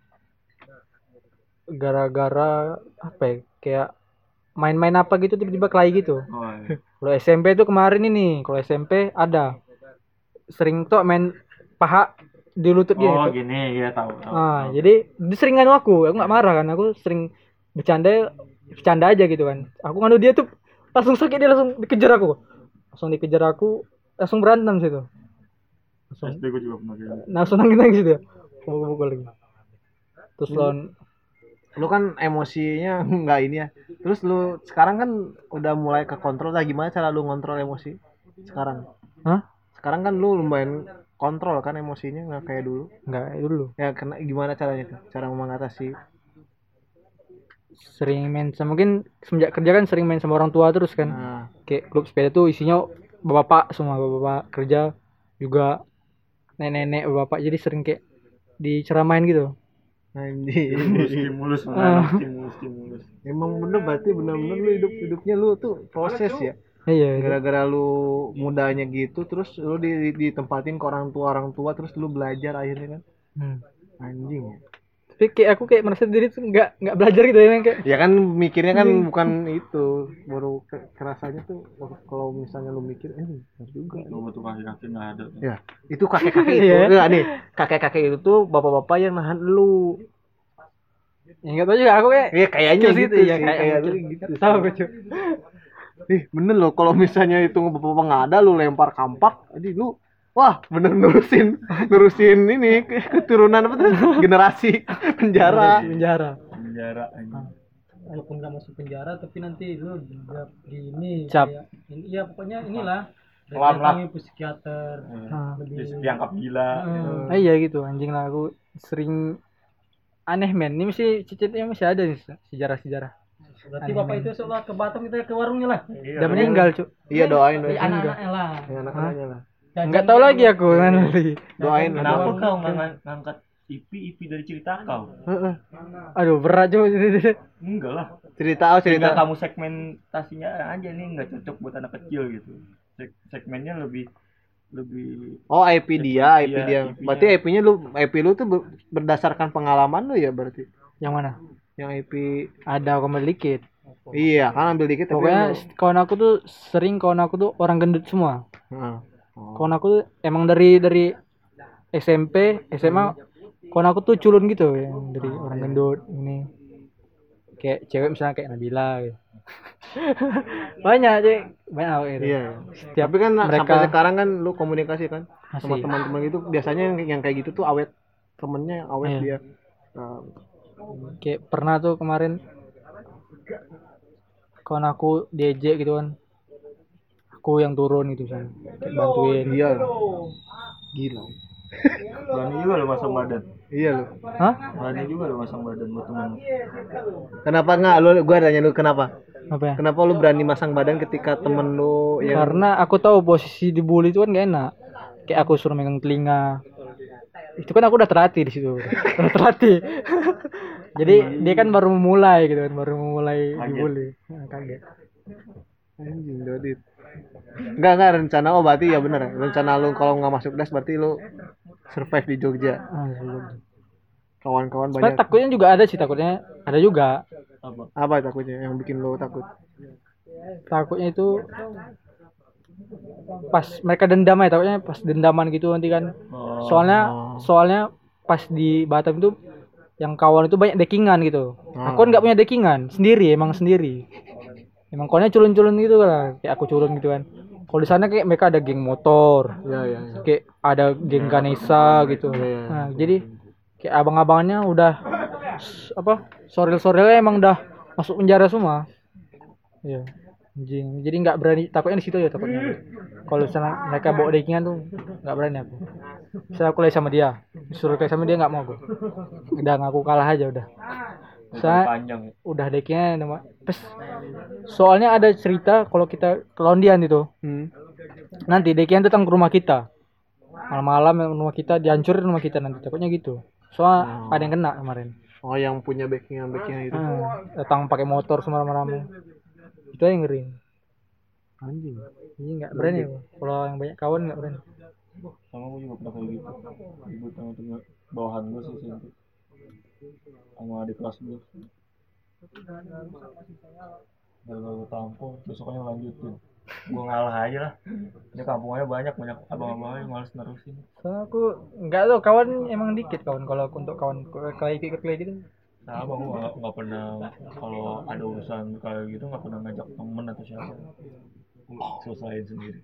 Speaker 3: Gara-gara apa ya? Kayak main-main apa gitu tiba-tiba kelahi gitu.
Speaker 2: Oh, iya.
Speaker 3: Kalau S M P itu kemarin ini, kalau S M P ada sering tuh main paha di lutut gini.
Speaker 2: Oh
Speaker 3: tuh.
Speaker 2: gini ya tahu. tahu,
Speaker 3: Ah,
Speaker 2: tahu.
Speaker 3: jadi dia sering nganu aku, aku nggak marah kan, aku sering bercanda, bercanda aja gitu kan. Aku nganu dia tuh langsung sakit, dia langsung dikejar aku, langsung dikejar aku, langsung berantem situ, langsung,
Speaker 2: S D gue juga pernah kayak gitu.
Speaker 3: langsung nangis nangis dia, pukul-pukul lagi. Terus lawan,
Speaker 1: Lu kan emosinya nggak ini ya. Terus lu sekarang kan udah mulai ke kontrol lah, gimana cara lu ngontrol emosi sekarang?
Speaker 3: hah?
Speaker 1: Sekarang kan lu lumayan kontrol kan emosinya, nggak kayak dulu.
Speaker 3: Nggak dulu,
Speaker 1: Ya kena gimana caranya tuh? Cara mengatasi.
Speaker 3: sering main sama, mungkin semenjak kerja kan sering main sama orang tua terus kan,
Speaker 1: Nah,
Speaker 3: kayak klub sepeda tuh isinya bapak semua, bapak kerja juga, nenek-nenek bapak, jadi sering kayak diceramain gitu.
Speaker 2: Stimulus,
Speaker 1: anjing.
Speaker 2: stimulus,
Speaker 3: Ah.
Speaker 2: menanam stimulus, stimulus.
Speaker 1: Emang bener, berarti bener-bener lu hidup hidupnya lu tuh proses ya.
Speaker 3: Iya,
Speaker 1: Gara-gara lu mudanya gitu, terus lu di, di- ditempatin ke orang tua orang tua, terus lu belajar akhirnya kan.
Speaker 3: hmm.
Speaker 1: Anjing.
Speaker 3: Tapi kayak aku kayak merasa diri tuh nggak nggak belajar gitu ya, kayak
Speaker 1: Ya kan mikirnya kan bukan itu, baru ke- kerasanya tuh kalau misalnya lu mikir, eh bener juga.
Speaker 2: Gue butuh kaki-kaki nggak ada.
Speaker 1: Ya, itu kakek-kakek itu.
Speaker 3: Iya.
Speaker 1: Enggak nih, kakek-kakek itu tuh bapak-bapak yang nahan lu.
Speaker 3: ya nggak tahu juga aku kayak
Speaker 1: Iya kayaknya
Speaker 3: Skills
Speaker 1: gitu
Speaker 3: itu,
Speaker 1: sih,
Speaker 3: ya,
Speaker 1: kayak,
Speaker 3: kayak
Speaker 1: lu
Speaker 3: mungkin.
Speaker 1: gitu.
Speaker 3: tahu aku cuy.
Speaker 1: Ih, bener loh kalau misalnya itu bapak-bapak nggak ada, lu lempar kampak, jadi lu wah bener nurusin nurusin ini ke- keturunan apa tuh generasi penjara.
Speaker 3: penjara.
Speaker 2: Penjara aja.
Speaker 4: Walaupun nggak masuk penjara tapi nanti lu juga di ini
Speaker 3: Cap.
Speaker 4: kayak- ini iya pokoknya inilah
Speaker 2: Pelan lah.
Speaker 4: datangi psikiater
Speaker 3: Ah.
Speaker 4: lebih
Speaker 2: Terus dianggap gila. gitu.
Speaker 4: Hmm.
Speaker 3: Ah, iya gitu, anjing lah aku sering aneh men. Ini mesti cicitnya masih ada nih sejarah-sejarah.
Speaker 4: berarti
Speaker 3: Aneh,
Speaker 4: bapak
Speaker 3: men.
Speaker 4: itu seolah ke Batam kita ke warungnya lah
Speaker 2: Iya,
Speaker 3: Udah
Speaker 2: dong.
Speaker 3: meninggal cuy.
Speaker 1: Iya doain
Speaker 4: Dari
Speaker 1: doain.
Speaker 4: anak-anaknya lah
Speaker 1: Ya, anak-anaknya lah.
Speaker 3: Nggak tahu lagi aku mana lagi.
Speaker 1: Doain.
Speaker 2: Kenapa
Speaker 1: doain.
Speaker 2: kau nggak ngang- ngangkat I P I P dari cerita kau?
Speaker 1: Heeh.
Speaker 3: Aduh berat cuy.
Speaker 2: Enggak lah.
Speaker 1: Cerita oh cerita.
Speaker 2: Tinggal kamu segmentasinya aja nih, nggak cocok buat anak kecil gitu. Seg- segmennya lebih lebih
Speaker 1: Oh, I P dia, I P
Speaker 2: Iya,
Speaker 1: dia.
Speaker 2: I P-nya.
Speaker 1: Berarti I P-nya lu I P lu tuh ber- berdasarkan pengalaman lu ya berarti.
Speaker 3: Yang mana?
Speaker 1: Yang I P
Speaker 3: Ada aku ambil dikit.
Speaker 1: iya, kan ambil dikit tapi
Speaker 3: Pokoknya
Speaker 1: lu-
Speaker 3: kawan aku tuh sering kawan aku tuh orang gendut semua.
Speaker 1: Heeh. Oh.
Speaker 3: Kawan aku tuh emang dari dari S M P, S M A kawan aku tuh culun gitu yang dari orang gendut ini. Kayak cewek misalnya kayak Nabila gitu. Banyak cewek, banyak aku gitu.
Speaker 1: Iya.
Speaker 3: Setiap
Speaker 1: Tapi kan
Speaker 3: mereka
Speaker 1: sampai sekarang kan lu komunikasi kan sama
Speaker 3: masih.
Speaker 1: teman-teman gitu, biasanya yang, yang kayak gitu tuh awet temennya awet
Speaker 3: Iya.
Speaker 1: dia. Nah,
Speaker 3: Kayak pernah tuh kemarin kawan aku diejek gitu kan, aku yang turun gitu kan, kayak bantuin.
Speaker 1: iya. Gila.
Speaker 2: berani juga lo masang badan.
Speaker 1: Iya lu.
Speaker 3: Hah?
Speaker 2: Berani juga lo masang badan buat temen.
Speaker 1: Kenapa enggak lu, gua tanya lu kenapa?
Speaker 3: Apa ya?
Speaker 1: Kenapa lu berani masang badan ketika temen lu yang
Speaker 3: Karena aku tahu posisi dibully itu kan gak enak. Kayak aku suruh megang telinga. Itu kan aku udah terlatih di situ. Udah terlatih. Jadi dia kan baru memulai gitu kan, baru memulai
Speaker 2: Kaget.
Speaker 3: dibully. Nah, kaget.
Speaker 1: anjing Dodit. Enggak enggak rencana oh berarti ya bener. Rencana lu kalau nggak masuk das berarti lu survive di Jogja.
Speaker 3: Ah, Jogja.
Speaker 1: Kawan-kawan
Speaker 3: Sebenarnya
Speaker 1: banyak.
Speaker 3: takutnya juga ada sih, takutnya ada juga.
Speaker 2: Apa?
Speaker 1: Apa takutnya yang bikin lo takut?
Speaker 3: Takutnya itu pas mereka dendam ya, takutnya pas dendaman gitu nanti kan.
Speaker 2: Oh,
Speaker 3: Soalnya soalnya pas di Batam itu yang kawan itu banyak dekingan gitu. Aku kan nggak punya dekingan, sendiri emang sendiri. Emang kawannya culun-culun gitu lah, kayak aku culun gitu kan. Kalau di sana kayak mereka ada geng motor,
Speaker 1: Ya ya. ya.
Speaker 3: kayak ada geng Ganesha gitu. Nah, jadi kayak abang-abangnya udah s- apa? Soril-sorilnya emang udah masuk penjara semua. Iya. Anjing. Jadi nggak berani, takutnya di situ ya takutnya. Kalau sana mereka bawa dekingan tuh nggak berani aku. Saya aku lagi sama dia, disuruh kayak sama dia nggak mau aku. Udah ngaku kalah aja udah. Saya
Speaker 2: panjang ya.
Speaker 3: udah dekingan nama. Pes. Soalnya ada cerita kalau kita kelondian itu,
Speaker 1: Hmm.
Speaker 3: nanti dekingan datang ke rumah kita. Malam-malam rumah kita dihancurin rumah kita nanti, takutnya gitu. Soalnya ada yang kena kemarin.
Speaker 1: Oh yang punya backingan backingan itu.
Speaker 3: Ah, datang pakai motor semua rame-rame. Itu yang ngeri.
Speaker 1: Anjing.
Speaker 3: Ini nggak berani aku. Kalau yang banyak kawan nggak berani.
Speaker 2: Sama gue juga pernah kayak gitu. Ribut sama temen bawahan gue sih S M P. Sama adik kelas gue. Gara-gara gue tampol, besoknya lanjutin. Gue ngalah aja lah. Ini kampungnya banyak, banyak abang-abangnya yang males nerusin.
Speaker 3: Soalnya aku nggak tahu, kawan emang dikit kawan. Kalau untuk kawan kayak ikut kayak gitu.
Speaker 2: Sama gue nggak nggak pernah, kalau ada urusan kayak gitu nggak pernah ngajak temen atau siapa. Selesaiin sendiri.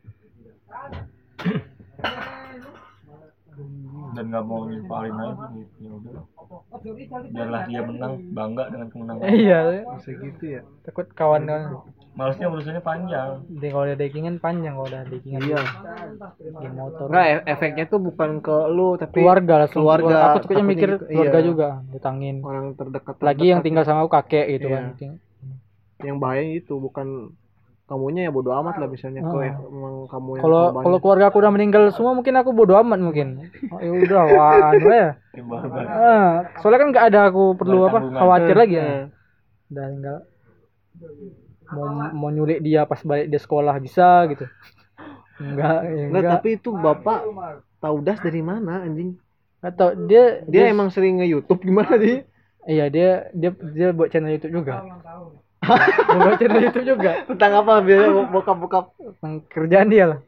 Speaker 2: Dan nggak mau nimpalin aja gitu. Ya udah. Biarlah dia menang, bangga dengan kemenangan.
Speaker 3: Iya,
Speaker 1: Bisa gitu ya.
Speaker 3: takut kawan kawan.
Speaker 2: Malesnya urusannya panjang.
Speaker 3: Jadi kalau ada dekingan panjang, kalau ada dekingan
Speaker 1: Iya.
Speaker 3: di motor.
Speaker 1: Enggak, e- efeknya tuh bukan ke lu tapi
Speaker 3: Keluarga lah,
Speaker 1: keluarga.
Speaker 3: Aku takutnya
Speaker 1: Takutnya
Speaker 3: mikir
Speaker 1: gitu.
Speaker 3: keluarga
Speaker 1: Iya.
Speaker 3: juga ditangin.
Speaker 1: Orang terdekat.
Speaker 3: Lagi yang tinggal sama aku kakek gitu
Speaker 1: Iya.
Speaker 3: kan.
Speaker 1: Yang bahaya itu bukan kamunya ya bodo amat lah misalnya ke
Speaker 3: Ah.
Speaker 1: emang kamu yang
Speaker 3: Kalau
Speaker 1: korbannya.
Speaker 3: kalau keluarga aku udah meninggal semua, mungkin aku bodo amat mungkin. Oh, ya udah, wah, anu ya.
Speaker 2: Yang barbar.
Speaker 3: Ah, soalnya kan nggak ada aku perlu apa
Speaker 2: Tanggungan.
Speaker 3: khawatir lagi ya.
Speaker 1: Nah,
Speaker 3: Udah tinggal mau mau nyulik dia pas balik dia sekolah bisa gitu. Enggak, ya
Speaker 1: enggak,
Speaker 3: enggak.
Speaker 1: tapi itu bapak tahu das dari mana anjing?
Speaker 3: Atau dia
Speaker 1: Dia emang sering nge-YouTube gimana sih?
Speaker 3: iya dia dia dia buat channel YouTube juga. Dia buat channel YouTube juga.
Speaker 1: Tentang apa biasa bokap-bokap.
Speaker 3: Tentang kerjaan dia lah.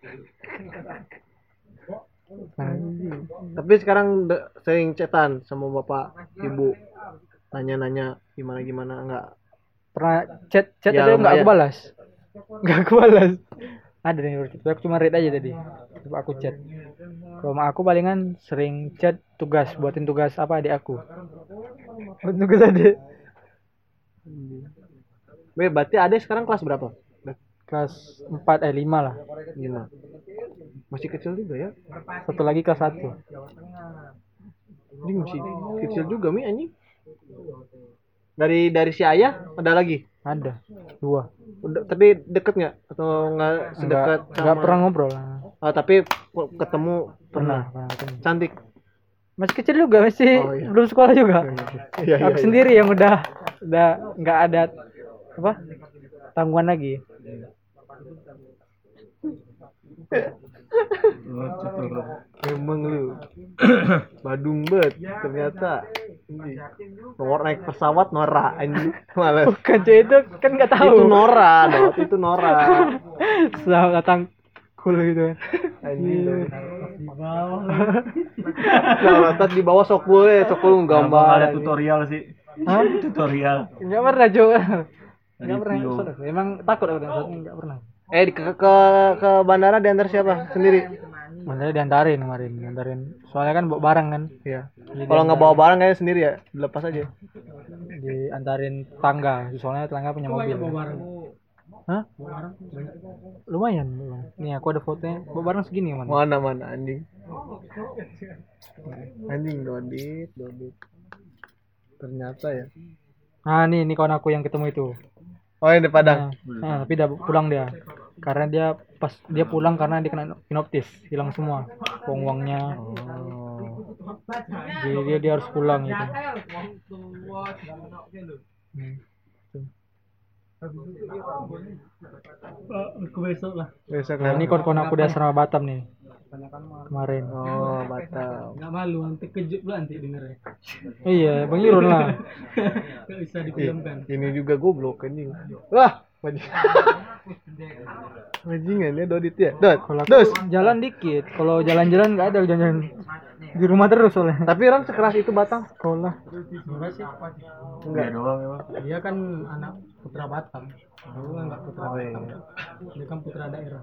Speaker 1: Tapi sekarang de- sering chatan sama bapak ibu, nanya-nanya gimana gimana enggak?
Speaker 3: Pernah chat chat
Speaker 1: Ya,
Speaker 3: aja nggak aku
Speaker 1: lumayan.
Speaker 3: balas. Nggak aku balas. Ada nih berarti. Aku cuma read aja tadi. Coba aku chat. Kalau sama aku palingan sering chat tugas, buatin tugas apa adik aku. Buatin tugas adik.
Speaker 1: Be, berarti adek sekarang kelas berapa?
Speaker 3: Kelas empat eh lima lah.
Speaker 1: Lima. Masih kecil juga ya?
Speaker 3: Satu lagi kelas satu.
Speaker 1: Ini masih kecil juga mi anjing. Dari dari si ayah ada lagi?
Speaker 3: Ada dua.
Speaker 1: Udah, tapi deket nggak atau nggak sedekat
Speaker 3: Enggak enggak pernah ngobrol lah.
Speaker 1: Oh, tapi ketemu
Speaker 3: Pernah,
Speaker 1: pernah.
Speaker 3: pernah ketemu.
Speaker 1: Cantik.
Speaker 3: Masih kecil juga, masih
Speaker 1: Oh, iya.
Speaker 3: belum sekolah juga.
Speaker 1: Iya iya.
Speaker 3: Aku sendiri yang udah udah nggak ada apa tanggungan lagi.
Speaker 2: Lucu tuh.
Speaker 1: Emang lu Badung bet ternyata. Nomor naik pesawat Nora anjing. Malas.
Speaker 3: Bukan cuy, itu kan nggak tahu.
Speaker 1: Itu Nora, Dot. Itu Nora.
Speaker 3: Selalu datang cool gitu kan.
Speaker 1: Anjing.
Speaker 4: Di bawah.
Speaker 1: Nah, tadi di bawah sokul ya, sokul
Speaker 2: Gampang
Speaker 1: gambar.
Speaker 2: ada
Speaker 1: anjing.
Speaker 2: tutorial sih.
Speaker 3: Hah?
Speaker 2: Tutorial.
Speaker 3: Nggak pernah coba. Nggak pernah.
Speaker 2: Review.
Speaker 3: Episode. Emang takut aku dengan nggak pernah.
Speaker 1: Eh di- ke ke ke bandara diantar siapa? Sendiri.
Speaker 3: Mana diantarin kemarin, diantarin. Soalnya kan bawa barang kan.
Speaker 1: Iya.
Speaker 3: Jadi
Speaker 1: Kalau nggak bawa barang kayaknya sendiri ya, dilepas aja.
Speaker 3: diantarin tangga. Soalnya tetangga punya mobil. Hah? Lumayan, lumayan. Nih aku ada fotonya. Bawa barang segini mana?
Speaker 1: Mana mana anjing. Anjing Dodit, Dodit. Ternyata ya.
Speaker 3: Nah, nih, ini kawan aku yang ketemu itu.
Speaker 1: Oh yang di Padang.
Speaker 3: Nah, nah, tapi udah pulang dia. Karena dia pas dia pulang karena dia kena sinoptis, hilang semua uang-uangnya.
Speaker 1: Oh.
Speaker 3: Jadi dia dia harus pulang gitu. Hmm.
Speaker 4: Aku besok lah.
Speaker 1: Besok
Speaker 3: Nah,
Speaker 1: lah.
Speaker 3: ini kawan-kawan aku di asrama Batam nih. kemarin.
Speaker 1: Oh, Batam.
Speaker 4: Nggak malu, nanti kejut lu nanti dengernya.
Speaker 3: Iya, Bang Irun lah.
Speaker 4: Nggak bisa difilmkan.
Speaker 1: Ini juga goblok anjing. Wah, bajingan. Bajingan ya Dodit ya. Dot.
Speaker 3: Kalau
Speaker 1: Dos.
Speaker 3: aku jalan dikit, kalau jalan-jalan nggak ada jalan-jalan di rumah terus soalnya.
Speaker 1: Tapi orang sekeras itu Batam.
Speaker 3: Sekolah.
Speaker 4: Enggak sih.
Speaker 2: Enggak doang emang.
Speaker 4: Dia kan anak putra Batam. Aku kan nggak putra
Speaker 1: Oh,
Speaker 4: Batam.
Speaker 1: iya.
Speaker 4: Dia kan putra daerah.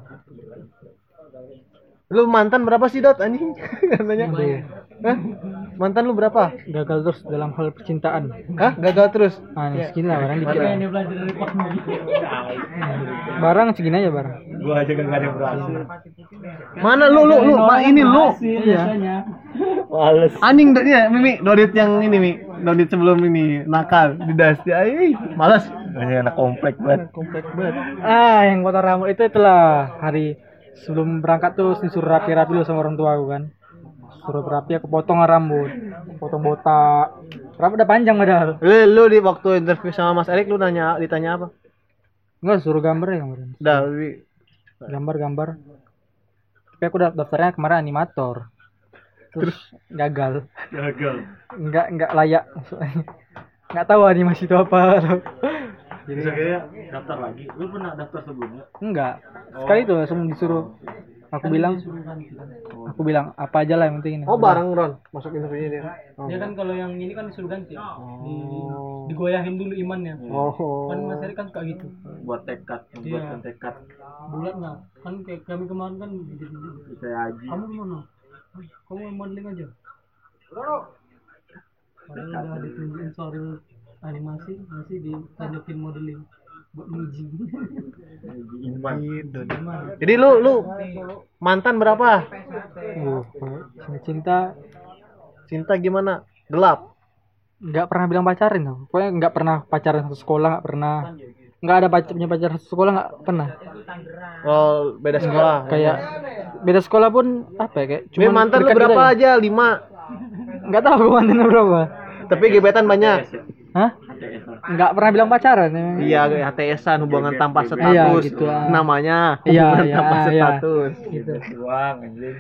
Speaker 1: Lu mantan berapa sih Dot anjing? Katanya. Hah? Mantan lu berapa?
Speaker 3: Gagal terus dalam hal percintaan.
Speaker 1: Hah? Gagal terus.
Speaker 3: Ah, ini segini lah barang dikit.
Speaker 4: Makanya
Speaker 3: lah.
Speaker 4: dia belajar dari Pak Nudi.
Speaker 3: Barang segini aja barang.
Speaker 2: Gua aja gak ada yang berhasil.
Speaker 1: Mana lu lu lu Ma, ini lu.
Speaker 4: Iya. Biasanya.
Speaker 2: Males.
Speaker 1: Anjing Dot ya, Mimi, Dodit yang ini Mi. Dodit sebelum ini nakal di dasti. Ai, malas.
Speaker 2: Ini anak komplek banget.
Speaker 1: Komplek banget.
Speaker 3: Ah, yang potong rambut itu itulah hari sebelum berangkat tuh disuruh rapi-rapi dulu sama orang tua aku kan. Suruh rapi aku potong rambut, potong botak. Rambut udah panjang padahal.
Speaker 1: Lu, lu di waktu interview sama Mas Erik lu nanya ditanya apa?
Speaker 3: Enggak suruh gambar ya kemarin.
Speaker 1: Udah, Wi.
Speaker 3: Gambar-gambar. Tapi aku da- daftarnya kemarin animator. Terus gagal.
Speaker 2: Gagal.
Speaker 3: Enggak enggak layak. Enggak tahu animasi itu apa.
Speaker 2: Jadi akhirnya daftar lagi. Lu pernah daftar sebelumnya?
Speaker 3: Enggak. Sekali tuh langsung disuruh. Aku bilang aku bilang apa aja lah yang penting ini.
Speaker 1: Oh, bareng Ron masuk interviewnya dia. Oh.
Speaker 4: Dia kan kalau yang ini kan disuruh ganti. Di, digoyahin dulu imannya.
Speaker 1: Oh.
Speaker 4: Kan Mas Erik kan suka gitu.
Speaker 2: Buat tekad, membuatkan
Speaker 4: Iya.
Speaker 2: tekad.
Speaker 4: Bulat nggak? Kan kayak kami kemarin kan gitu.
Speaker 2: Saya Haji.
Speaker 4: Kamu gimana? Kamu yang modeling aja. Padahal udah ditunjukin soal animasi, masih ditanjukin modeling buat muji.
Speaker 2: Iman.
Speaker 1: Jadi lu lu mantan berapa?
Speaker 3: Uh, cinta
Speaker 1: Cinta gimana? Gelap.
Speaker 3: nggak pernah bilang pacarin tuh. Pokoknya nggak pernah pacaran satu sekolah, nggak pernah. Nggak ada pacar punya pacar satu sekolah, nggak pernah.
Speaker 1: Oh, beda sekolah.
Speaker 3: Kayak beda sekolah pun apa ya kayak
Speaker 1: Cuma mantan lu
Speaker 3: dekat
Speaker 1: berapa
Speaker 3: gitu
Speaker 1: aja? Lima.
Speaker 3: nggak tahu gue mantan berapa.
Speaker 1: Tapi gebetan banyak.
Speaker 3: Hah? Nggak pernah bilang pacaran emang.
Speaker 1: Iya, H T S-an hubungan tanpa
Speaker 3: Iya,
Speaker 1: status.
Speaker 3: gitu lah.
Speaker 1: Namanya
Speaker 3: Iya,
Speaker 1: hubungan
Speaker 3: iya,
Speaker 1: tanpa
Speaker 3: iya.
Speaker 1: status.
Speaker 3: Gitu.
Speaker 2: Doang anjing.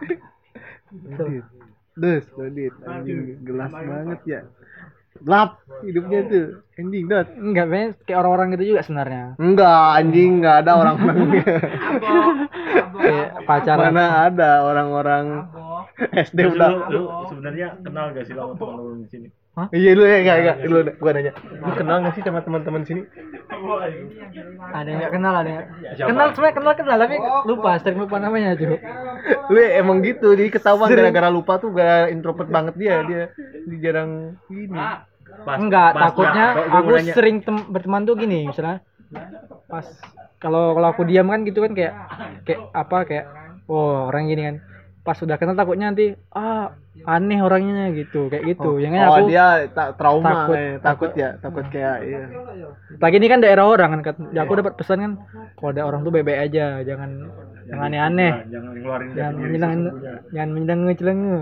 Speaker 1: Dus, Dodit, anjing gelas banget ya. Gelap hidupnya tuh, anjing Dot.
Speaker 3: Enggak, bener kayak orang-orang gitu juga sebenarnya.
Speaker 1: Enggak, anjing enggak ada orang-orang.
Speaker 3: Kayak pacaran.
Speaker 1: Mana ada orang-orang S D
Speaker 2: Terus
Speaker 1: udah.
Speaker 2: lu, lu sebenarnya kenal gak sih sama teman-teman di sini?
Speaker 1: Iya lu ya enggak enggak lu gua nanya. Lu kenal enggak sih sama teman-teman sini?
Speaker 3: Ada yang nggak kenal, ada yang kenal sebenarnya kenal kenal tapi lupa, sering lupa namanya cuy.
Speaker 1: Lu emang gitu, jadi ketahuan gara-gara lupa tuh gara introvert banget dia, dia, dia jarang gini.
Speaker 2: Pas,
Speaker 3: Enggak,
Speaker 2: pas
Speaker 3: takutnya
Speaker 2: gua- gua
Speaker 3: aku
Speaker 2: mau nanya.
Speaker 3: sering tem- berteman tuh gini misalnya pas kalau kalau aku diam kan gitu kan kayak kayak apa kayak oh orang gini kan pas sudah kenal takutnya nanti ah aneh orangnya gitu kayak gitu
Speaker 1: Oh,
Speaker 3: jangan
Speaker 1: oh,
Speaker 3: aku
Speaker 1: dia ta- trauma
Speaker 3: takut,
Speaker 1: eh, takut ya, takut kayak iya.
Speaker 3: lagi ini kan daerah orang kan kat- ya aku dapat pesan kan kalau ada orang tuh baik-baik aja jangan jangan aneh-aneh
Speaker 2: Jangan ngeluarin dari
Speaker 3: jangan
Speaker 2: diri
Speaker 3: menyelang
Speaker 2: sesungguhnya.
Speaker 3: jangan menyelang celenge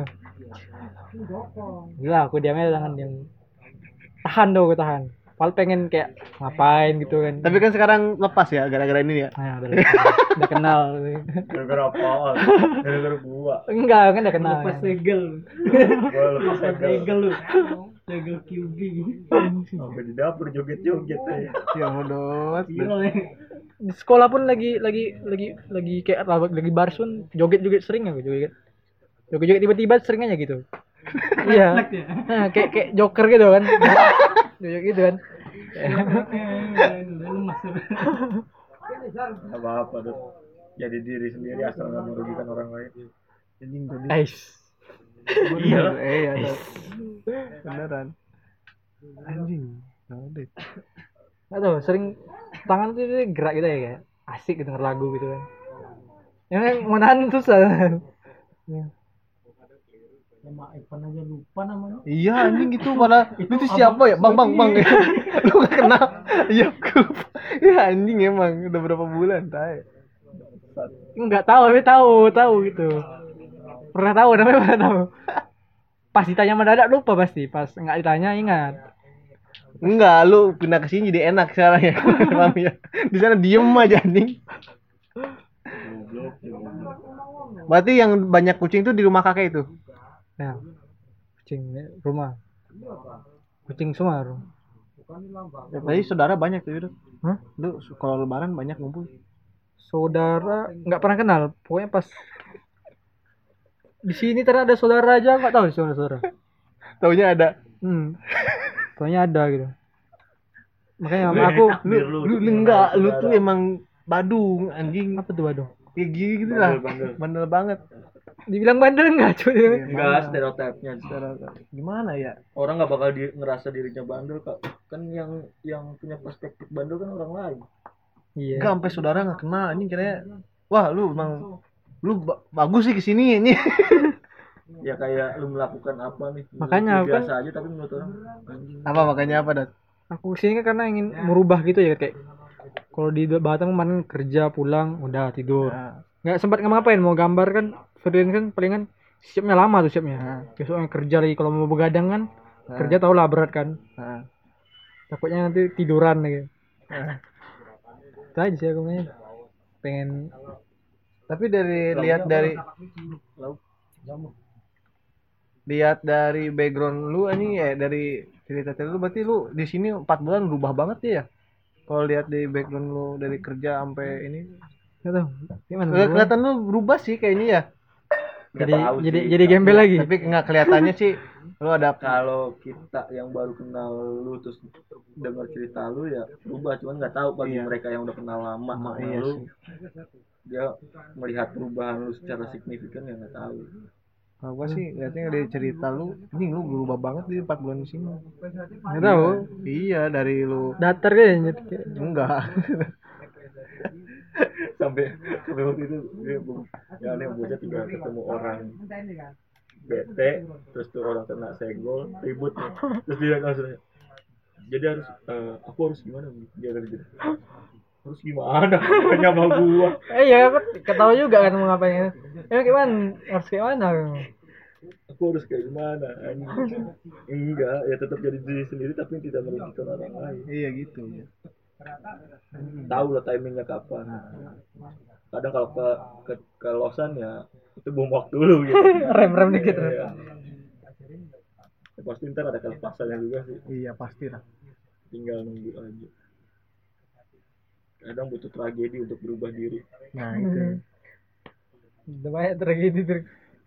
Speaker 3: gila aku diamnya jangan diam tahan dong aku tahan Paling pengen kayak ngapain gitu kan.
Speaker 1: Tapi kan sekarang lepas ya gara-gara ini ya.
Speaker 3: Nah, udah, udah kenal.
Speaker 2: Gara-gara apa? Gara-gara gua.
Speaker 3: Enggak, kan udah kenal.
Speaker 4: Lepas segel.
Speaker 2: Gua lepas
Speaker 4: Lepas
Speaker 2: segel.
Speaker 4: segel lu. Segel Q B.
Speaker 2: Sampai di dapur joget-joget aja.
Speaker 1: Ya bodoh.
Speaker 4: Gila ya.
Speaker 3: Di sekolah pun lagi lagi lagi lagi kayak lagi baris pun joget-joget sering aku joget. Joget-joget tiba-tiba sering aja gitu. Iya. Nah, kayak kayak joker gitu kan. Joget gitu kan.
Speaker 4: Lemas.
Speaker 2: Apa-apa tuh. Jadi diri sendiri asal nggak merugikan orang lain.
Speaker 1: Anjing tadi.
Speaker 3: Ais.
Speaker 1: Iya, eh ya. Beneran. Anjing. Audit.
Speaker 3: Nggak tahu, sering tangan tuh tuh gerak gitu ya kayak asik denger lagu gitu kan. Yang mau nahan susah. Ya.
Speaker 4: Nama Evan aja lupa namanya.
Speaker 1: Iya anjing gitu malah itu tuh siapa ya? Bang bang bang. Lu gak kenal. Iya aku lupa. Ya anjing emang udah berapa bulan tae.
Speaker 3: Enggak tahu, tapi tahu, tahu gitu. Pernah tahu, namanya pernah tahu. Pas ditanya mendadak lupa pasti, pas enggak ditanya ingat.
Speaker 1: Enggak, lu pindah ke sini jadi enak sekarang ya. Paham ya? Di sana diem aja anjing.
Speaker 2: Goblok, goblok.
Speaker 1: Berarti yang banyak kucing tuh di rumah kakek itu.
Speaker 3: Ya, kucing rumah. Kucing semua. Bro.
Speaker 1: Ya, tadi saudara banyak tuh itu.
Speaker 3: Hah?
Speaker 1: Lu kalau lebaran banyak ngumpul.
Speaker 3: Saudara nggak pernah kenal. Pokoknya pas di sini ternyata ada saudara aja nggak tahu saudara-saudara.
Speaker 1: Taunya ada.
Speaker 3: Hmm. Pokoknya ada gitu. Makanya sama aku
Speaker 1: Lu lu, lu enggak, lu tuh emang badung anjing.
Speaker 3: apa tuh waduh?
Speaker 1: Kayak gini gitu lah.
Speaker 2: Bandel-bandel.
Speaker 1: Bandel banget.
Speaker 3: Dibilang bandel enggak cuy?
Speaker 2: Enggak, stereotipnya.
Speaker 1: Gimana ya?
Speaker 2: Orang nggak bakal di, ngerasa dirinya bandel kak. Kan yang yang punya perspektif bandel kan orang lain.
Speaker 3: Iya.
Speaker 1: Enggak sampai saudara enggak kenal anjing kira wah lu emang lu ba- bagus sih kesini ini.
Speaker 2: Ya kayak lu melakukan apa nih?
Speaker 3: Makanya
Speaker 2: Lu
Speaker 3: kan-
Speaker 2: biasa aja tapi menurut orang anjing.
Speaker 1: Apa makanya apa, Dat?
Speaker 3: Aku kesini kan karena ingin merubah gitu ya kayak kalau di Batam kemarin kerja pulang udah tidur.
Speaker 1: Nah,
Speaker 3: Nggak sempat ngapain mau gambar kan freelance kan palingan siapnya lama tuh siapnya.
Speaker 1: Nah.
Speaker 3: Besoknya kerja lagi kalau mau begadang kan
Speaker 1: Nah.
Speaker 3: kerja tau lah berat kan.
Speaker 1: nah.
Speaker 3: Takutnya nanti tiduran lagi.
Speaker 1: Nah.
Speaker 3: Itu aja sih aku pengen pengen
Speaker 1: Tapi dari lihat dari lihat dari background lu ini ya dari cerita-cerita lu berarti lu di sini empat bulan berubah banget ya. Kalau lihat di background lu dari kerja sampai ini,
Speaker 3: nggak tahu gimana.
Speaker 1: Udah
Speaker 3: bro?
Speaker 1: kelihatan lu berubah sih kayak ini ya.
Speaker 3: Jadi
Speaker 2: Nggak tahu
Speaker 3: jadi
Speaker 2: sih,
Speaker 3: jadi gembel lagi.
Speaker 1: Tapi nggak kelihatannya sih lu ada
Speaker 2: kalau kita yang baru kenal lu terus dengar cerita lu ya berubah, cuman nggak tahu bagi
Speaker 1: Iya.
Speaker 2: mereka yang udah kenal lama sama
Speaker 1: iya
Speaker 2: lu
Speaker 1: sih.
Speaker 2: dia melihat perubahan lu secara signifikan ya nggak tahu.
Speaker 1: Kalau gua sih lihatnya dari cerita lu, ini lu berubah banget di empat bulan di sini.
Speaker 3: Nggak tahu.
Speaker 1: Iya, dari lu
Speaker 3: Datar kayaknya.
Speaker 1: enggak.
Speaker 2: sampai sampai waktu itu dia bu- ya aneh bocah juga ketemu orang bete terus tuh orang kena senggol ribut nih. Terus dia langsung jadi harus eh, aku harus gimana dia kan gitu harus gimana tanya sama gua
Speaker 3: Eh ya kan ketawa juga kan mau ngapain. Eh gimana? Harus kayak mana?
Speaker 2: aku harus kayak gimana anjing. Enggak ya tetap jadi diri sendiri tapi tidak merugikan orang lain.
Speaker 1: Iya gitu ya.
Speaker 2: Tahu lah timingnya kapan. Kadang kalau ke ke ke losan ya itu bom waktu dulu gitu.
Speaker 3: Rem-rem dikit.
Speaker 2: Iya. Ya, pasti ntar ada kelepasannya juga sih,
Speaker 1: Iya pasti lah.
Speaker 2: tinggal nunggu aja. Kadang butuh tragedi untuk berubah diri.
Speaker 1: Nah itu.
Speaker 3: Udah banyak tragedi tuh.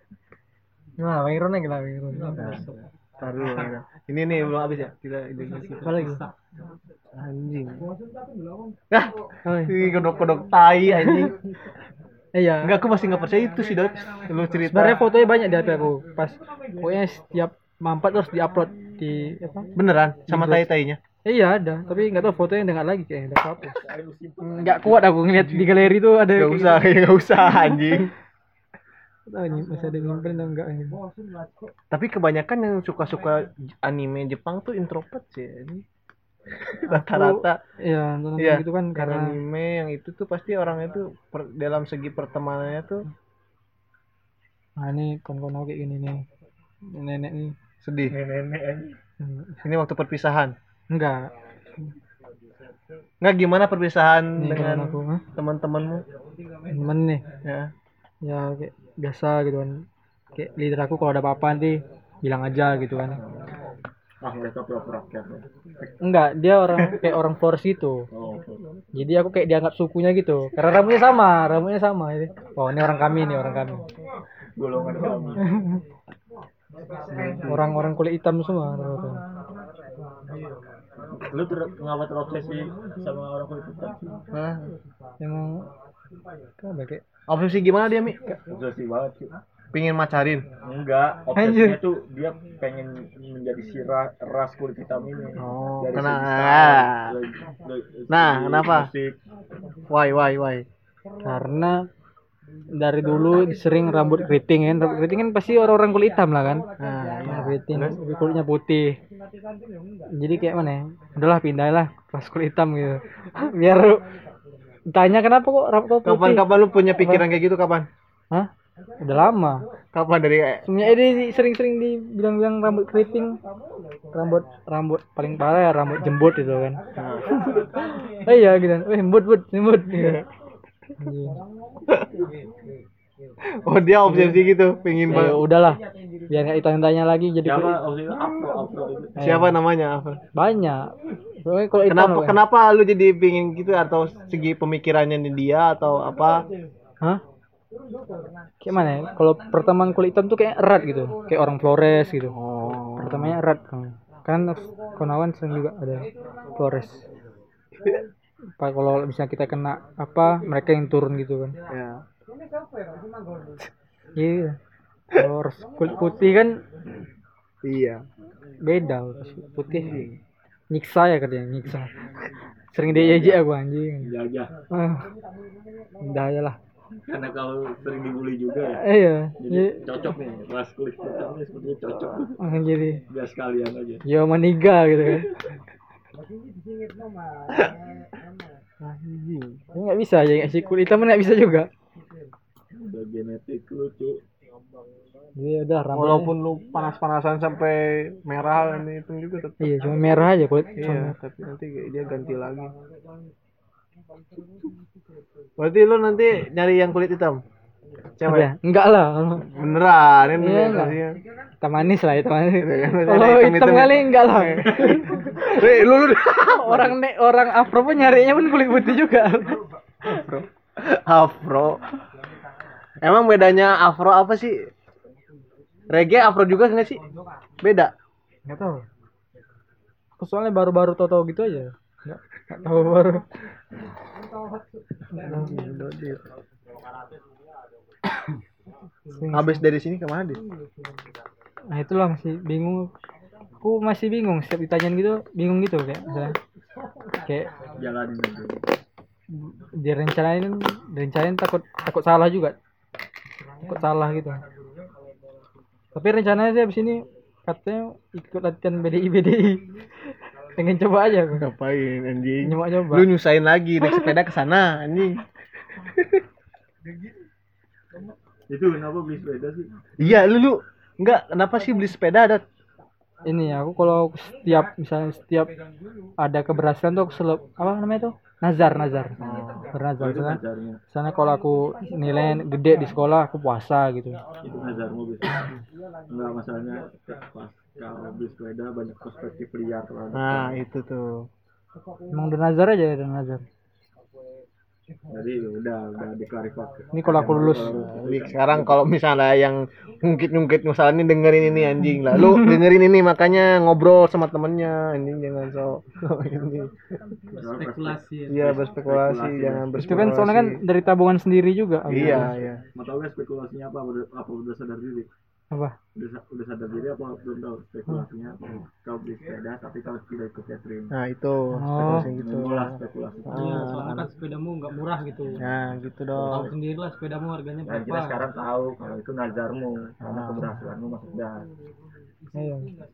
Speaker 3: Nah, Bang Iron lagi lah, Bang Iron.
Speaker 1: Taruh dulu. Ini nih belum habis ya. Kita ini
Speaker 3: Apa lagi?
Speaker 1: anjing. Nah,
Speaker 3: Oh, iya.
Speaker 1: ini kodok-kodok tai anjing.
Speaker 3: Eh, iya.
Speaker 1: Enggak, aku masih enggak percaya itu sih, Dot. Lu cerita.
Speaker 3: Sebenarnya fotonya banyak di H P aku. Pas pokoknya setiap mampat terus diupload di apa?
Speaker 1: beneran sama
Speaker 3: Di-
Speaker 1: tai-tainya.
Speaker 3: Eh, iya ada, tapi nggak tahu fotonya udah nggak lagi kayaknya udah hapus. Nggak kuat aku ngeliat di galeri tuh ada.
Speaker 1: Enggak usah, enggak usah anjing.
Speaker 3: Tahu ini masih ada nyimpen atau enggak ini.
Speaker 1: Tapi kebanyakan yang suka-suka anime Jepang tuh introvert sih ini. Rata-rata
Speaker 3: Iya, nonton
Speaker 1: iya,
Speaker 3: gitu kan
Speaker 1: karena
Speaker 3: karena
Speaker 1: anime yang itu tuh pasti orangnya tuh per- dalam segi pertemanannya tuh
Speaker 3: nah ini kawan-kawan aku kayak gini nih. Nenek nih.
Speaker 1: sedih.
Speaker 2: Nenek anjing.
Speaker 3: Hmm,
Speaker 1: Ini waktu perpisahan.
Speaker 3: Enggak.
Speaker 1: Nggak gimana perpisahan
Speaker 3: Nih
Speaker 1: dengan
Speaker 3: kawan aku, hah?
Speaker 1: teman-temanmu?
Speaker 3: Temen nih.
Speaker 1: Ya.
Speaker 3: Ya kayak biasa gitu kan. Kayak leader aku kalau ada apa-apa nanti bilang aja gitu kan.
Speaker 2: Ah mereka pura-pura rakyatnya.
Speaker 3: Enggak, dia orang kayak orang Flores gitu.
Speaker 2: Oh,
Speaker 3: Jadi aku kayak dianggap sukunya gitu. Karena rambutnya sama, rambutnya sama. Jadi, oh ini orang kami nih, orang kami.
Speaker 2: golongan kami.
Speaker 3: Orang-orang kulit hitam semua. rata-rata.
Speaker 2: Lu ter ngapa terobsesi sama orang kulit hitam?
Speaker 1: Hah?
Speaker 3: Emang apa kayak
Speaker 1: Obsesi gimana dia, Mi?
Speaker 2: Obsesi banget sih.
Speaker 1: Pingin macarin.
Speaker 2: Enggak, obsesinya tuh dia pengen menjadi si ra- ras kulit hitam ini.
Speaker 1: Oh,
Speaker 2: Dari
Speaker 1: kena-
Speaker 2: segi style, dari- dari
Speaker 1: Nah,
Speaker 2: segi
Speaker 1: kenapa?
Speaker 2: musik.
Speaker 1: Why, why, why?
Speaker 3: karena dari dulu sering rambut keriting kan. Rambut keriting kan pasti orang-orang kulit hitam lah kan.
Speaker 1: Nah,
Speaker 3: Nah, keriting kulitnya putih. Jadi kayak mana ya? Udahlah pindah lah ras kulit hitam gitu. Biar tanya kenapa kok rambut kau putih?
Speaker 1: kapan-kapan lu punya pikiran kayak gitu kapan?
Speaker 3: Hah? Udah lama.
Speaker 1: Kapan dari
Speaker 3: Sebenarnya ini sering-sering dibilang-bilang rambut keriting, rambut rambut paling parah ya rambut jembut itu kan. Oh iya gitu. Eh jembut, jembut, jembut. Gitu. Anjing.
Speaker 1: Oh dia obsesi gitu, pengen
Speaker 3: Ya
Speaker 1: banget.
Speaker 3: udahlah, biar nggak ditanya-tanya lagi jadi
Speaker 2: Siapa
Speaker 3: kulit-
Speaker 2: maksudnya afro afro itu?
Speaker 1: Siapa namanya apa?
Speaker 3: banyak. Pokoknya kalau hitam
Speaker 1: Kenapa
Speaker 3: apa ya?
Speaker 1: kenapa lu jadi pengen gitu, atau segi pemikirannya di dia atau apa?
Speaker 3: Hah? Kayak mana ya? Kalau pertemanan kulit hitam tuh kayak erat gitu, kayak orang Flores gitu.
Speaker 1: Oh.
Speaker 3: Pertamanya erat. Kan Konawan sering juga ada Flores. Pak kalau misalnya kita kena apa, mereka yang turun gitu kan.
Speaker 1: Ya.
Speaker 3: Iya. Kalau harus kulit putih kan
Speaker 1: Iya.
Speaker 3: beda. Putih nyiksa ya katanya, nyiksa. Sering diejek aku anjing.
Speaker 2: Jajah.
Speaker 3: Ah. Udah aja lah.
Speaker 2: Karena kalau sering dibully juga ya.
Speaker 3: Eh, iya.
Speaker 2: Jadi
Speaker 3: Jadi,
Speaker 2: cocok nih, ras kulit hitamnya sepertinya cocok.
Speaker 3: ah, jadi
Speaker 2: Biar sekalian aja.
Speaker 3: yo maniga gitu kan.
Speaker 1: Anjing.
Speaker 3: Ya, nggak bisa ya, si kulit hitam nggak bisa juga.
Speaker 2: Udah genetik lu cu.
Speaker 3: Iya udah rambutnya.
Speaker 1: Walaupun lu panas-panasan sampai merah ini hitam juga tetap.
Speaker 3: Iya cuma merah aja kulit.
Speaker 1: Iya, tapi nanti dia ganti lagi. Berarti lu nanti nyari yang kulit hitam?
Speaker 3: Apa
Speaker 1: Cewek?
Speaker 3: ya? Enggak lah.
Speaker 1: Beneran, ini
Speaker 3: Iya,
Speaker 1: ya,
Speaker 3: enggak.
Speaker 1: kasihan.
Speaker 3: Hitam manis lah, hitam manis.
Speaker 1: Gitu kan,
Speaker 3: Kalau
Speaker 1: ada
Speaker 3: hitam
Speaker 1: hitam-hitam.
Speaker 3: kali enggak lah.
Speaker 1: Weh, lu lu
Speaker 3: orang nek orang afro pun nyarinya pun kulit putih juga.
Speaker 1: afro. Emang bedanya afro apa sih? Reggae afro juga nggak sih? Beda.
Speaker 3: Enggak tahu. Aku soalnya baru-baru tahu-tahu gitu aja. Enggak enggak tahu baru.
Speaker 1: Habis dari sini kemana dia?
Speaker 3: Nah itulah masih bingung. Aku masih bingung setiap ditanyain gitu, bingung gitu kayak misalnya kayak
Speaker 2: Jalanin aja.
Speaker 3: direncanain direncanain takut takut salah juga, takut salah gitu. Tapi rencananya sih abis ini katanya ikut latihan B D I B D I. Pengen coba aja aku.
Speaker 1: Ngapain anjing?
Speaker 3: Nyoba nyoba.
Speaker 1: Lu nyusahin lagi naik sepeda ke sana anjing.
Speaker 2: Itu kenapa beli sepeda sih?
Speaker 1: Iya, lu lu enggak kenapa sih beli sepeda ada?
Speaker 3: Ini aku kalau setiap misalnya setiap ada keberhasilan tuh aku selalu apa namanya tuh? Nazar, nazar. Bernazar
Speaker 2: Itu
Speaker 3: sana.
Speaker 2: ngajarnya.
Speaker 3: Sana kalau aku nilai gede di sekolah aku puasa gitu.
Speaker 2: Itu ngajarmu bisa. Enggak masalahnya pas kalau beli sepeda banyak perspektif liar terhadap.
Speaker 1: Nah, itu tuh.
Speaker 3: Emang udah nazar aja udah nazar.
Speaker 2: Jadi udah udah diklarifikasi.
Speaker 3: Ini kalau aku lulus.
Speaker 1: Jadi sekarang kalau misalnya yang ngungkit-ngungkit masalah ini dengerin ini anjing lah. Lu dengerin ini makanya ngobrol sama temennya anjing, jangan so ini.
Speaker 4: Spekulasi ya.
Speaker 1: Iya, berspekulasi,
Speaker 2: Spekulasi,
Speaker 1: jangan
Speaker 3: Itu
Speaker 1: berspekulasi.
Speaker 3: kan soalnya kan dari tabungan sendiri juga.
Speaker 1: Iya, iya.
Speaker 2: Mau tahu nggak spekulasinya apa? Udah, apa udah sadar diri?
Speaker 3: Apa?
Speaker 2: Udah, sa- udah sadar diri apa belum tahu spekulasinya? Kau beli sepeda tapi kau tidak ikut catering.
Speaker 1: Nah, itu
Speaker 3: Oh.
Speaker 1: spekulasi gitu.
Speaker 2: Mulai spekulasi.
Speaker 4: Iya, soalnya kan sepedamu nggak murah gitu.
Speaker 1: Nah, gitu
Speaker 4: Tahu
Speaker 1: dong.
Speaker 4: sendiri lah sepedamu harganya
Speaker 2: Dan kita
Speaker 4: berapa.
Speaker 2: sekarang tahu kalau itu nazarmu karena
Speaker 1: Ah.
Speaker 2: keberhasilanmu masuk gas.
Speaker 3: Iya.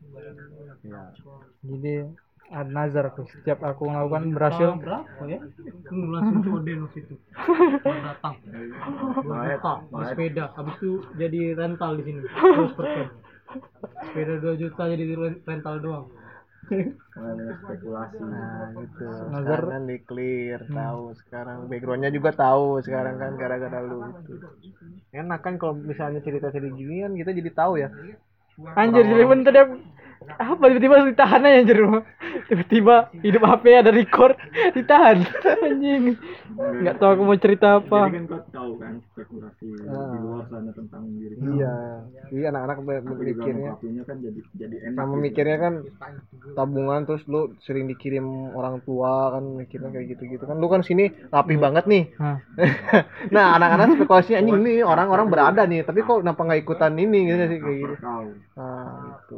Speaker 1: Iya.
Speaker 3: Jadi ada nazar tuh setiap aku melakukan berhasil.
Speaker 4: Tahun berapa ya? Aku langsung coden waktu itu. Baru datang. Dua juta beli sepeda. Habis itu jadi rental di sini. Terus persen. Sepeda dua juta jadi rental doang.
Speaker 2: Mengenai spekulasi.
Speaker 1: Nah, gitu.
Speaker 3: Nazar.
Speaker 1: Sekarang kan di clear, tahu sekarang backgroundnya juga tahu sekarang kan gara-gara lu itu. Enak kan kalau misalnya cerita-cerita gini kan kita jadi tahu ya.
Speaker 3: Anjir, jadi pun tadi aku apa tiba-tiba langsung ditahan aja anjir. Tiba-tiba hidup H P ada record ditahan. Anjing. Enggak tahu aku mau cerita apa.
Speaker 2: Jadi kan kau tahu kan spekulasi di luar sana tentang diri.
Speaker 1: Iya. Jadi anak-anak be-
Speaker 2: Tapi juga
Speaker 1: mikirnya
Speaker 2: waktunya kan jadi jadi enak.
Speaker 1: sama
Speaker 2: gitu.
Speaker 1: mikirnya kan tabungan, terus lu sering dikirim orang tua kan, mikirnya kayak gitu-gitu kan. Lu kan sini rapih banget nih.
Speaker 3: Hah.
Speaker 1: Nah, anak-anak spekulasinya anjing nih orang-orang berada nih, tapi kok kenapa nggak ikutan ini gitu sih kayak gitu.
Speaker 2: Tahu.
Speaker 1: Nah, gitu.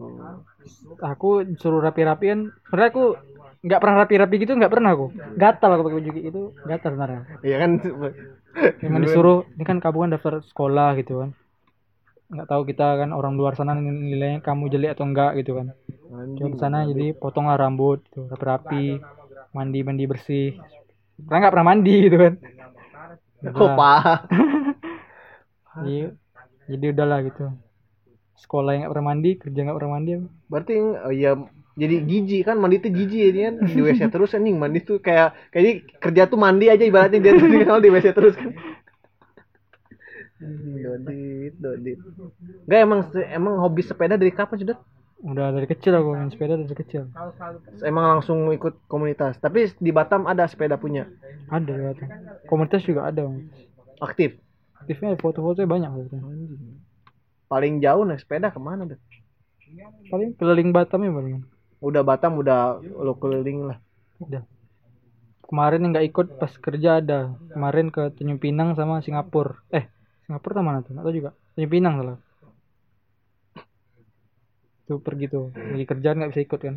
Speaker 3: Aku suruh rapi-rapi kan. Sebenarnya aku nggak pernah rapi-rapi gitu, nggak pernah aku. Gatal aku pakai baju kayak gitu, gatal sebenarnya.
Speaker 1: Iya kan.
Speaker 3: Memang disuruh, ini kan kamu kan daftar sekolah gitu kan. Nggak tahu kita kan orang luar sana nilainya kamu jelek atau enggak gitu kan. Cuma di sana jadi potonglah rambut gitu, rapi-rapi, mandi-mandi bersih. Karena nggak pernah mandi gitu kan.
Speaker 1: Kok pak?
Speaker 3: Jadi, jadi udahlah gitu. Sekolah yang nggak pernah mandi, kerja nggak pernah mandi.
Speaker 1: Berarti oh iya, jadi jijik kan, mandi tuh jijik ya kan, di W C terus anjing, mandi tuh kayak kayak kerja tuh mandi aja ibaratnya, dia tuh kalau di W C terus kan. Anjing, Dodit, Dodit. Enggak, emang emang hobi sepeda dari kapan sudah?
Speaker 3: Udah dari kecil aku main sepeda dari kecil.
Speaker 1: Emang langsung ikut komunitas. Tapi di Batam ada sepeda punya.
Speaker 3: Ada ya. Komunitas juga ada.
Speaker 1: Aktif.
Speaker 3: Aktifnya foto-fotonya banyak gitu.
Speaker 1: Paling jauh naik sepeda kemana deh?
Speaker 3: Paling keliling Batam ya paling.
Speaker 1: Udah Batam udah lo keliling lah.
Speaker 3: Udah. Kemarin yang nggak ikut pas kerja ada. Kemarin ke Tanjung Pinang sama Singapura. Eh, Singapura mana tuh? Atau juga Tanjung Pinang salah. Tuh pergi tuh. Lagi kerjaan nggak bisa ikut kan.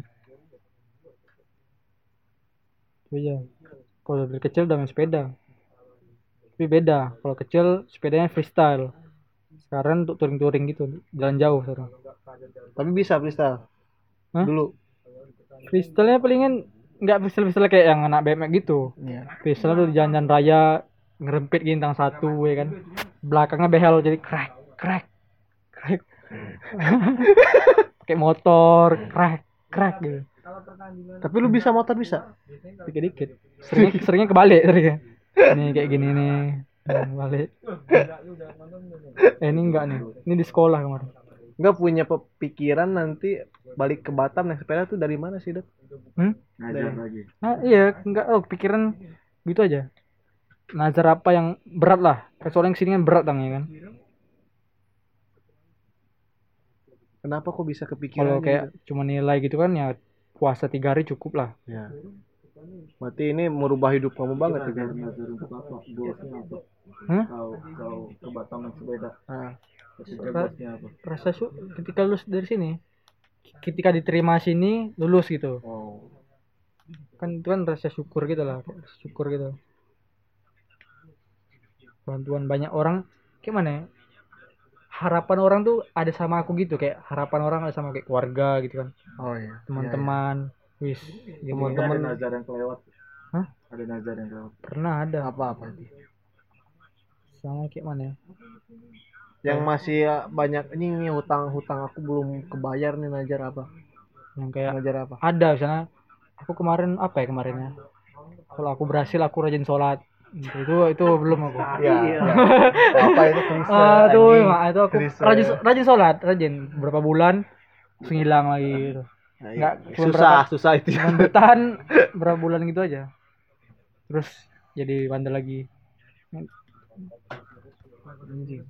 Speaker 3: Itu aja. Kalau dari kecil udah main sepeda. Tapi beda. Kalau kecil sepedanya freestyle. Sekarang untuk touring-touring gitu, jalan jauh sekarang.
Speaker 1: Tapi bisa freestyle.
Speaker 3: Hah?
Speaker 1: Dulu.
Speaker 3: Freestyle-nya palingan nggak freestyle-freestyle kayak yang anak B M X gitu.
Speaker 1: Iya.
Speaker 3: Freestyle tuh di jalan-jalan raya ngerempit gintang satu ya kan. Belakangnya behel jadi krek krek krek. Pakai motor krek krek gitu.
Speaker 1: Tapi lu bisa motor bisa.
Speaker 3: Dikit-dikit. Seringnya seringnya kebalik seringnya. Nih kayak gini nih. Nah, balik. Eh ini enggak nih. Ini di sekolah kemarin.
Speaker 1: Enggak punya pikiran nanti balik ke Batam naik sepeda tuh dari mana sih, Dot?
Speaker 3: Hmm?
Speaker 2: Ngajar lagi.
Speaker 3: Ah, iya, enggak oh pikiran gitu aja. Nazar apa yang berat lah. Soalnya yang sini kan berat tang ya kan.
Speaker 1: Kenapa kok bisa kepikiran?
Speaker 3: Kalau kayak cuma nilai gitu kan ya puasa tiga hari cukup lah.
Speaker 1: Ya. Berarti ini merubah hidup kamu banget ya kan?
Speaker 2: Ngajar untuk apa? Bosnya apa?
Speaker 3: Hah?
Speaker 2: Kau kau ke Batam naik sepeda.
Speaker 1: Nah,
Speaker 2: Ketika bosnya apa?
Speaker 3: Rasa su ketika lulus dari sini, ketika diterima sini lulus gitu.
Speaker 2: Oh.
Speaker 3: Kan itu kan rasa syukur gitu lah, syukur gitu. Bantuan banyak orang, kayak mana ya? Harapan orang tuh ada sama aku gitu, kayak harapan orang ada sama kayak keluarga gitu kan,
Speaker 1: oh iya.
Speaker 3: teman-teman, wis, gitu.
Speaker 1: Teman-teman.
Speaker 2: Ada nazar yang kelewat.
Speaker 3: Hah?
Speaker 2: Ada nazar yang kelewat.
Speaker 3: Pernah ada,
Speaker 1: Apa-apa?
Speaker 3: sama kayak mana ya?
Speaker 1: Yang masih ya, banyak ini nih hutang-hutang aku belum kebayar nih, ngajar apa?
Speaker 3: Yang kayak
Speaker 1: Ngajar apa?
Speaker 3: ada misalnya, aku kemarin apa ya kemarinnya? Kalau aku berhasil aku rajin sholat. itu itu belum aku.
Speaker 1: Iya. Apa itu klise?
Speaker 3: Ah, itu
Speaker 1: anjing.
Speaker 3: mak, itu aku
Speaker 1: Klise.
Speaker 3: rajin rajin sholat, rajin berapa bulan terus ngilang lagi gitu.
Speaker 1: Nah,
Speaker 3: Nggak,
Speaker 1: iya.
Speaker 3: cuma
Speaker 1: susah,
Speaker 3: berapa-
Speaker 1: susah itu.
Speaker 3: Cuman bertahan berapa bulan gitu aja. Terus jadi bandel lagi.
Speaker 1: Anjing.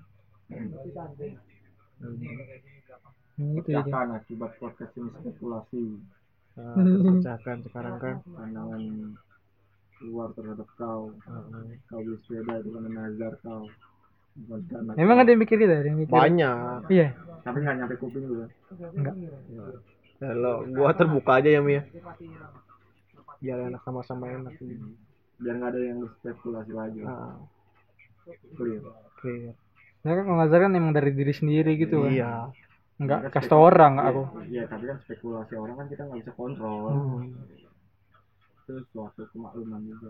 Speaker 3: Hmm, gitu jadi.
Speaker 2: Pecahkan akibat podcast ini spekulasi.
Speaker 1: Nah, terpecahkan sekarang kan.
Speaker 2: Pandangan luar terhadap kau. Kau beli sepeda itu karena nazar kau. Bukan karena
Speaker 3: Memang ada yang mikir gitu, ada yang mikir.
Speaker 1: Banyak.
Speaker 3: Iya,
Speaker 2: tapi nggak nyampe kuping juga.
Speaker 3: enggak.
Speaker 1: Kalau gua terbuka aja ya, Mi. Biar enak sama-sama enak.
Speaker 2: Biar nggak ada yang spekulasi lagi.
Speaker 1: Nah,
Speaker 2: Clear.
Speaker 1: clear.
Speaker 3: Ya kan kalau ngajar kan emang dari diri sendiri gitu kan.
Speaker 1: Iya.
Speaker 3: Enggak kasih tau orang enggak aku.
Speaker 2: Iya, tapi kan spekulasi orang kan kita nggak bisa kontrol.
Speaker 1: Hmm.
Speaker 2: Itu suatu kemakluman juga.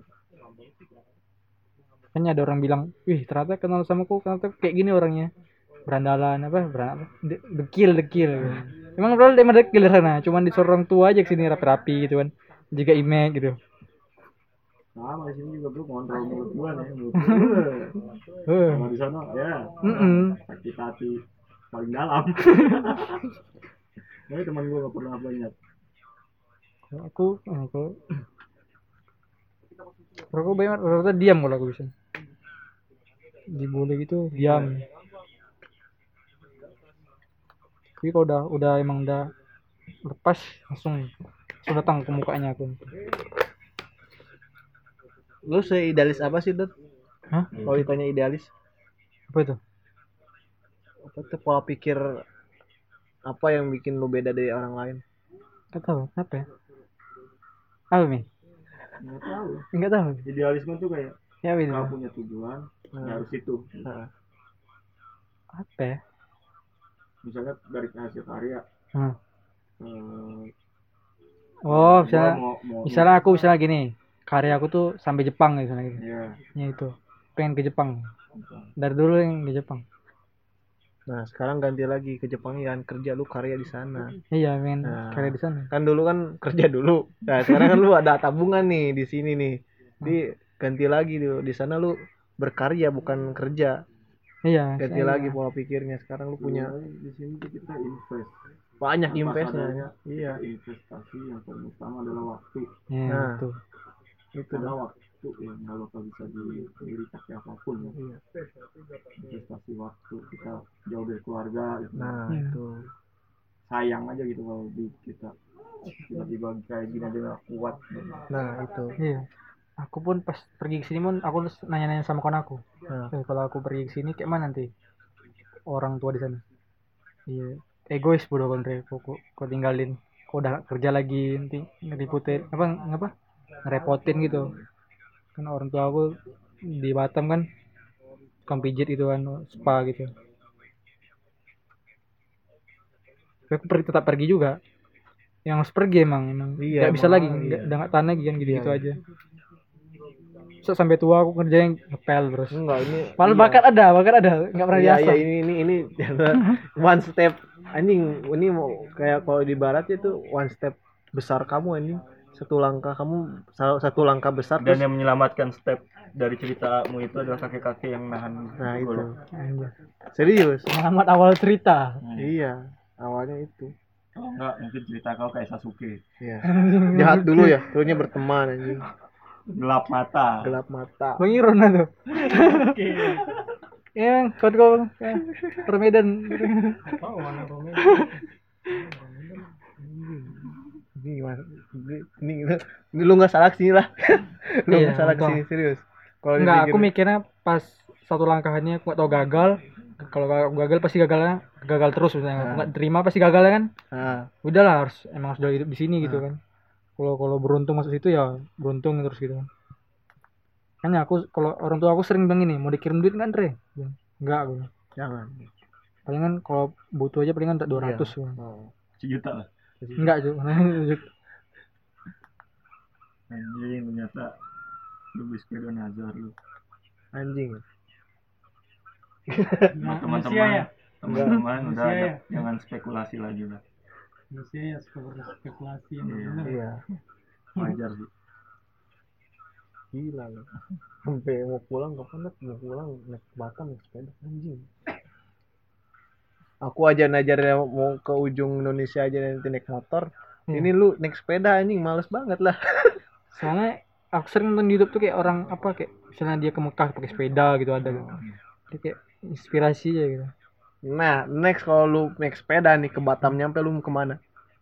Speaker 3: Kan ada orang bilang, "Wih, ternyata kenal sama aku, ternyata kayak gini orangnya." Berandalan apa? Beran apa? De- dekil, dekil. Emang padahal emang dekil di sana, cuman disuruh orang tua aja kesini rapi-rapi gitu kan. Jaga image gitu.
Speaker 2: Sama di sini juga bro, kontrol mulut gua nih, mulut gua.
Speaker 3: Eh.
Speaker 2: Sama di sana ya.
Speaker 3: Mm-mm.
Speaker 2: Sakit hati paling dalam. Tapi teman gua nggak pernah banyak.
Speaker 3: Kalau aku, eh, kalau kalau aku banyak rata-rata diam kalau aku bisa. Dibully gitu diam. Tapi kalau udah udah emang udah lepas langsung langsung datang ke mukanya aku.
Speaker 1: Lu seidealis apa sih, Dot?
Speaker 3: Hah?
Speaker 1: Kalau ditanya idealis,
Speaker 3: Apa itu?
Speaker 1: apa tuh pola pikir apa yang bikin lu beda dari orang lain?
Speaker 3: Gak tahu apa ya? Apa Mi?
Speaker 2: Nggak tahu.
Speaker 3: Enggak tahu.
Speaker 2: Idealisme tuh kayak
Speaker 3: Ya
Speaker 2: kau
Speaker 3: beda.
Speaker 2: punya tujuan, ya harus itu.
Speaker 1: Nah,
Speaker 3: Apa ya?
Speaker 2: Misalnya dari hasil karya.
Speaker 3: Hmm.
Speaker 2: eh,
Speaker 3: Oh,
Speaker 2: gua
Speaker 3: misalnya
Speaker 2: mau, mau,
Speaker 3: misalnya aku misalnya gini, karya aku tuh sampai Jepang gitu misalnya gitu.
Speaker 2: ya,
Speaker 3: Ya itu. Pengen ke Jepang. Dari dulu yang ke Jepang.
Speaker 1: Nah, sekarang ganti lagi ke Jepangian, kerja lu karya di sana.
Speaker 3: Iya, men.
Speaker 1: Nah.
Speaker 3: Karya di sana.
Speaker 1: Kan dulu kan kerja dulu. Nah, sekarang kan lu ada tabungan nih di sini nih. Jadi ganti lagi dulu. Di sana lu berkarya bukan kerja.
Speaker 3: Iya.
Speaker 1: Ganti
Speaker 3: saya-
Speaker 1: lagi pola pikirnya. Sekarang lu punya
Speaker 2: di sini tuh kita invest.
Speaker 1: banyak
Speaker 2: Pas
Speaker 1: investnya.
Speaker 2: adanya
Speaker 1: Iya.
Speaker 2: investasi yang paling utama adalah waktu.
Speaker 3: Iya,
Speaker 1: Nah.
Speaker 3: betul.
Speaker 1: Itu
Speaker 2: Karena
Speaker 1: dah.
Speaker 2: waktu yang nggak bakal bisa di- dibeli pakai apapun ya.
Speaker 1: Iya.
Speaker 2: Investasi waktu kita jauh dari keluarga gitu.
Speaker 1: Nah,
Speaker 3: Iya.
Speaker 1: itu.
Speaker 2: Sayang aja gitu kalau di kita tiba-tiba kayak gini aja nggak kuat.
Speaker 1: Nah, itu.
Speaker 3: Iya. Aku pun pas pergi ke sini pun aku nanya-nanya sama kawan aku.
Speaker 1: Nah,
Speaker 3: Eh, kalau aku pergi ke sini kayak mana nanti orang tua di sana? Iya, egois bodoh kan Re. Kok kok- kok tinggalin. Kok udah kerja lagi nanti ngeriputin apa ngapa? Ngerepotin gitu. Kan orang tua aku di Batam kan tukang pijit itu kan spa gitu. Tapi aku pergi, tetap pergi juga. Yang harus pergi emang, emang
Speaker 1: Iya,
Speaker 3: nggak bisa
Speaker 1: emang,
Speaker 3: lagi,
Speaker 1: iya.
Speaker 3: nggak udah nggak tahan lagi kan gitu-gitu
Speaker 1: Iya,
Speaker 3: aja. So, sampai tua aku kerjain ngepel terus.
Speaker 1: enggak ini.
Speaker 3: Malah
Speaker 1: iya.
Speaker 3: bakat ada, bakat ada, nggak pernah
Speaker 1: Iya,
Speaker 3: biasa.
Speaker 1: iya, ini ini ini one step anjing. Ini mau kayak kalau di barat itu one step besar kamu anjing. Satu langkah kamu satu, satu langkah besar
Speaker 2: Dan
Speaker 1: terus.
Speaker 2: yang menyelamatkan step dari ceritamu itu adalah kakek-kakek yang nahan.
Speaker 1: Nah, itu.
Speaker 3: Anjir.
Speaker 1: Serius.
Speaker 3: Selamat awal cerita.
Speaker 1: Iya, awalnya itu.
Speaker 2: Kalau enggak mungkin cerita kau kayak Sasuke.
Speaker 1: Iya. Jahat dulu ya, dulunya berteman anjing.
Speaker 2: Gelap mata.
Speaker 1: Gelap mata.
Speaker 3: Bang Iron lah tuh. Iya, kau kau permedan.
Speaker 4: Oh, mana komen?
Speaker 1: Ini gimana? Ini, ini, ini lu nggak salah sini lah. Lu
Speaker 3: Iya,
Speaker 1: nggak salah
Speaker 3: betul.
Speaker 1: kesini serius. Kalau
Speaker 3: Enggak,
Speaker 1: dipikir-
Speaker 3: aku mikirnya pas satu langkahnya aku nggak tahu gagal. Kalau aku gagal pasti gagalnya gagal terus misalnya. Aku nggak terima pasti gagalnya kan.
Speaker 1: Nah,
Speaker 3: Udahlah harus emang harus hidup di sini gitu kan. Kalau kalau beruntung masuk situ ya beruntung terus gitu. Hanya aku kalau orang tua aku sering bilang ini mau dikirim duit kan Re? Enggak aku.
Speaker 1: jangan.
Speaker 3: Palingan kalau butuh aja palingan tak dua ratus.
Speaker 1: Iya. Oh.
Speaker 2: Sejuta lah.
Speaker 3: Enggak, Cuk.
Speaker 2: Anjing ternyata lu beli sepeda Nazar lu.
Speaker 1: Anjing.
Speaker 2: Nah,
Speaker 4: Manusia
Speaker 2: teman-teman,
Speaker 4: ya?
Speaker 2: teman-teman udah
Speaker 4: Manusia
Speaker 2: ada,
Speaker 4: ya?
Speaker 2: jangan spekulasi lagi lah.
Speaker 4: Manusia ya seperti spekulasi yang
Speaker 2: Iya.
Speaker 4: benar.
Speaker 1: Iya.
Speaker 2: Wajar sih.
Speaker 1: Gila lu. Sampai mau pulang kapan nak? Mau pulang naik Batam naik sepeda anjing. Aku aja najar mau ke ujung Indonesia aja nanti naik motor.
Speaker 3: Hmm.
Speaker 1: Ini lu naik sepeda anjing males banget lah.
Speaker 3: Soalnya aku sering nonton di YouTube tuh kayak orang apa kayak misalnya dia ke Mekah pakai sepeda gitu ada gitu. Dia kayak inspirasi aja gitu.
Speaker 1: Nah, next kalau lu naik sepeda nih ke Batam nyampe lu mau kemana?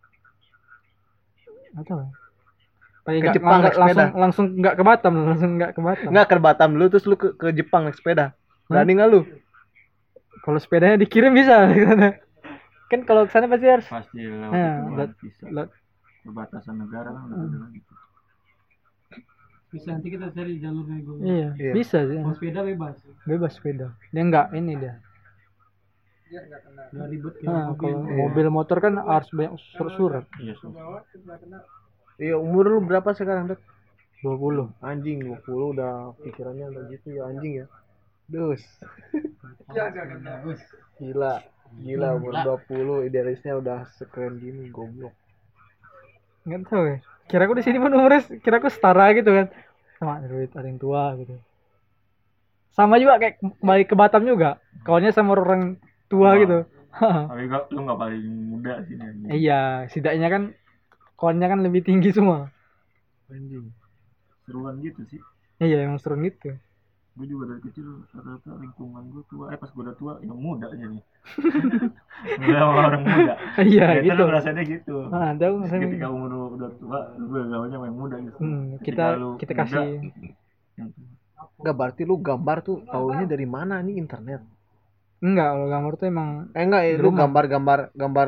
Speaker 3: Atau paling
Speaker 1: Ke
Speaker 3: nggak
Speaker 1: Jepang
Speaker 3: nggak-
Speaker 1: naik sepeda.
Speaker 3: langsung langsung nggak ke Batam, langsung nggak ke Batam.
Speaker 1: Enggak ke Batam dulu terus lu ke, ke Jepang naik sepeda. Berani nggak lu?
Speaker 3: Kalau sepedanya dikirim bisa kan kalau ke sana pasti harus
Speaker 2: Pasti lewat
Speaker 3: Ya,
Speaker 2: itu kan,
Speaker 3: lot-
Speaker 2: bisa.
Speaker 3: lot-
Speaker 2: Perbatasan negara kan udah ada gitu.
Speaker 4: Bisa nanti kita cari jalurnya gue.
Speaker 3: iya,
Speaker 1: Iya.
Speaker 3: bisa sih
Speaker 4: Mau sepeda bebas.
Speaker 3: bebas sepeda dia nggak ini dia
Speaker 4: Nggak ribet kayak
Speaker 3: nah,
Speaker 4: mobil.
Speaker 3: kalau mobil motor kan harus banyak surat-surat
Speaker 2: Iya, so.
Speaker 1: Iya, umur lu berapa sekarang, Dek?
Speaker 3: dua puluh
Speaker 1: Anjing, dua puluh udah pikirannya udah gitu ya anjing ya. Dus.
Speaker 4: Bagus.
Speaker 1: Gila. Gila umur dua puluh idealisnya udah sekeren gini, goblok.
Speaker 3: nggak tahu ya kira aku di sini pun umurnya kira aku setara gitu kan sama duit ada yang tua gitu sama juga kayak kembali ke Batam juga kawannya sama orang tua
Speaker 2: Wah.
Speaker 3: gitu
Speaker 2: Tapi gak, lu gak paling muda sih nih.
Speaker 3: iya setidaknya kan kawannya kan lebih tinggi semua
Speaker 1: Anjing.
Speaker 2: Seruan gitu sih.
Speaker 3: iya emang seru gitu
Speaker 2: Gue juga dari kecil rata-rata lingkungan gue tua. Eh pas gue udah tua yang muda aja nih. Gue sama orang muda.
Speaker 3: iya
Speaker 2: Gitu.
Speaker 3: gitu
Speaker 2: Lu ngerasainnya gitu.
Speaker 3: nah tahu
Speaker 2: Ketika
Speaker 3: ngerasain
Speaker 2: umur lu udah tua, gue gaulnya sama yang muda gitu.
Speaker 3: Hmm,
Speaker 2: Ketika
Speaker 3: kita
Speaker 2: lu
Speaker 3: kita
Speaker 2: muda,
Speaker 3: kasih
Speaker 2: yang tua.
Speaker 1: Enggak berarti lu gambar tuh taunya dari mana nih internet?
Speaker 3: enggak kalau gambar tuh emang
Speaker 1: Eh enggak ya,
Speaker 3: Di
Speaker 1: lu
Speaker 3: rumah.
Speaker 1: gambar-gambar gambar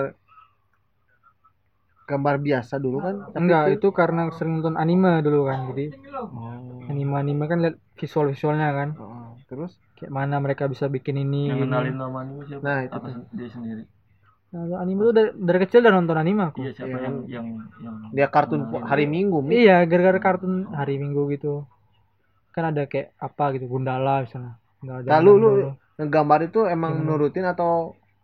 Speaker 1: gambar biasa dulu kan? Tapi
Speaker 3: enggak itu karena sering nonton anime dulu kan jadi
Speaker 1: Oh.
Speaker 3: anime-anime kan lihat visual-visualnya kan
Speaker 1: Oh, terus
Speaker 3: kayak mana mereka bisa bikin ini
Speaker 2: Yang
Speaker 3: ini.
Speaker 2: kenalin nama ini siapa?
Speaker 1: Nah, itu
Speaker 2: Apa
Speaker 1: tuh.
Speaker 2: dia sendiri?
Speaker 3: Nah, anime tuh dari, dari kecil udah nonton anime aku
Speaker 2: Iya siapa
Speaker 1: Yang-
Speaker 2: yang yang yang
Speaker 1: dia kartun
Speaker 2: kenalin?
Speaker 1: hari Minggu Mi.
Speaker 3: iya gara-gara kartun hari Minggu gitu kan ada kayak apa gitu Gundala misalnya Gundala
Speaker 1: Nah, lu
Speaker 3: zaman
Speaker 1: lu
Speaker 3: dulu.
Speaker 1: ngegambar itu emang
Speaker 3: Gimana?
Speaker 1: nurutin atau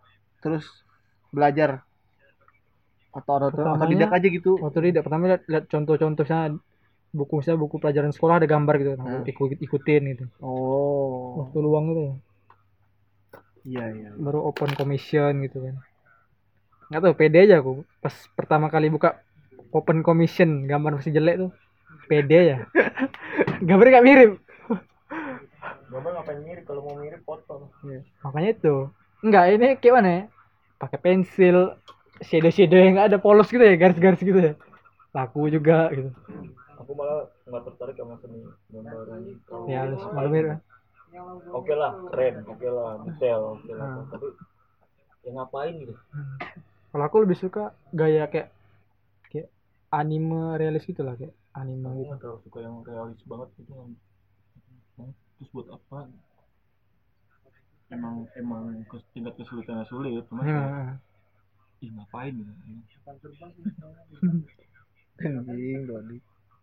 Speaker 1: terus belajar atau atau
Speaker 3: Pertamanya-
Speaker 1: otodidak aja gitu?
Speaker 3: Otodidak pertama lihat, lihat contoh-contoh misalnya buku misalnya buku pelajaran sekolah ada gambar gitu, aku
Speaker 1: Hmm.
Speaker 3: ikut ikutin gitu.
Speaker 1: Oh,
Speaker 3: Waktu luang gitu ya.
Speaker 1: iya iya.
Speaker 3: Baru open commission gitu kan. Nggak tahu, pede aja aku pas pertama kali buka open commission gambar masih jelek tuh, pede ya. Gambarnya nggak mirip.
Speaker 2: Gambar ngapain mirip, kalau mau mirip foto.
Speaker 3: Makanya itu enggak, ini kayak mana ya, pakai pensil shadow shadow yang nggak ada polos gitu ya, garis-garis gitu ya, laku juga gitu
Speaker 2: Aku malah nggak tertarik sama seni gambaran. Kalau
Speaker 3: ya, harus malu mirip kan.
Speaker 2: oke lah, keren, oke lah, detail, oke lah.
Speaker 3: Hmm.
Speaker 2: Tapi ya ngapain gitu?
Speaker 3: Kalau aku lebih suka gaya kayak kayak anime realis gitu lah, kayak anime
Speaker 2: Aku
Speaker 3: gitu.
Speaker 2: nggak terlalu suka yang realis banget gitu. Hah? Terus buat apa? Emang emang kes- tingkat kesulitannya sulit, cuma kayak,
Speaker 3: Hmm.
Speaker 2: ih ngapain gitu?
Speaker 1: Anjing, Dodi.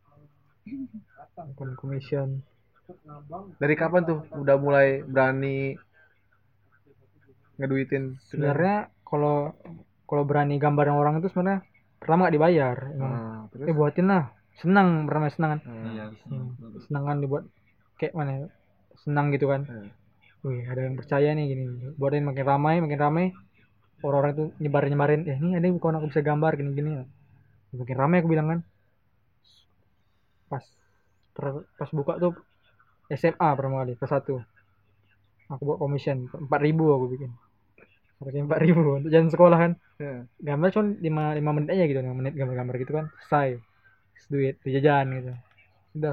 Speaker 3: Open commission
Speaker 1: Dari kapan tuh udah mulai berani ngeduitin?
Speaker 3: sebenarnya. Kalau kalau berani gambarin orang itu sebenarnya pertama nggak dibayar emang.
Speaker 1: Nah, terus
Speaker 3: Eh buatin lah, senang, pertama senang kan.
Speaker 2: Iya,
Speaker 3: Hmm. Senang kan dibuat kayak mana ya, senang gitu kan.
Speaker 1: Hmm.
Speaker 3: Wih, ada yang percaya nih gini, buatin makin ramai makin ramai, orang-orang itu nyebar nyebarin, eh ini ada yang kawan aku bisa gambar gini gini. Makin ramai aku bilang kan. Pas ter- pas buka tuh S M A pertama kali kelas satu, aku buat commission empat ribu aku bikin, harganya empat ribu untuk jalan sekolah kan.
Speaker 1: Ya.
Speaker 3: Gambar cuma lima lima menit aja gitu, lima menit gambar-gambar gitu kan, selesai. Terus duit duit jajan gitu, udah.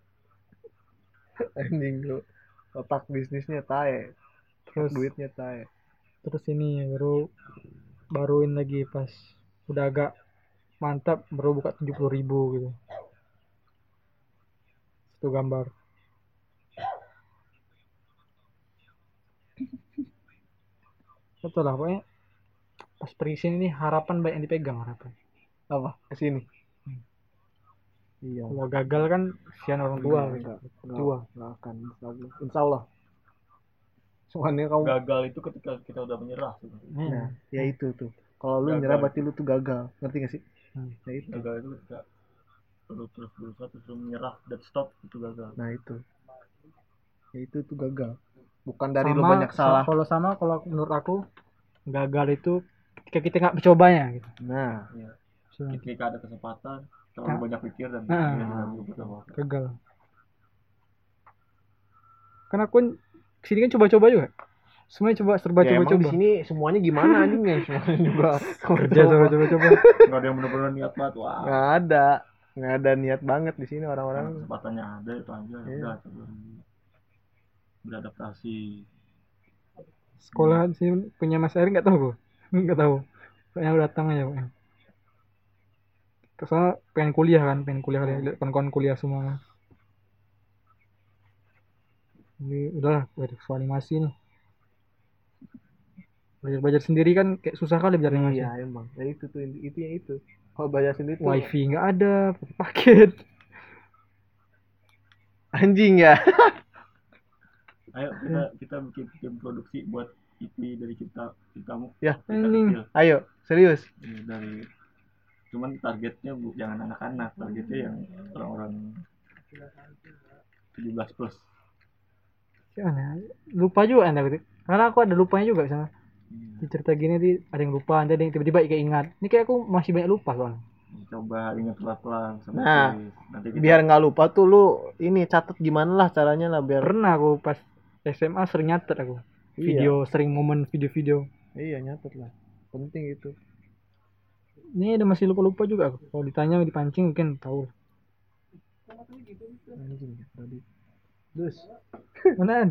Speaker 1: Anjing lu. Otak bisnisnya tae,
Speaker 3: Terus
Speaker 1: duitnya tae.
Speaker 3: terus ini baru baruin lagi pas udah agak mantap, baru buka tujuh puluh ribu gitu satu gambar. Betul lah pokoknya pas perisin ini harapan baik yang dipegang, harapan.
Speaker 1: Apa? Kesini.
Speaker 3: Hmm.
Speaker 1: Iya.
Speaker 3: Kalau gagal kan kasihan orang tua
Speaker 1: Enggak,
Speaker 3: gitu.
Speaker 1: enggak, enggak,
Speaker 3: Tua.
Speaker 1: enggak akan. Insya Allah. Insya Allah. Soalnya kamu,
Speaker 2: gagal itu ketika kita udah menyerah tuh.
Speaker 1: nah, ya itu tuh. Kalau lu
Speaker 2: Gagal.
Speaker 1: nyerah berarti lu tuh gagal. Ngerti gak sih?
Speaker 3: Hmm.
Speaker 1: Ya itu.
Speaker 2: Gagal itu ketika lu terus berusaha terus lu menyerah dan stop, itu gagal.
Speaker 1: Nah itu. Ya itu tuh gagal. Bukan dari lu
Speaker 3: Sama-
Speaker 1: banyak salah.
Speaker 3: Kalau sama kalau menurut aku gagal itu ketika kita nggak mencobanya gitu.
Speaker 1: Nah,
Speaker 3: So,
Speaker 2: Ketika ada kesempatan terlalu
Speaker 3: Nah.
Speaker 2: banyak pikir dan
Speaker 3: Nah.
Speaker 2: dia nggak berbuat apa-apa.
Speaker 3: gagal. Karena aku sini kan coba-coba juga. Semuanya coba serba
Speaker 1: ya emang di
Speaker 3: coba-coba.
Speaker 1: sini semuanya gimana anjingnya? Semuanya juga
Speaker 3: Kerja coba coba-coba.
Speaker 2: Nggak ada yang benar-benar niat banget, wah
Speaker 1: Nggak ada. Nggak ada niat banget di sini orang-orang.
Speaker 2: kesempatannya ada itu aja. Ya
Speaker 1: Iya.
Speaker 2: udah coba beradaptasi.
Speaker 3: Sekolah sih punya Mas Eri nggak tahu gua. Nggak tahu. Soalnya aku datang aja pokoknya. Terus saya pengen kuliah kan, pengen kuliah kali, lihat kawan-kawan kuliah semua. Jadi udahlah, udah soal animasi nih. Belajar belajar sendiri kan kayak susah kali belajar animasi.
Speaker 1: Iya emang. Ya itu tuh itu ya itu. Kalau belajar sendiri tuh
Speaker 3: Wifi nggak ada, pakai paket.
Speaker 1: anjing ya.
Speaker 2: Ayo kita kita bikin tim produksi buat I P dari kita kamu.
Speaker 1: Ya.
Speaker 2: Kita
Speaker 3: Anjing.
Speaker 2: kecil.
Speaker 1: Ayo, serius.
Speaker 2: Ya, dari cuman targetnya bu, jangan anak-anak, targetnya yang orang-orang tujuh belas plus.
Speaker 3: Gimana? Lupa juga anda gitu. Karena aku ada lupanya juga sama. Di cerita gini sih ada yang lupa, ada yang tiba-tiba kayak ingat. Ini kayak aku masih banyak lupa soalnya.
Speaker 2: Coba ingat pelan-pelan sama
Speaker 1: Nah,
Speaker 2: tulis. Nanti kita
Speaker 1: Biar nggak lupa tuh lu ini catat gimana lah caranya lah biar.
Speaker 3: Pernah aku pas S M A sering nyatet aku. Video, sering momen video-video.
Speaker 1: Iya nyatet lah. Penting itu.
Speaker 3: Ini ada masih lupa-lupa juga aku. Kalau ditanya dipancing mungkin tahu.
Speaker 1: Anjing tadi. Terus
Speaker 3: Mana ada?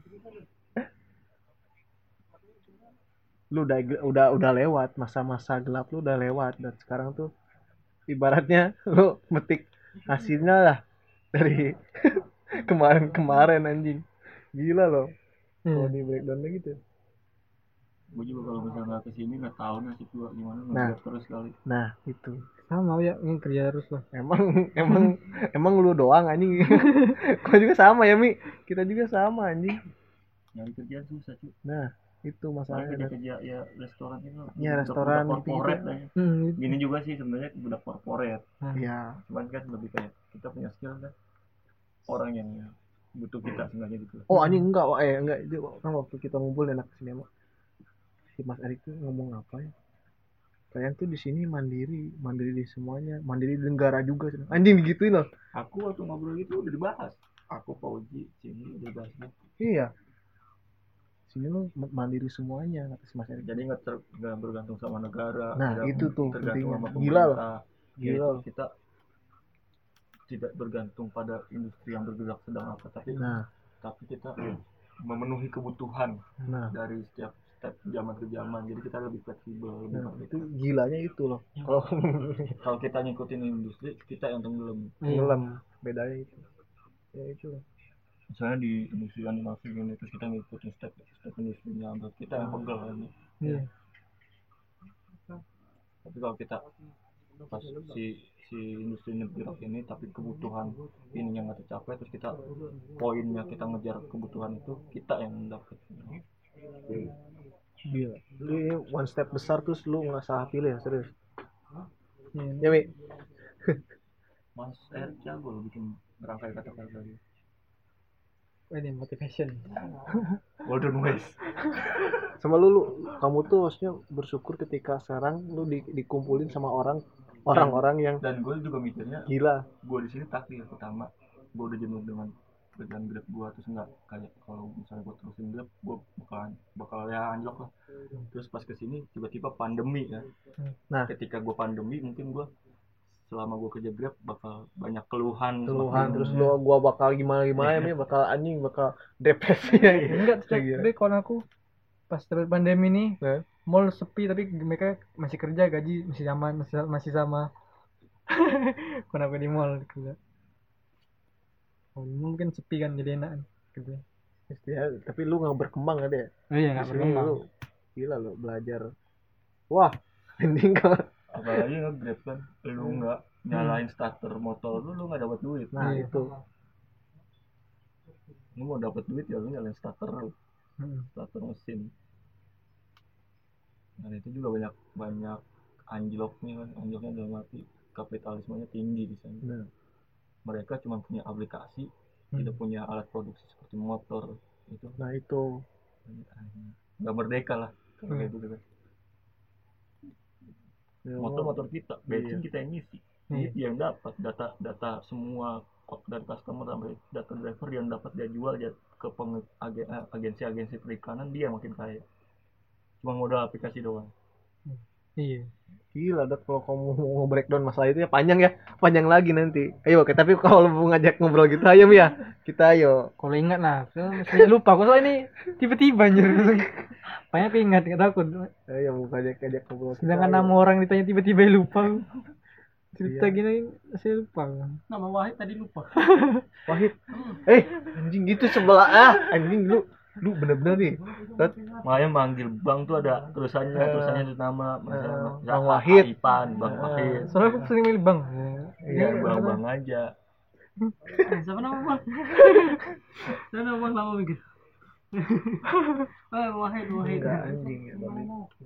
Speaker 1: lu udah udah udah lewat masa-masa gelap, lu udah lewat dan sekarang tuh ibaratnya lu metik hasilnya lah dari kemarin-kemarin anjing. Gila loh. Kalau
Speaker 3: Hmm.
Speaker 1: di breakdown gitu.
Speaker 2: gue juga kalau misalnya nggak kesini nggak tahu nasib gue gimana,
Speaker 1: Nah.
Speaker 2: nggak terus kali.
Speaker 1: Nah, itu.
Speaker 3: Sama ya, ini kerja terus lah.
Speaker 1: Emang emang emang lu doang anjing. Gua juga sama ya, Mi. Kita juga sama anjing.
Speaker 2: Nyari kerjaan susah cuy.
Speaker 1: Nah, Itu
Speaker 2: Soalnya
Speaker 1: masalahnya.
Speaker 2: kerja-kerja ya restoran itu
Speaker 1: Ya,
Speaker 2: budak-
Speaker 1: restoran
Speaker 2: budak
Speaker 1: gitu-gitu.
Speaker 2: corporate lah ya.
Speaker 3: Hmm,
Speaker 2: Gini juga sih sebenarnya budak corporate,
Speaker 1: Iya.
Speaker 2: cuman kan lebih kayak kita punya skill kan orang yang ya, butuh kita sebenarnya gitu.
Speaker 1: Oh anjing enggak, oh, eh enggak itu kan waktu kita ngumpul enak sini sama si Mas Erik tuh ngomong apa ya? Kalian tuh di sini mandiri, mandiri di semuanya, mandiri di negara juga. Anjing digituin loh.
Speaker 2: Aku waktu ngobrol itu udah dibahas, aku Fauji sini udah dibahas gitu.
Speaker 1: Iya. Sini lu mandiri semuanya kata si Mas Erik.
Speaker 2: Jadi nggak ter- nggak bergantung sama negara,
Speaker 1: Nah,
Speaker 2: nggak
Speaker 1: itu tuh
Speaker 2: tergantung
Speaker 1: pentingnya.
Speaker 2: sama
Speaker 1: Gila loh.
Speaker 2: pemerintah.
Speaker 1: Gila
Speaker 2: Yaitu
Speaker 1: loh.
Speaker 2: kita tidak bergantung pada industri yang bergerak sedang apa, tapi
Speaker 1: Nah,
Speaker 2: tapi kita memenuhi kebutuhan
Speaker 1: nah,
Speaker 2: dari setiap step zaman ke zaman. Jadi kita lebih fleksibel, lebih
Speaker 1: nah
Speaker 2: merdeka.
Speaker 1: itu gilanya itu loh. Kalau
Speaker 2: Kalau kita ngikutin industri, kita yang tenggelam.
Speaker 1: ngelam bedanya itu. Ya itu loh.
Speaker 2: Misalnya di industri animasi gini, terus kita ngikutin step step industrinya, menurut kita yang pegel kan.
Speaker 3: Iya.
Speaker 2: Tapi kalau kita pas si si industri bergerak ini, tapi kebutuhan ini yang nggak tercapai, terus kita poinnya kita ngejar kebutuhan itu, kita yang dapat.
Speaker 1: Gila. Lu ini one step besar terus lu nggak salah pilih ya serius.
Speaker 3: Iya.
Speaker 1: Ya Mi.
Speaker 2: Mas R jago lo bikin rangkai kata-kata gitu.
Speaker 3: Ini motivation.
Speaker 2: Golden Ways.
Speaker 1: Sama lu, lu kamu tuh harusnya bersyukur ketika sekarang lu di, dikumpulin sama orang orang-orang yang
Speaker 2: Dan gue juga mikirnya,
Speaker 1: gila.
Speaker 2: gue di sini takdir pertama, gue udah jenuh dengan kerjaan grab gue, terus nggak kayak kalau misalnya gue terusin grab, gue bakalan bakal ya anjlok lah. Terus pas kesini tiba-tiba pandemi kan.
Speaker 1: Nah,
Speaker 2: Ketika gue pandemi, mungkin gue selama gue kerja grab bakal banyak keluhan,
Speaker 1: keluhan
Speaker 2: semakin-
Speaker 1: terus lu gua bakal gimana gimana ya Mi, bakal anjing bakal depresi ya.
Speaker 3: Enggak,
Speaker 1: Kayak gila.
Speaker 3: tapi kalau aku pas terus pandemi nih,
Speaker 1: Nah.
Speaker 3: mall sepi tapi mereka masih kerja, gaji masih sama, masih masih sama. Kenapa di mall kerja? Oh, mungkin sepi kan jadi enak kerja.
Speaker 1: Ya, tapi lu nggak berkembang ada ya.
Speaker 3: Oh iya,
Speaker 1: Di
Speaker 3: nggak
Speaker 1: sini
Speaker 3: berkembang.
Speaker 1: lu gila lu belajar. Wah, ending kalau
Speaker 2: apalagi nge-grab kan, lu nggak nyalain starter motor lu, lu nggak dapat duit.
Speaker 1: nah
Speaker 3: Iya.
Speaker 1: itu.
Speaker 2: Lu mau dapat duit ya lu nyalain starter lu,
Speaker 3: Hmm.
Speaker 2: starter mesin. Dan itu juga banyak banyak anjloknya kan, anjloknya dalam arti kapitalismenya tinggi di sana.
Speaker 1: Nah,
Speaker 2: Mereka cuma punya aplikasi,
Speaker 3: Hmm.
Speaker 2: tidak punya alat produksi seperti motor. Itu
Speaker 1: nah itu.
Speaker 2: nggak merdeka lah kalau
Speaker 3: Hmm.
Speaker 2: kayak gitu kan.
Speaker 1: Ya,
Speaker 2: Motor motor kita, bensin
Speaker 1: Iya.
Speaker 2: kita yang ngisi,
Speaker 3: Iya.
Speaker 2: duit dia yang dapat, data data semua kok dari customer sampai data driver dia yang dapat, dia jual dia ke penge- agen- eh, agensi-agensi perikanan, dia makin kaya. Cuma modal aplikasi doang.
Speaker 3: Iya.
Speaker 1: Gila Dok, kalau kamu mau breakdown masalah itu ya panjang ya, panjang lagi nanti. Ayo, oke, tapi kalau mau ngajak ngobrol gitu ayo Mi ya. Kita ayo.
Speaker 3: Kalau ingat lah, saya lupa. Kok soalnya ini tiba-tiba anjir. Banyak ingat, nggak takut.
Speaker 1: Ayo mau ngajak ngajak ngobrol. kita,
Speaker 3: Sedangkan
Speaker 1: ayo.
Speaker 3: nama orang ditanya tiba-tiba lupa. Cerita
Speaker 1: Iya.
Speaker 3: gini saya lupa.
Speaker 4: Nama Wahid tadi lupa.
Speaker 1: Wahid. Eh, anjing gitu sebelah ah, anjing lu lu bener-bener nih. Tet,
Speaker 2: Makanya manggil bang tuh ada tulisannya,
Speaker 1: Eh,
Speaker 2: tulisannya itu nama, misalnya
Speaker 1: eh, Bang Wahid.
Speaker 2: Ipan, Bang
Speaker 1: Eh,
Speaker 2: Wahid.
Speaker 3: Soalnya aku sering milih bang.
Speaker 1: Iya,
Speaker 2: Ya, bang bang aja.
Speaker 4: Eh, siapa nama bang? Siapa nama bang lama mikir. Eh, Wahid, Wahid.
Speaker 1: enggak anjing ya, tapi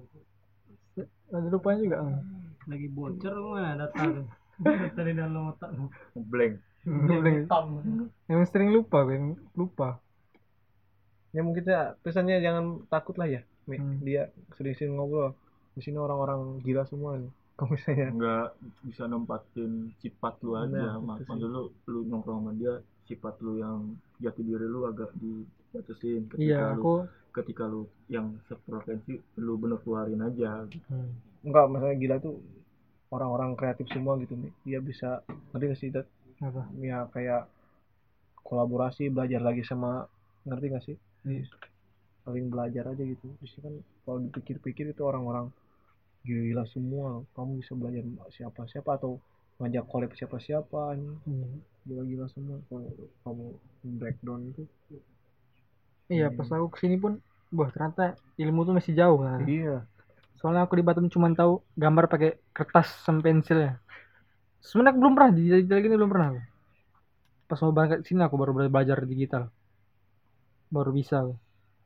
Speaker 3: Ada lupanya juga.
Speaker 4: Lagi bocor mana data tuh. Data di dalam otak.
Speaker 2: Blank.
Speaker 3: Hitam. Yang sering lupa, Ben. Lupa.
Speaker 1: ya mungkin ya pesannya jangan takut lah ya. Mi.
Speaker 3: Hmm.
Speaker 1: Dia sering-sering ngobrol. Di sini orang-orang gila semua nih. Kalau misalnya
Speaker 2: Nggak bisa nempatin sifat lu aja.
Speaker 1: Nah,
Speaker 2: Mak-
Speaker 1: itu sih.
Speaker 2: Maksud lu, lu nongkrong sama dia, sifat lu yang jati diri lu agak dibatasin. Ketika
Speaker 3: Iya,
Speaker 2: lu
Speaker 3: aku
Speaker 2: ketika lu yang seprofesi, lu bener keluarin aja.
Speaker 3: hmm.
Speaker 1: enggak masalah gila tuh orang-orang kreatif semua gitu nih. Dia bisa ngerti nggak sih Tet?
Speaker 3: apa?
Speaker 1: Ya kayak kolaborasi belajar lagi sama ngerti nggak sih? Jadi saling belajar aja gitu. Terus kan kalau dipikir-pikir itu orang-orang gila semua. Kamu bisa belajar siapa-siapa atau ngajak collab siapa-siapa nih.
Speaker 3: Hmm.
Speaker 1: Gila-gila semua. Kalau kamu breakdown itu.
Speaker 3: Iya, pas aku kesini pun, wah ternyata ilmu tuh masih jauh kan.
Speaker 1: Iya.
Speaker 3: Soalnya aku di Batam cuma tahu gambar pakai kertas sama pensil ya. Sebenarnya aku belum pernah di digital gini belum pernah. Pas mau berangkat sini aku baru belajar digital. Baru bisa.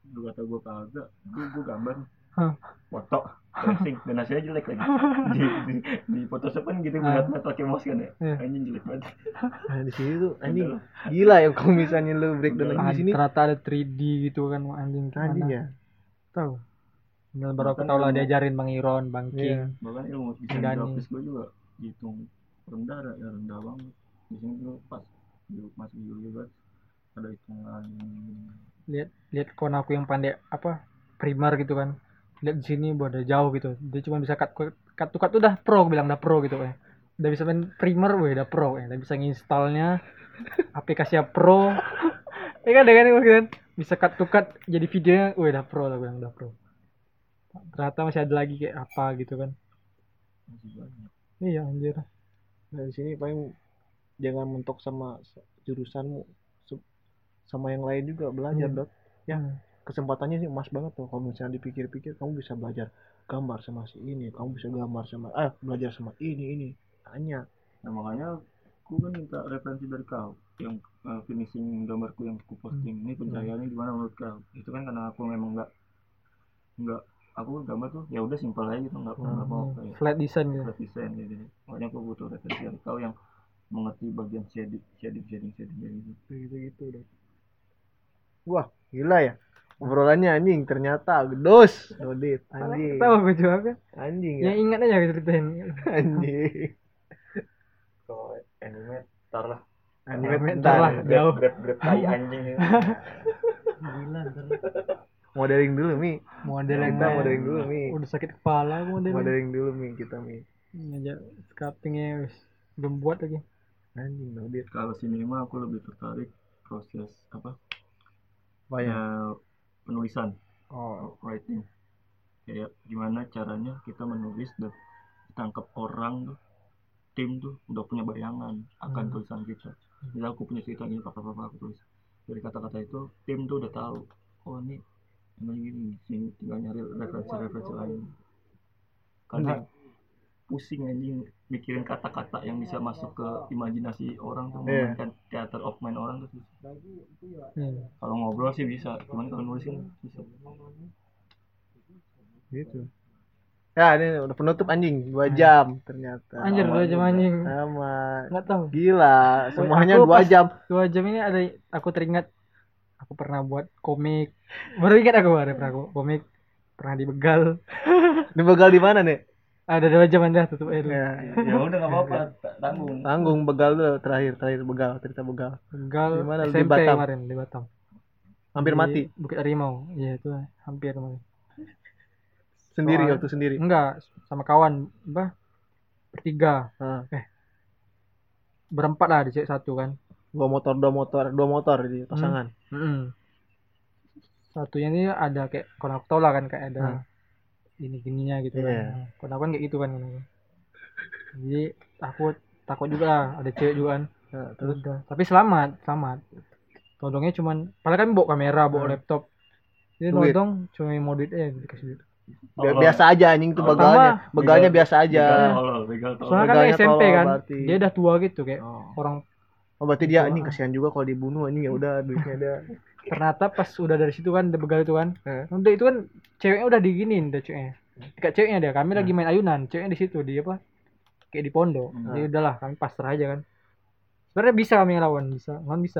Speaker 2: lu kata gue kagak, gue gue gambar
Speaker 3: Hah.
Speaker 2: foto tracing dan hasilnya jelek lagi di di, di Photoshop kan gitu
Speaker 3: Ah.
Speaker 2: buat pakai mouse kan ya,
Speaker 3: Iya.
Speaker 2: anjing jelek banget.
Speaker 1: Nah, di sini tuh anjing gila ya kalau misalnya lu breakdown lagi di
Speaker 3: Ah,
Speaker 1: sini.
Speaker 3: ternyata ada tiga D gitu kan anjing gimana.
Speaker 1: Anjing ya.
Speaker 3: Tahu. Nah, baru aku
Speaker 2: Bahkan
Speaker 3: tahu lah
Speaker 2: ilmu-
Speaker 3: diajarin Bang Iron, Bang
Speaker 1: Iya.
Speaker 3: King.
Speaker 2: bahkan ilmu desain
Speaker 3: Enggak nih.
Speaker 2: grafis gue juga hitung rendah ya, rendah banget di sini tuh pas di masuk juga ada hitungan.
Speaker 3: Lihat lihat kawan aku yang pandai apa primer gitu kan. Lihat di sini udah jauh gitu. Dia cuma bisa cut cut to cut tuh udah pro, bilang udah pro gitu kayak. Udah bisa main primer, weh udah pro ya. Udah bisa nginstalnya aplikasinya pro. Ya kan, ya kan, kan bisa cut to cut jadi videonya, weh udah pro lah, bilang udah pro. Ternyata masih ada lagi kayak apa gitu kan.
Speaker 2: Masih banyak.
Speaker 3: Iya anjir.
Speaker 1: Nah, di sini paling jangan mentok sama jurusanmu, se- sama yang lain juga belajar,
Speaker 3: Hmm.
Speaker 1: Dok. Ya, kesempatannya sih emas banget tuh kalau misalnya dipikir-pikir, kamu bisa belajar gambar sama si ini, kamu bisa gambar sama ah belajar sama ini ini tanya.
Speaker 2: Nah makanya aku kan minta referensi dari kau yang uh, finishing gambarku yang aku posting ini pencahayaannya gimana menurut kau. Itu kan karena aku memang nggak nggak aku gambar tuh ya udah simpel aja gitu, nggak nggak mau kayak
Speaker 3: Flat design gitu.
Speaker 2: flat design gitu. Makanya aku butuh referensi dari kau yang mengerti bagian shading shading shading shading kayak gitu.
Speaker 1: Gitu gitu deh. Wah gila ya obrolannya anjing, ternyata gedos dodit anjing
Speaker 3: Tahu gue jawabnya.
Speaker 1: anjing
Speaker 3: Yang
Speaker 1: ya
Speaker 3: ingat aja gitu ceritain.
Speaker 1: anjing
Speaker 2: Kalau anime tar lah
Speaker 1: anime
Speaker 3: Anime
Speaker 1: bentar
Speaker 3: lah,
Speaker 1: ya.
Speaker 3: jauh.
Speaker 2: grab grab tai anjing ya.
Speaker 4: Gila ntar.
Speaker 1: Modeling dulu Mi,
Speaker 3: Model yang
Speaker 1: kita modeling dulu Mi,
Speaker 3: udah sakit kepala model.
Speaker 1: modeling dulu Mi kita Mi
Speaker 3: Aja sculptingnya wis belum buat lagi.
Speaker 1: anjing dodit
Speaker 2: Kalau sinema aku lebih tertarik proses apa
Speaker 1: banyak
Speaker 2: ya, penulisan
Speaker 1: oh
Speaker 2: writing, kayak gimana caranya kita menulis dan tangkap orang tuh, tim tuh udah punya bayangan akan
Speaker 3: Hmm.
Speaker 2: tulisan kita. Jadi aku punya cerita gini, apa apa aku tulis dari kata-kata itu, tim tuh udah tahu oh ini emang gini, sini tinggal nyari referensi-referensi lain. Karena pusing anjing mikirin kata-kata yang bisa masuk ke imajinasi orang tuh,
Speaker 1: Iya.
Speaker 2: memainkan theater of mind orang tuh susah.
Speaker 3: Hmm.
Speaker 2: Kalau ngobrol sih bisa, cuman kalau nulis kan susah.
Speaker 1: gitu ya. Ini udah penutup anjing dua jam ternyata
Speaker 3: Anjir dua jam anjing.
Speaker 1: sama
Speaker 3: Enggak tahu.
Speaker 1: gila semuanya
Speaker 3: Aku
Speaker 1: dua
Speaker 3: pas
Speaker 1: jam
Speaker 3: Dua jam ini ada aku teringat aku pernah buat komik. Baru ingat aku ada pernah aku komik, pernah dibegal.
Speaker 1: dibegal di mana nih
Speaker 3: Ada dua jam anda tutup aja dulu.
Speaker 1: ya
Speaker 2: Ya udah nggak apa-apa, ta- tanggung.
Speaker 1: tanggung begal dulu terakhir terakhir begal cerita begal
Speaker 3: Begal
Speaker 1: Di mana? Di
Speaker 3: S M P
Speaker 1: Batam?
Speaker 3: kemarin di Batam.
Speaker 1: hampir
Speaker 3: Di
Speaker 1: mati
Speaker 3: Bukit Harimau. Iya itu hampir mati.
Speaker 1: sendiri
Speaker 3: Soal-
Speaker 1: waktu sendiri
Speaker 3: Enggak, sama kawan, apa? Bertiga,
Speaker 1: ah.
Speaker 3: berempat lah di cek satu kan.
Speaker 1: dua motor dua motor dua motor di pasangan
Speaker 3: Mm-mm. Satunya ini ada kayak kalau aku tau lah kan kayak ada
Speaker 1: Hmm.
Speaker 3: gini gininya gitu
Speaker 1: Iya.
Speaker 3: kan. Kalau aku kan kayak gitu kan. Jadi takut takut juga lah, ada cewek juga kan.
Speaker 1: nah,
Speaker 3: Terus
Speaker 1: terus
Speaker 3: udah. Tapi selamat, selamat. Todongnya cuman, padahal kan bawa kamera, bawa
Speaker 1: Hmm.
Speaker 3: laptop. Jadi
Speaker 1: Duit.
Speaker 3: nodong cuma mau duit aja dikasih duit.
Speaker 1: Bi-
Speaker 2: Tolol.
Speaker 1: biasa aja anjing tuh
Speaker 2: Oh,
Speaker 1: begalnya
Speaker 3: sama.
Speaker 1: begalnya
Speaker 2: Begal-
Speaker 1: biasa aja
Speaker 2: begal tolol, begal tolol.
Speaker 3: Soalnya kan
Speaker 1: Begalnya
Speaker 3: dia S M P
Speaker 1: tolol
Speaker 3: kan,
Speaker 1: berarti.
Speaker 3: dia udah tua gitu kayak
Speaker 1: oh.
Speaker 3: orang.
Speaker 1: oh berarti dia
Speaker 3: Gitu,
Speaker 1: anjing
Speaker 3: ah.
Speaker 1: kasihan juga kalau dibunuh anjing, ya udah duitnya ada
Speaker 3: Ternyata pas udah dari situ kan, dia begal itu kan.
Speaker 1: Eh.
Speaker 3: Udah itu kan ceweknya udah diginiin, udah ceweknya. Dekat ceweknya dia, kami
Speaker 1: Hmm.
Speaker 3: lagi main ayunan, ceweknya di situ, di apa? Kayak di pondok.
Speaker 2: Hmm.
Speaker 3: Jadi udahlah, kami pasrah aja kan. Sebenarnya bisa kami ngelawan, bisa, kan bisa.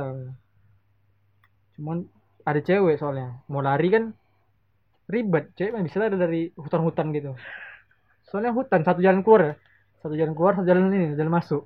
Speaker 3: Cuman ada cewek soalnya, mau lari kan ribet, cewek mah bisa lari dari hutan-hutan gitu. Soalnya hutan, satu jalan keluar ya, satu jalan keluar, satu jalan ini, jalan masuk.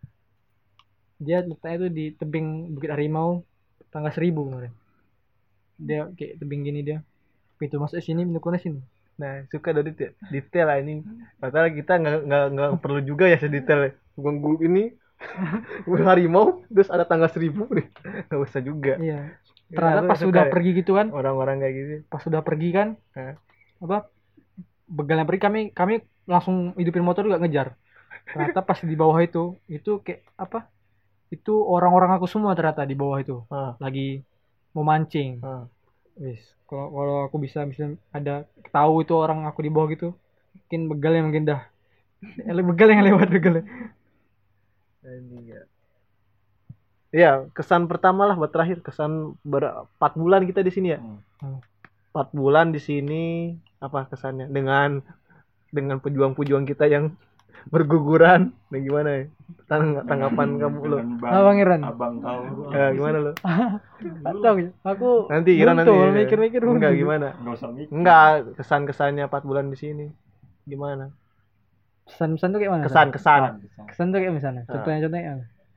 Speaker 3: Dia letaknya tuh di tebing Bukit Harimau, tangga seribu kemarin. Dia kayak tebing gini dia, pintu masuk sini, pintu keluar sini.
Speaker 1: nah suka dari detail, detail lah ini padahal kita nggak nggak nggak perlu juga ya sedetail ya. Bukan guru ini guru harimau terus ada tangga seribu deh nggak usah juga.
Speaker 3: Iya.
Speaker 1: Ya,
Speaker 3: Ternyata
Speaker 1: aku
Speaker 3: pas
Speaker 1: suka
Speaker 3: sudah
Speaker 1: ya,
Speaker 3: pergi gitu kan,
Speaker 1: orang-orang kayak gitu
Speaker 3: pas sudah pergi kan,
Speaker 1: Hah?
Speaker 3: apa begalnya pergi, kami kami langsung hidupin motor juga ngejar. Ternyata pas di bawah itu, itu kayak apa? Itu orang-orang aku semua ternyata di bawah itu
Speaker 1: ah,
Speaker 3: lagi mau mancing.
Speaker 1: ah.
Speaker 3: Wis, kalau kalau aku bisa bisa ada tahu itu orang aku di bawah gitu, mungkin begalnya mungkin dah. Eh, begal yang lewat begal.
Speaker 1: Anjing ya. Iya, kesan pertama lah buat terakhir, kesan berempat bulan kita di sini ya.
Speaker 2: Hmm.
Speaker 1: empat bulan di sini apa kesannya dengan dengan pejuang-pejuang kita yang berguguran, nah gimana ya? Tang- tanggapan kamu lo?
Speaker 2: Dengan
Speaker 3: Ah, Bang Iran.
Speaker 2: abang kau
Speaker 1: Ya, gimana lo?
Speaker 3: Atau aku
Speaker 1: Nanti kira nanti.
Speaker 3: buntu, mikir-mikir
Speaker 1: Enggak
Speaker 3: buntu.
Speaker 1: gimana?
Speaker 2: nggak usah mikir.
Speaker 1: Enggak, kesan-kesannya empat bulan di sini. Gimana?
Speaker 3: Pesan-pesan tuh kayak mana?
Speaker 1: Kesan-kesan.
Speaker 3: Kesan tuh kayak misalnya. Contohnya contohnya.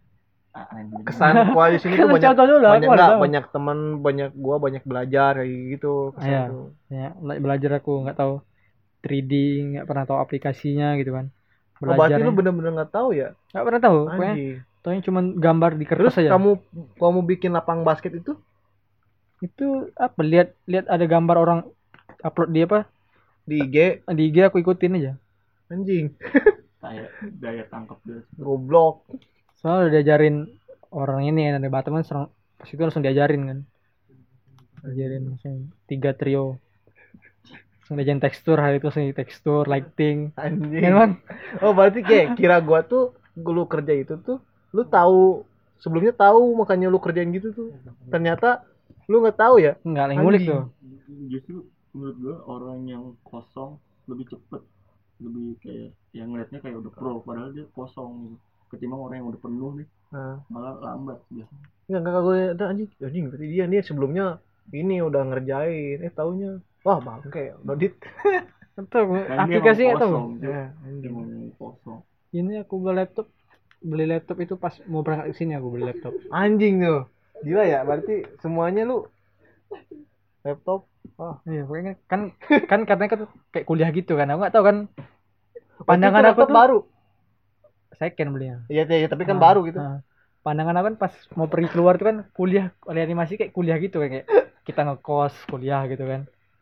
Speaker 1: Kesan gua di sini tuh
Speaker 3: Kan
Speaker 1: banyak
Speaker 3: contoh dulu, aku
Speaker 1: banyak
Speaker 3: mana
Speaker 1: enggak,
Speaker 3: tahu.
Speaker 1: banyak teman, banyak gua banyak belajar kayak gitu kesan
Speaker 3: Iya.
Speaker 1: tuh.
Speaker 3: Ya, belajar aku nggak tahu tiga D, nggak pernah tahu aplikasinya gitu kan.
Speaker 1: Oh, berarti lu
Speaker 3: Belajarnya
Speaker 1: bener-bener nggak tahu ya?
Speaker 3: nggak pernah tahu. Pokoknya
Speaker 1: Anjing.
Speaker 3: taunya cuma gambar di
Speaker 1: Terus
Speaker 3: kertas aja.
Speaker 1: kamu kamu bikin lapang basket itu
Speaker 3: Itu apa? Lihat lihat ada gambar orang upload di apa?
Speaker 1: di I G,
Speaker 3: Di I G aku ikutin aja.
Speaker 1: anjing.
Speaker 2: daya daya tangkap dia.
Speaker 1: Goblok.
Speaker 3: Soalnya udah diajarin orang ini yang dari Batam kan serang- pas itu langsung diajarin kan. Diajarin langsung tiga trio. Langsung diajarin tekstur, hari itu langsung di tekstur, lighting.
Speaker 1: Anjing.
Speaker 3: Kan bang?
Speaker 1: Oh, berarti kayak kira gua tuh gua lu kerja itu tuh lu tahu sebelumnya tahu makanya lu kerjain gitu tuh. Ternyata lu nggak tahu ya?
Speaker 3: Enggak, yang ngulik
Speaker 1: Anjing.
Speaker 3: tuh.
Speaker 2: Justru menurut gue orang yang kosong lebih cepet, lebih kayak yang ngeliatnya kayak udah pro padahal dia kosong gitu. Ketimbang orang yang udah penuh nih
Speaker 1: Nah,
Speaker 2: malah lambat biasanya.
Speaker 1: enggak enggak gue ada anjing. Anjing berarti dia nih sebelumnya ini udah ngerjain. Eh taunya wah bangke, Dodit.
Speaker 3: Itu
Speaker 2: Dan
Speaker 3: aplikasi
Speaker 2: dia
Speaker 3: nggak tahu.
Speaker 2: emang kosong, dia
Speaker 1: Ya, anjing.
Speaker 2: emang kosong.
Speaker 3: Ini aku beli laptop, beli laptop itu pas mau berangkat ke sini aku beli laptop.
Speaker 1: Anjing tuh. Gila ya, berarti semuanya lu laptop. Wah,
Speaker 3: Iya, pokoknya kan kan katanya kan kayak kuliah gitu kan. Aku nggak tahu kan
Speaker 1: pandangan
Speaker 3: pandangan aku
Speaker 1: laptop
Speaker 3: tuh
Speaker 1: baru.
Speaker 3: second belinya.
Speaker 1: Iya, iya, tapi kan
Speaker 3: Nah,
Speaker 1: baru gitu.
Speaker 3: nah. Pandangan aku kan pas mau pergi keluar tuh kan kuliah, kuliah animasi kayak kuliah gitu kan, kayak kita ngekos kuliah gitu kan.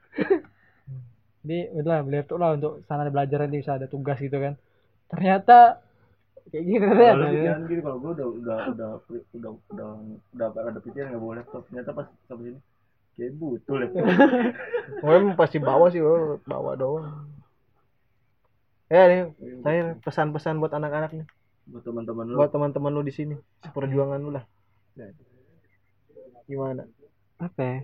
Speaker 3: Jadi udah beli laptop lah untuk sana belajar nanti bisa ada tugas gitu kan. Ternyata kayak gini
Speaker 2: Kalau
Speaker 3: ternyata.
Speaker 2: lu pikiran gitu, kalau gue udah udah udah udah udah udah udah ada pikiran nggak boleh laptop. Ternyata pas sampai sini kayak butuh laptop.
Speaker 1: Gue emang pasti bawa sih, gua bawa doang. Ya nih, saya pesan-pesan buat anak-anak nih,
Speaker 2: Buat teman-teman lu.
Speaker 1: buat teman-teman lu di sini, seperjuangan lu lah. Gimana?
Speaker 3: Apa ya?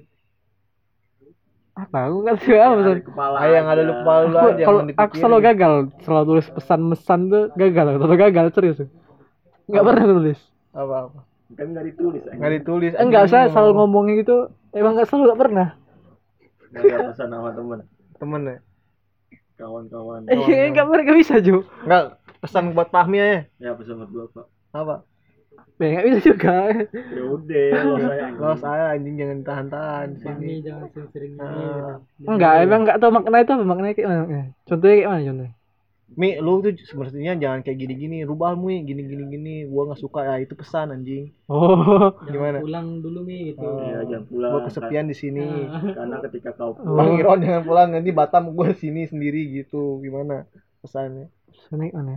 Speaker 3: Apa aku nggak tahu apa pesan.
Speaker 2: Kepala.
Speaker 1: Ah, yang ada lu kepala lu
Speaker 3: Aku,
Speaker 1: aja
Speaker 3: kalau
Speaker 1: jangan
Speaker 3: aku
Speaker 1: dipikirin.
Speaker 3: selalu gagal, selalu tulis pesan-pesan tuh gagal, atau gagal serius. Nggak pernah nulis.
Speaker 1: Apa-apa.
Speaker 2: Kan nggak ditulis. anjing.
Speaker 1: Nggak ditulis.
Speaker 3: Enggak,
Speaker 1: anjing.
Speaker 3: saya selalu ngomongin gitu. Emang nggak selalu nggak pernah.
Speaker 2: Nggak ada pesan sama teman,
Speaker 1: Temen ya.
Speaker 2: kawan-kawan.
Speaker 3: Eh, nggak pernah, nggak bisa Ju.
Speaker 1: Enggak, pesan buat Fahmi aja.
Speaker 2: Ya pesan buat gua pak.
Speaker 1: Apa?
Speaker 3: Eh, nggak bisa juga.
Speaker 2: Ya udah, lo saya.
Speaker 1: Lo saya anjing jangan tahan-tahan di sini.
Speaker 4: Ini jangan sering-sering ini.
Speaker 1: Ah.
Speaker 3: Enggak, emang nggak tahu makna itu apa, maknanya kayak mana. Contohnya kayak mana contohnya?
Speaker 1: Mi, lu tuh sebenarnya jangan kayak gini-gini, rubah Mi, gini-gini gini. Gua nggak suka ya, itu pesan anjing.
Speaker 3: Oh,
Speaker 4: Jangan
Speaker 1: Gimana?
Speaker 4: pulang dulu Mi gitu.
Speaker 1: Oh.
Speaker 2: Ya jangan pulang.
Speaker 1: Gua kesepian di sini.
Speaker 2: Karena ketika kau
Speaker 3: Oh.
Speaker 1: Bang Iron jangan pulang, nanti Batam gua sini sendiri gitu. Gimana pesannya?
Speaker 3: naik mana?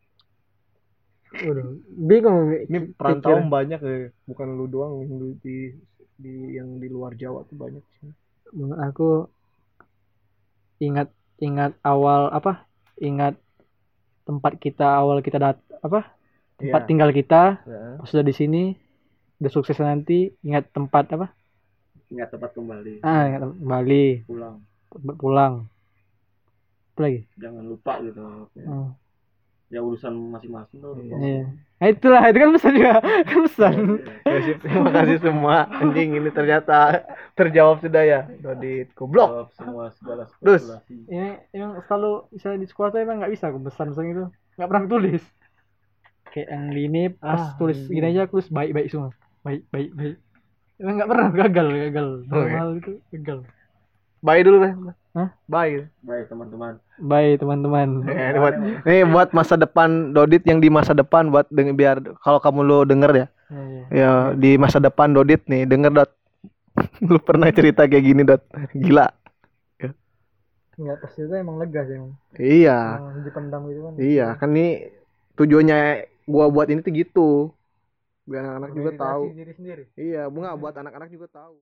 Speaker 3: Udah, bingung.
Speaker 1: Ini perantauan banyak ya, bukan lu doang yang di, di, di yang di luar Jawa tuh banyak sih.
Speaker 3: Menurut aku ingat ingat awal apa? Ingat tempat kita awal kita dat apa? Tempat
Speaker 1: Iya.
Speaker 3: tinggal kita.
Speaker 1: Ya.
Speaker 3: Pas sudah di sini, udah sukses nanti, ingat tempat apa?
Speaker 2: ingat tempat kembali,
Speaker 3: Ah, ingat tempat Bali,
Speaker 2: pulang.
Speaker 3: tempat pulang. Apa lagi?
Speaker 2: Jangan lupa gitu.
Speaker 3: Hmm.
Speaker 2: Ya urusan masing-masing tuh.
Speaker 3: Iya. Nah, itulah, itu kan pesan juga. Kan pesan.
Speaker 1: Ya, sip. Terima kasih semua. Anjing ini ternyata terjawab sudah ya. Dodit goblok.
Speaker 2: Jawab semua segala
Speaker 1: Dus.
Speaker 2: spekulasi.
Speaker 3: Ini emang selalu misalnya di sekolah tuh emang nggak bisa aku pesan-pesan itu. Nggak pernah aku tulis. Kayak yang di ini pas
Speaker 1: Ah,
Speaker 3: tulis
Speaker 1: anjing.
Speaker 3: gini aja aku tulis baik-baik semua. Baik, baik, baik. Emang nggak pernah gagal, gagal.
Speaker 1: Oh, iya.
Speaker 3: Hal itu gagal.
Speaker 1: Bye dulu deh.
Speaker 3: Hah?
Speaker 1: Bye.
Speaker 2: Baik teman-teman.
Speaker 3: Baik teman-teman.
Speaker 1: Eh, ini buat ini buat masa depan Dodit yang di masa depan buat denger, biar kalau kamu lo denger ya.
Speaker 3: Ya, ya.
Speaker 1: Ya di masa depan Dodit nih denger Dot. Lu pernah cerita kayak gini Dot. Gila.
Speaker 3: Nggak, pas itu emang lega sih emang.
Speaker 1: Iya.
Speaker 3: Emang dipendam gitu kan.
Speaker 1: Iya, kan ini tujuannya gua buat ini tuh gitu. Biar anak-anak juga tahu.
Speaker 3: Diri sendiri.
Speaker 1: Iya, bunga buat anak-anak juga tahu.